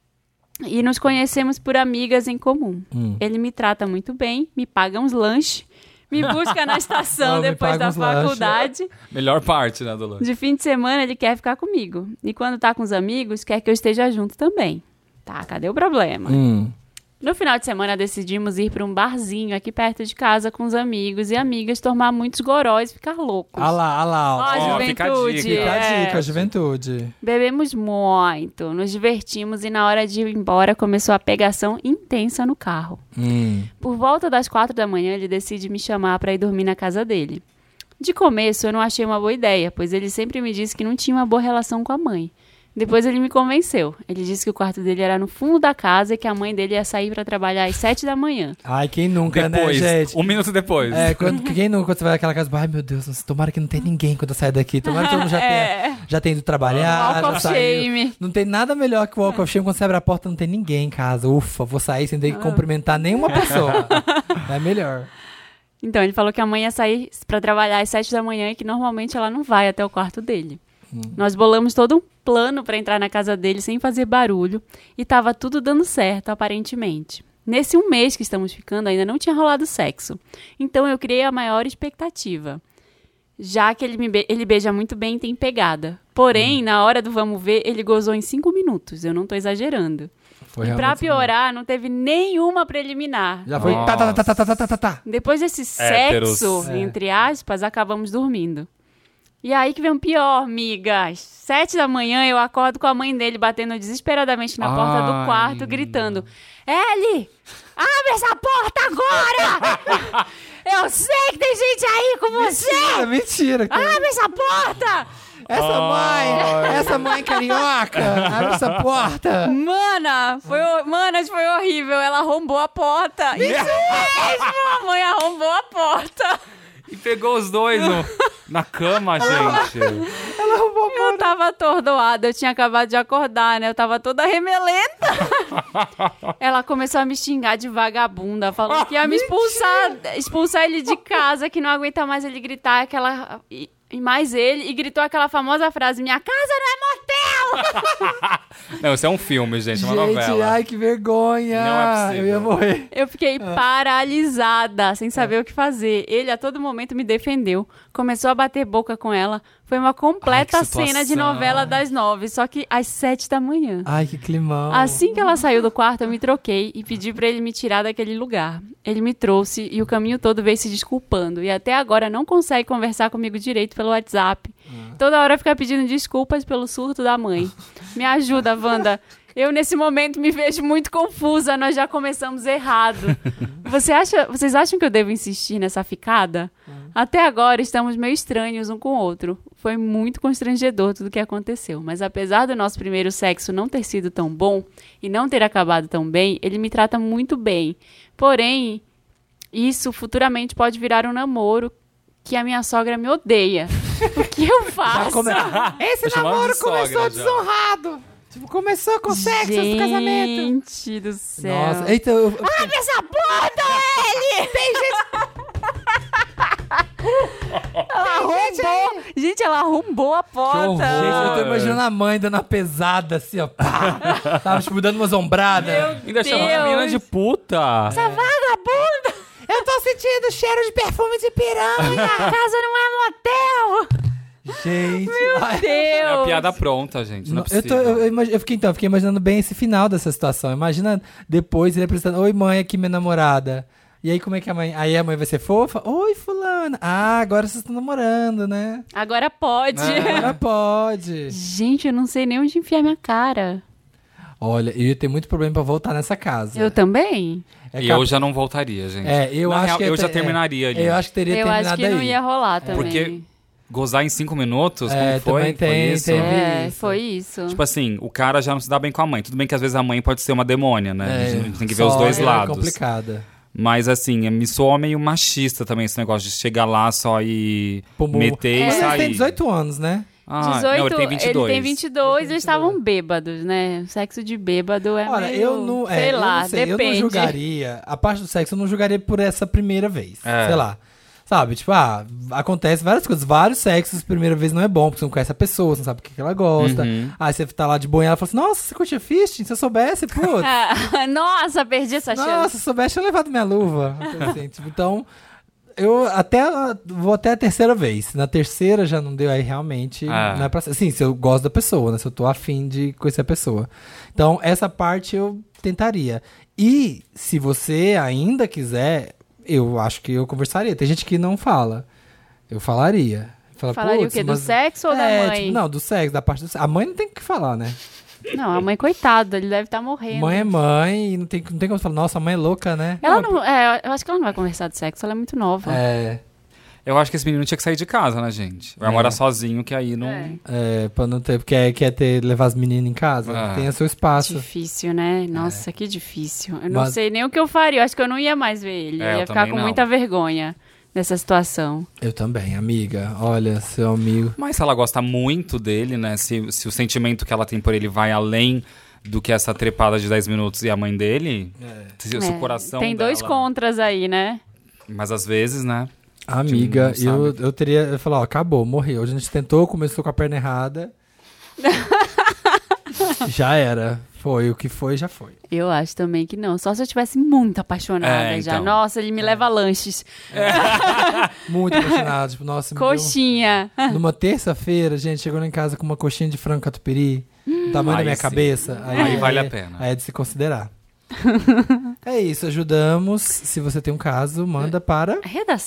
A: E nos conhecemos por amigas em comum. Ele me trata muito bem, me paga uns lanches, me busca na estação depois da faculdade.
C: Melhor parte, né, do lanche.
A: De fim de semana ele quer ficar comigo. E quando tá com os amigos, quer que eu esteja junto também. Tá, cadê o problema? No final de semana decidimos ir para um barzinho aqui perto de casa com os amigos e amigas, tomar muitos goróis e ficar loucos.
B: Ah lá.
A: Ó, juventude.
B: Fica a dica, juventude.
A: Bebemos muito, nos divertimos e na hora de ir embora começou a pegação intensa no carro. Por volta das 4 da manhã ele decide me chamar para ir dormir na casa dele. De começo eu não achei uma boa ideia, pois ele sempre me disse que não tinha uma boa relação com a mãe. Depois ele me convenceu. Ele disse que o quarto dele era no fundo da casa e que a mãe dele ia sair pra trabalhar às 7 da manhã.
B: Ai, quem nunca,
C: depois,
B: né, gente?
C: 1 minuto depois.
B: Quem nunca, quando você vai naquela casa, ai meu Deus, tomara que não tenha ninguém quando eu sair daqui. Tomara que todo mundo já tenha ido trabalhar.
A: Walk of shame.
B: Não tem nada melhor que o walk of shame quando você abre a porta e não tem ninguém em casa. Ufa, vou sair sem ter que cumprimentar nenhuma pessoa. É melhor.
A: Então, ele falou que a mãe ia sair pra trabalhar às 7 da manhã e que normalmente ela não vai até o quarto dele. Nós bolamos todo um plano para entrar na casa dele sem fazer barulho e tava tudo dando certo, aparentemente. Nesse 1 mês que estamos ficando, ainda não tinha rolado sexo. Então eu criei a maior expectativa. Já que ele beija muito bem e tem pegada. Porém, na hora do vamos ver, ele gozou em 5 minutos. Eu não tô exagerando. E pra piorar, não teve nenhuma preliminar.
B: Já foi tá.
A: Depois desse sexo, entre aspas, acabamos dormindo. E aí que vem o pior, amigas. 7 da manhã, eu acordo com a mãe dele batendo desesperadamente na porta do quarto, gritando: Ellie, abre essa porta agora! Eu sei que tem gente aí com você!
B: Mentira.
A: Abre essa porta!
B: Essa mãe carioca, abre essa porta.
A: Mana, foi horrível. Ela arrombou a porta. Isso mesmo, a mãe arrombou a porta.
C: E pegou os dois na cama, gente.
B: Ela arrombou a porta.
A: Eu tava atordoada, eu tinha acabado de acordar, né? Eu tava toda remelenta. Ela começou a me xingar de vagabunda, falou que ia me expulsar ele de casa, que não aguenta mais ele gritar aquela... E mais ele, e gritou aquela famosa frase: minha casa não é motel!
C: Não, isso é um filme, gente, uma novela.
B: Ai, que vergonha!
C: Não é possível.
B: Eu ia morrer.
A: Eu fiquei paralisada, sem saber o que fazer. Ele, a todo momento, me defendeu. Começou a bater boca com ela. Foi uma completa cena de novela das 9, só que às 7 da manhã.
B: Ai, que climão.
A: Assim que ela saiu do quarto, eu me troquei e pedi pra ele me tirar daquele lugar. Ele me trouxe e o caminho todo veio se desculpando. E até agora não consegue conversar comigo direito pelo WhatsApp. Toda hora fica pedindo desculpas pelo surto da mãe. Me ajuda, Wanda. Eu, nesse momento, me vejo muito confusa. Nós já começamos errado. Vocês acham que eu devo insistir nessa ficada? Até agora, estamos meio estranhos um com o outro. Foi muito constrangedor tudo o que aconteceu. Mas apesar do nosso primeiro sexo não ter sido tão bom e não ter acabado tão bem, ele me trata muito bem. Porém, isso futuramente pode virar um namoro que a minha sogra me odeia. O que eu faço?
B: Esse namoro começou desonrado. Tipo, começou com sexo no casamento.
A: Gente do céu.
B: Nossa, eita,
A: Abre essa porta, ele! Tem gente... Ela arrombou. Gente, ela arrombou a porta.
B: Gente, eu tô imaginando a mãe dando uma pesada assim, ó. Pá. Tava, tipo, dando umas ombradas.
C: Ainda chamou a menina de puta.
A: Essa vagabunda.
B: Eu tô sentindo cheiro de perfume de piranha.
A: A casa não é motel.
B: Gente.
A: Meu Deus.
C: É a piada pronta, gente. Não é possível.
B: Eu fiquei imaginando bem esse final dessa situação. Imagina depois ele apresentando: oi, mãe, aqui minha namorada. E aí, como é que a mãe... Aí a mãe vai ser fofa? Oi, fulana. Ah, agora vocês estão namorando, né?
A: Agora pode.
B: Agora pode.
A: Gente, eu não sei nem onde enfiar minha cara.
B: Olha, eu ia ter muito problema pra voltar nessa casa.
A: Eu também.
C: Eu já não voltaria, gente.
B: Eu acho que
C: eu já terminaria ali.
B: Eu acho que teria terminado aí.
A: Eu acho que não ia rolar também.
C: Porque gozar em 5 minutos, como foi?
A: Foi isso.
C: Tipo assim, o cara já não se dá bem com a mãe. Tudo bem que às vezes a mãe pode ser uma demônia, né? A gente tem que ver os dois lados.
B: É complicada.
C: Mas assim, me soa meio machista também esse negócio de chegar lá só e meter e sair.
B: Mas ele tem 18 anos, né?
A: 18,
C: não, ele tem 22.
A: Ele tem 22 e eles estavam bêbados, né? O sexo de bêbado é
B: Olha,
A: meio...
B: eu não sei,
A: depende.
B: Eu não julgaria, a parte do sexo eu não julgaria por essa primeira vez, sei lá. Sabe, tipo, acontece várias coisas. Vários sexos, primeira vez não é bom, porque você não conhece a pessoa, você não sabe o que ela gosta. Aí você tá lá de boa e ela fala assim: nossa, você curtia fisting? Se eu soubesse, putz.
A: Nossa, perdi essa chance.
B: Nossa, se eu soubesse, eu tinha levado minha luva. Assim, tipo, então, eu vou até a terceira vez. Na terceira já não deu, aí realmente não é pra ser. Assim, se eu gosto da pessoa, né? Se eu tô afim de conhecer a pessoa. Então, essa parte eu tentaria. E, se você ainda quiser... Eu acho que eu conversaria. Tem gente que não fala. Eu falaria.
A: Falaria o quê? Do sexo ou da mãe?
B: Tipo, não, do sexo, da parte do sexo. A mãe não tem o que falar, né?
A: Não, a mãe, coitada, ele deve estar morrendo.
B: Mãe é mãe e não tem como falar, nossa, a mãe é louca, né?
A: Ela não, eu acho que ela não vai conversar de sexo, ela é muito nova.
C: Eu acho que esse menino tinha que sair de casa, né, gente? Vai morar sozinho, que aí não...
B: Pra não ter... Porque quer levar as meninas em casa. Tem o seu espaço.
A: Difícil, né? Nossa, que difícil. Eu não sei nem o que eu faria. Eu acho que eu não ia mais ver ele. Eu ia ficar com muita vergonha nessa situação.
B: Eu também, amiga. Olha, seu amigo.
C: Mas se ela gosta muito dele, né? Se o sentimento que ela tem por ele vai além do que essa trepada de 10 minutos e a mãe dele... Se o coração
A: tem dois contras aí, né?
C: Mas às vezes, né?
B: Amiga, eu teria... Eu falar, ó, acabou, morreu. A gente tentou, começou com a perna errada. Já era. Foi, o que foi, já foi.
A: Eu acho também que não. Só se eu tivesse muito apaixonada já. Nossa, ele me leva lanches.
B: Muito apaixonada. Tipo, nossa,
A: coxinha.
B: Numa terça-feira, gente, chegou em casa com uma coxinha de frango catupiry. Do tamanho da minha cabeça.
C: Aí vale a pena.
B: Aí é de se considerar. É isso, ajudamos. Se você tem um caso, manda para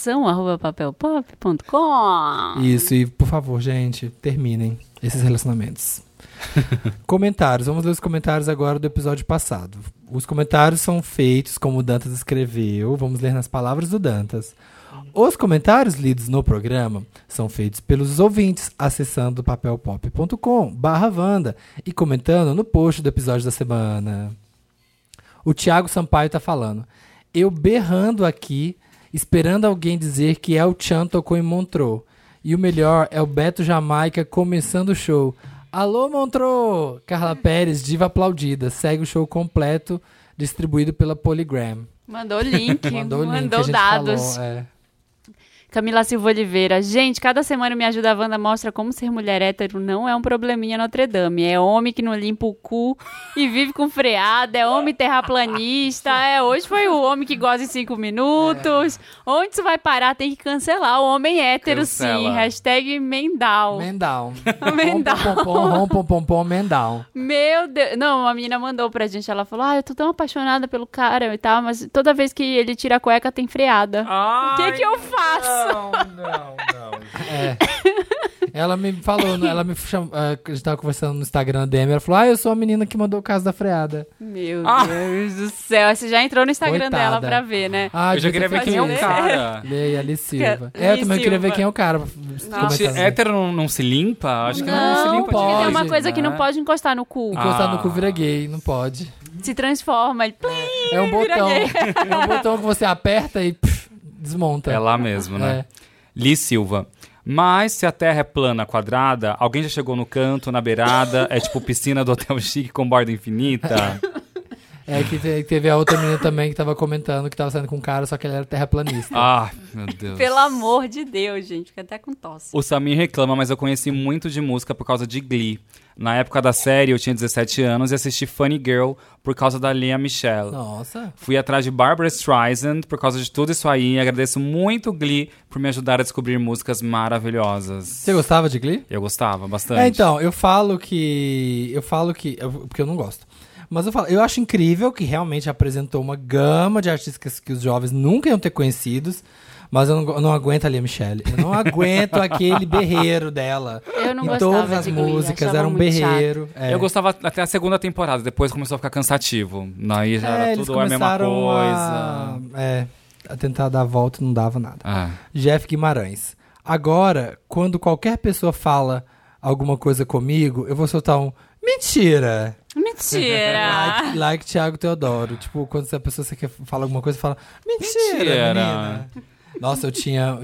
A: redação@papelpop.com.
B: Isso, e por favor, gente, terminem esses relacionamentos. Comentários, vamos ler os comentários agora do episódio passado. Os comentários são feitos como o Dantas escreveu. Vamos ler nas palavras do Dantas. Os comentários lidos no programa são feitos pelos ouvintes acessando papelpop.com/Wanda e comentando no post do episódio da semana. O Thiago Sampaio tá falando: eu berrando aqui, esperando alguém dizer que El Chan tocou em Montreux. E o melhor é o Beto Jamaica começando o show. Alô, Montreux! Carla Pérez, diva aplaudida. Segue o show completo, distribuído pela Polygram.
A: Mandou o link.
B: Mandou
A: dados.
B: Falou,
A: Camila Silva Oliveira. Gente, cada semana Me Ajuda a Wanda mostra como ser mulher hétero não é um probleminha Notre Dame. É homem que não limpa o cu e vive com freada. É homem terraplanista. Hoje foi o homem que goza em 5 minutos. Onde isso vai parar? Tem que cancelar. O homem hétero, sim. Hashtag Mendal.
B: Mendal.
A: Mendal.
B: Mendal.
A: Meu Deus. Não, uma menina mandou pra gente. Ela falou, eu tô tão apaixonada pelo cara e tal, mas toda vez que ele tira a cueca tem freada. O que eu faço?
C: Não.
B: Ela me falou, ela me chamou, a gente tava conversando no Instagram DM, ela falou, eu sou a menina que mandou o caso da freada.
A: Meu Deus do céu, você já entrou no Instagram dela pra ver, né?
C: Eu já queria ver quem é o cara.
B: Leia, Alice Silva. Eu também queria ver quem é o cara.
C: Hétero não se limpa? Acho que não se limpa.
A: Porque tem uma coisa que não pode encostar no cu.
B: Encostar no cu vira gay, não pode.
A: Se transforma, ele
B: é um botão. É um botão que você aperta e desmonta.
C: É lá mesmo, né? Liz Silva. Mas se a Terra é plana, quadrada, alguém já chegou no canto, na beirada, é tipo piscina do Hotel Chique com borda infinita?
B: Que teve a outra menina também que tava comentando que tava saindo com um cara, só que ele era terraplanista.
C: Meu Deus.
A: Pelo amor de Deus, gente. Fica até com tosse.
C: O Samir reclama, mas eu conheci muito de música por causa de Glee. Na época da série, eu tinha 17 anos e assisti Funny Girl por causa da Lea Michele.
B: Nossa.
C: Fui atrás de Barbra Streisand por causa de tudo isso aí e agradeço muito Glee por me ajudar a descobrir músicas maravilhosas.
B: Você gostava de Glee?
C: Eu gostava bastante.
B: Então, eu falo que... porque eu não gosto. Mas eu acho incrível que realmente apresentou uma gama de artistas que os jovens nunca iam ter conhecidos. Mas eu não aguento a Lea Michele. Eu não aguento aquele berreiro dela.
A: Eu não
B: gostava
A: de
B: todas as músicas, era um berreiro.
C: Eu gostava até a segunda temporada, depois começou a ficar cansativo. Aí já era tudo a mesma coisa.
B: A tentar dar a volta e não dava nada. Jeff Guimarães. Agora, quando qualquer pessoa fala alguma coisa comigo, eu vou soltar um mentira.
A: Mentira!
B: like Thiago Teodoro. Tipo, quando a pessoa quer falar alguma coisa, fala mentira, menina. Nossa, eu tinha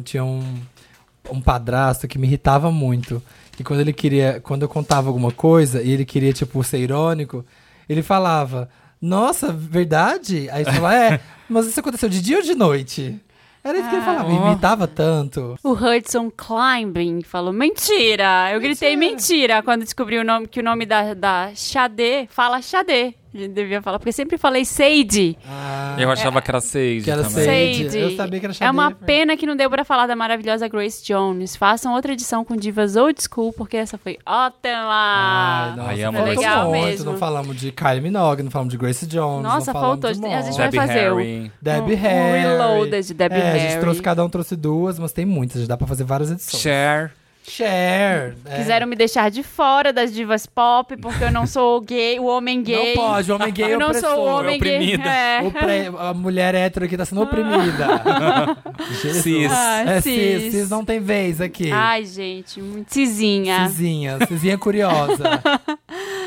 B: um padrasto que me irritava muito. E quando eu contava alguma coisa e ele queria, tipo, ser irônico, ele falava, nossa, verdade? Aí você fala, mas isso aconteceu de dia ou de noite? Era isso que ele falava, me imitava tanto.
A: O Hudson Climbing falou, mentira! Eu gritei mentira quando descobri que o nome da Xadê fala Xadê. Ele devia falar, porque eu sempre falei Sade.
C: Eu achava que era Sade
B: também.
A: Sade.
B: Eu sabia que era Xadê.
A: É uma pena que não deu pra falar da maravilhosa Grace Jones. Façam outra edição com divas old school, porque essa foi ótima.
C: Foi
A: legal mesmo.
B: Não falamos de Kylie Minogue, não falamos de Grace Jones.
A: Nossa, faltou. A gente vai fazer
C: Debbie
B: Harry.
A: Reloaded de Debbie Harry.
B: Cada um trouxe 2, mas tem muitas. Já dá pra fazer várias edições.
C: Cher.
A: Quiseram me deixar de fora das divas pop, porque eu não sou gay, o homem gay.
B: Não pode, o homem gay é
A: eu não sou o homem gay.
B: A mulher hétero aqui tá sendo oprimida. Cis não tem vez aqui.
A: Ai, gente, muito cisinha.
B: Cisinha curiosa.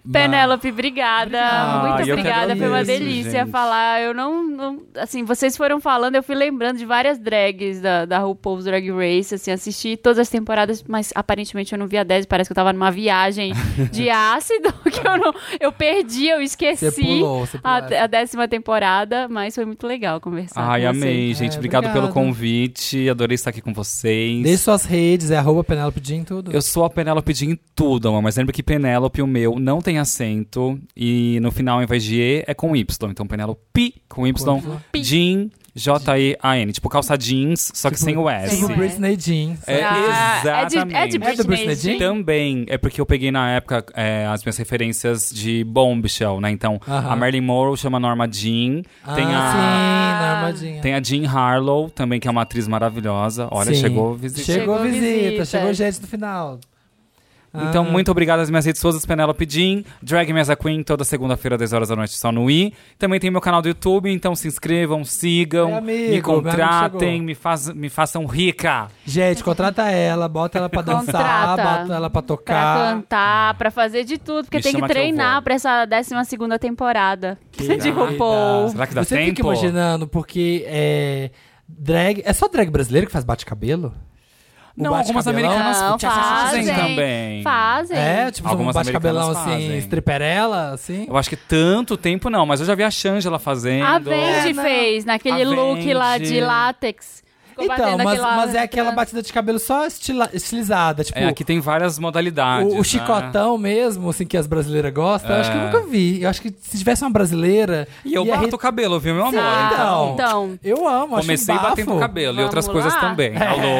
A: Penélope, obrigada. Muito obrigada. Foi uma delícia
C: gente.
A: falar. Eu não. Assim, vocês foram falando, eu fui lembrando de várias drags da RuPaul's Drag Race. Assim, assisti todas as temporadas, mas aparentemente eu não vi a 10. Parece que eu tava numa viagem de ácido que eu perdi, eu esqueci.
B: Você pulou.
A: A 10ª temporada, mas foi muito legal conversar com vocês.
C: Amei, gente. Obrigado pelo convite. Adorei estar aqui com vocês.
B: Deixe suas redes, @Penélope Jean em tudo.
C: Eu sou a Penélope Jean em tudo, mas lembra que Penélope, o meu, não tem acento. E no final, ao invés de E, é com Y. Então, Penélope com Y. Jean, J-E-A-N. Tipo calça jeans, só que sem o S.
B: Tipo Britney Jean.
C: Exatamente.
A: É de Britney Jean?
C: Também. É porque eu peguei na época as minhas referências de Bombshell, né? Então, a Marilyn Monroe chama Norma Jean.
B: Norma Jean.
C: Tem a Jean Harlow, também, que é uma atriz maravilhosa. Olha, chegou visita.
B: Chegou gente no final.
C: Então, muito obrigado às minhas redes sociais, Penélope Jean, Drag Me As A Queen, toda segunda-feira, 10 horas da noite, só no I. Também tem meu canal do YouTube, então se inscrevam, sigam, me contratem, me façam rica.
B: Gente, contrata ela, bota ela pra dançar, bota ela pra tocar.
A: Pra cantar, pra fazer de tudo, porque tem que treinar pra essa 12ª temporada de RuPaul.
C: Será que dá
B: Você
C: tempo?
B: fica imaginando, porque drag... É só drag brasileiro que faz bate-cabelo?
C: Não, algumas americanas fazem também.
A: Fazem.
B: Tipo, algumas bate-cabelão assim, stripperella, assim.
C: Eu acho que tanto tempo não, mas eu já vi a Shangela fazendo.
A: A Vendi fez, naquele look lá de látex.
B: Então, mas é aquela batida de cabelo só estilizada. Tipo,
C: aqui tem várias modalidades.
B: O chicotão mesmo, assim, que as brasileiras gostam, eu acho que eu nunca vi. Eu acho que se tivesse uma brasileira...
C: E eu bato o cabelo, viu, meu amor?
B: Então, eu amo, acho
C: comecei batendo o cabelo e outras coisas também.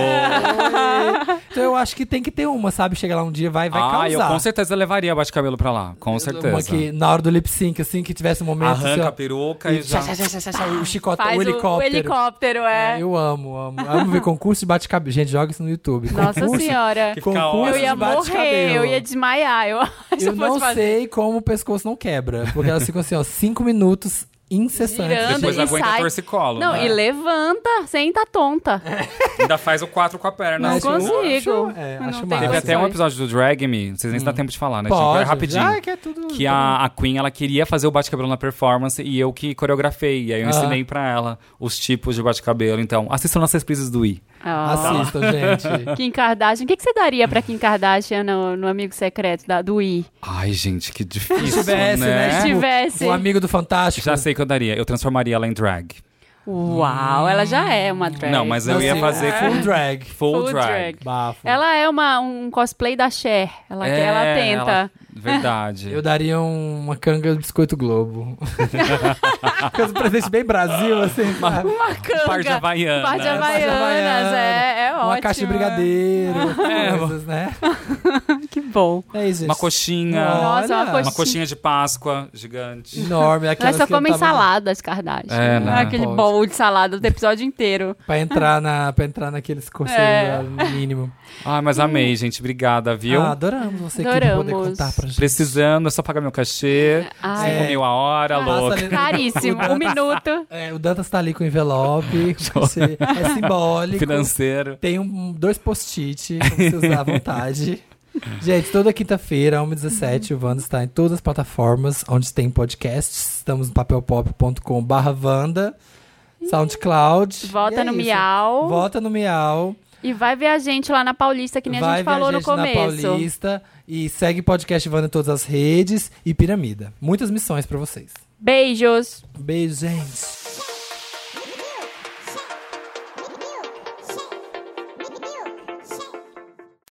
C: Alô!
B: Então eu acho que tem que ter uma, sabe? Chega lá um dia, vai causar.
C: Eu com certeza levaria bate-cabelo pra lá, com certeza.
B: Uma que, na hora do lip sync, assim, que tivesse um momento...
C: Arranca a peruca e já...
B: O chicotão, o helicóptero.
A: O helicóptero,
B: Eu amo ver concurso de bate-cabelo. Gente, joga isso no YouTube.
A: Nossa senhora.
B: Concurso
A: eu ia morrer, eu ia desmaiar.
B: Eu não sei como o pescoço não quebra. Porque elas ficam assim, 5 minutos incessantes.
A: Girando,
C: depois aguenta torcicolo.
A: Não, e levanta sem tá tonta.
C: Ainda faz o 4 com a perna.
A: Não consigo.
B: Acho
C: Teve até um episódio do Drag Me, vocês nem dá tempo de falar, né?
B: Pode,
C: rapidinho.
B: que é tudo...
C: Que a Queen, ela queria fazer o bate-cabelo na performance e eu que coreografei. E aí eu ensinei pra ela os tipos de bate-cabelo. Então, assistam nossas reprises do I.
B: Assistam, gente.
A: Kim Kardashian. O que você daria pra Kim Kardashian no Amigo Secreto do I?
C: Ai, gente, que difícil,
B: Se tivesse, né?
A: Se tivesse.
B: O amigo do Fantástico.
C: Já sei que eu daria. Eu transformaria ela em drag.
A: Uau, ela já é uma drag.
C: Não, mas eu ia fazer
B: full drag.
C: Full drag.
B: Bafo.
A: Ela é um cosplay da Cher. Ela tenta.
C: Verdade.
B: Eu daria uma canga de biscoito Globo. Um presente bem Brasil, assim.
A: Uma canga.
C: Par de Havaianas.
A: Par de Havaianas, é ótimo.
B: Uma caixa de brigadeiro. Coisas, né?
A: Que bom.
B: É isso, gente.
C: Uma coxinha.
A: Nossa,
C: uma coxinha de Páscoa gigante.
B: Enorme.
A: Elas só comem saladas, Kardashian.
C: Né?
A: Aquele bowl de salada do episódio inteiro.
B: Pra entrar naqueles conselhos mínimo.
C: Mas amei, gente. Obrigada, viu?
B: Adoramos você aqui poder contar pra gente.
C: Precisando, é só pagar meu cachê. 5 mil a hora, louca.
A: Caríssimo. 1 minuto.
B: O Dantas tá ali com o envelope. É simbólico.
C: Financeiro.
B: Tem 2 post-it pra você usar à vontade. Gente, toda quinta-feira, 1h17, o Wanda está em todas as plataformas onde tem podcasts. Estamos no papelpop.com/Wanda, SoundCloud.
A: Vota no Miau.
B: Vota no Miau.
A: E vai ver a gente lá na Paulista, que nem a gente falou no começo.
B: Vai ver a gente na Paulista. E segue o podcast Wanda em todas as redes. E Piramida. Muitas missões pra vocês.
A: Beijos.
B: Beijo, gente.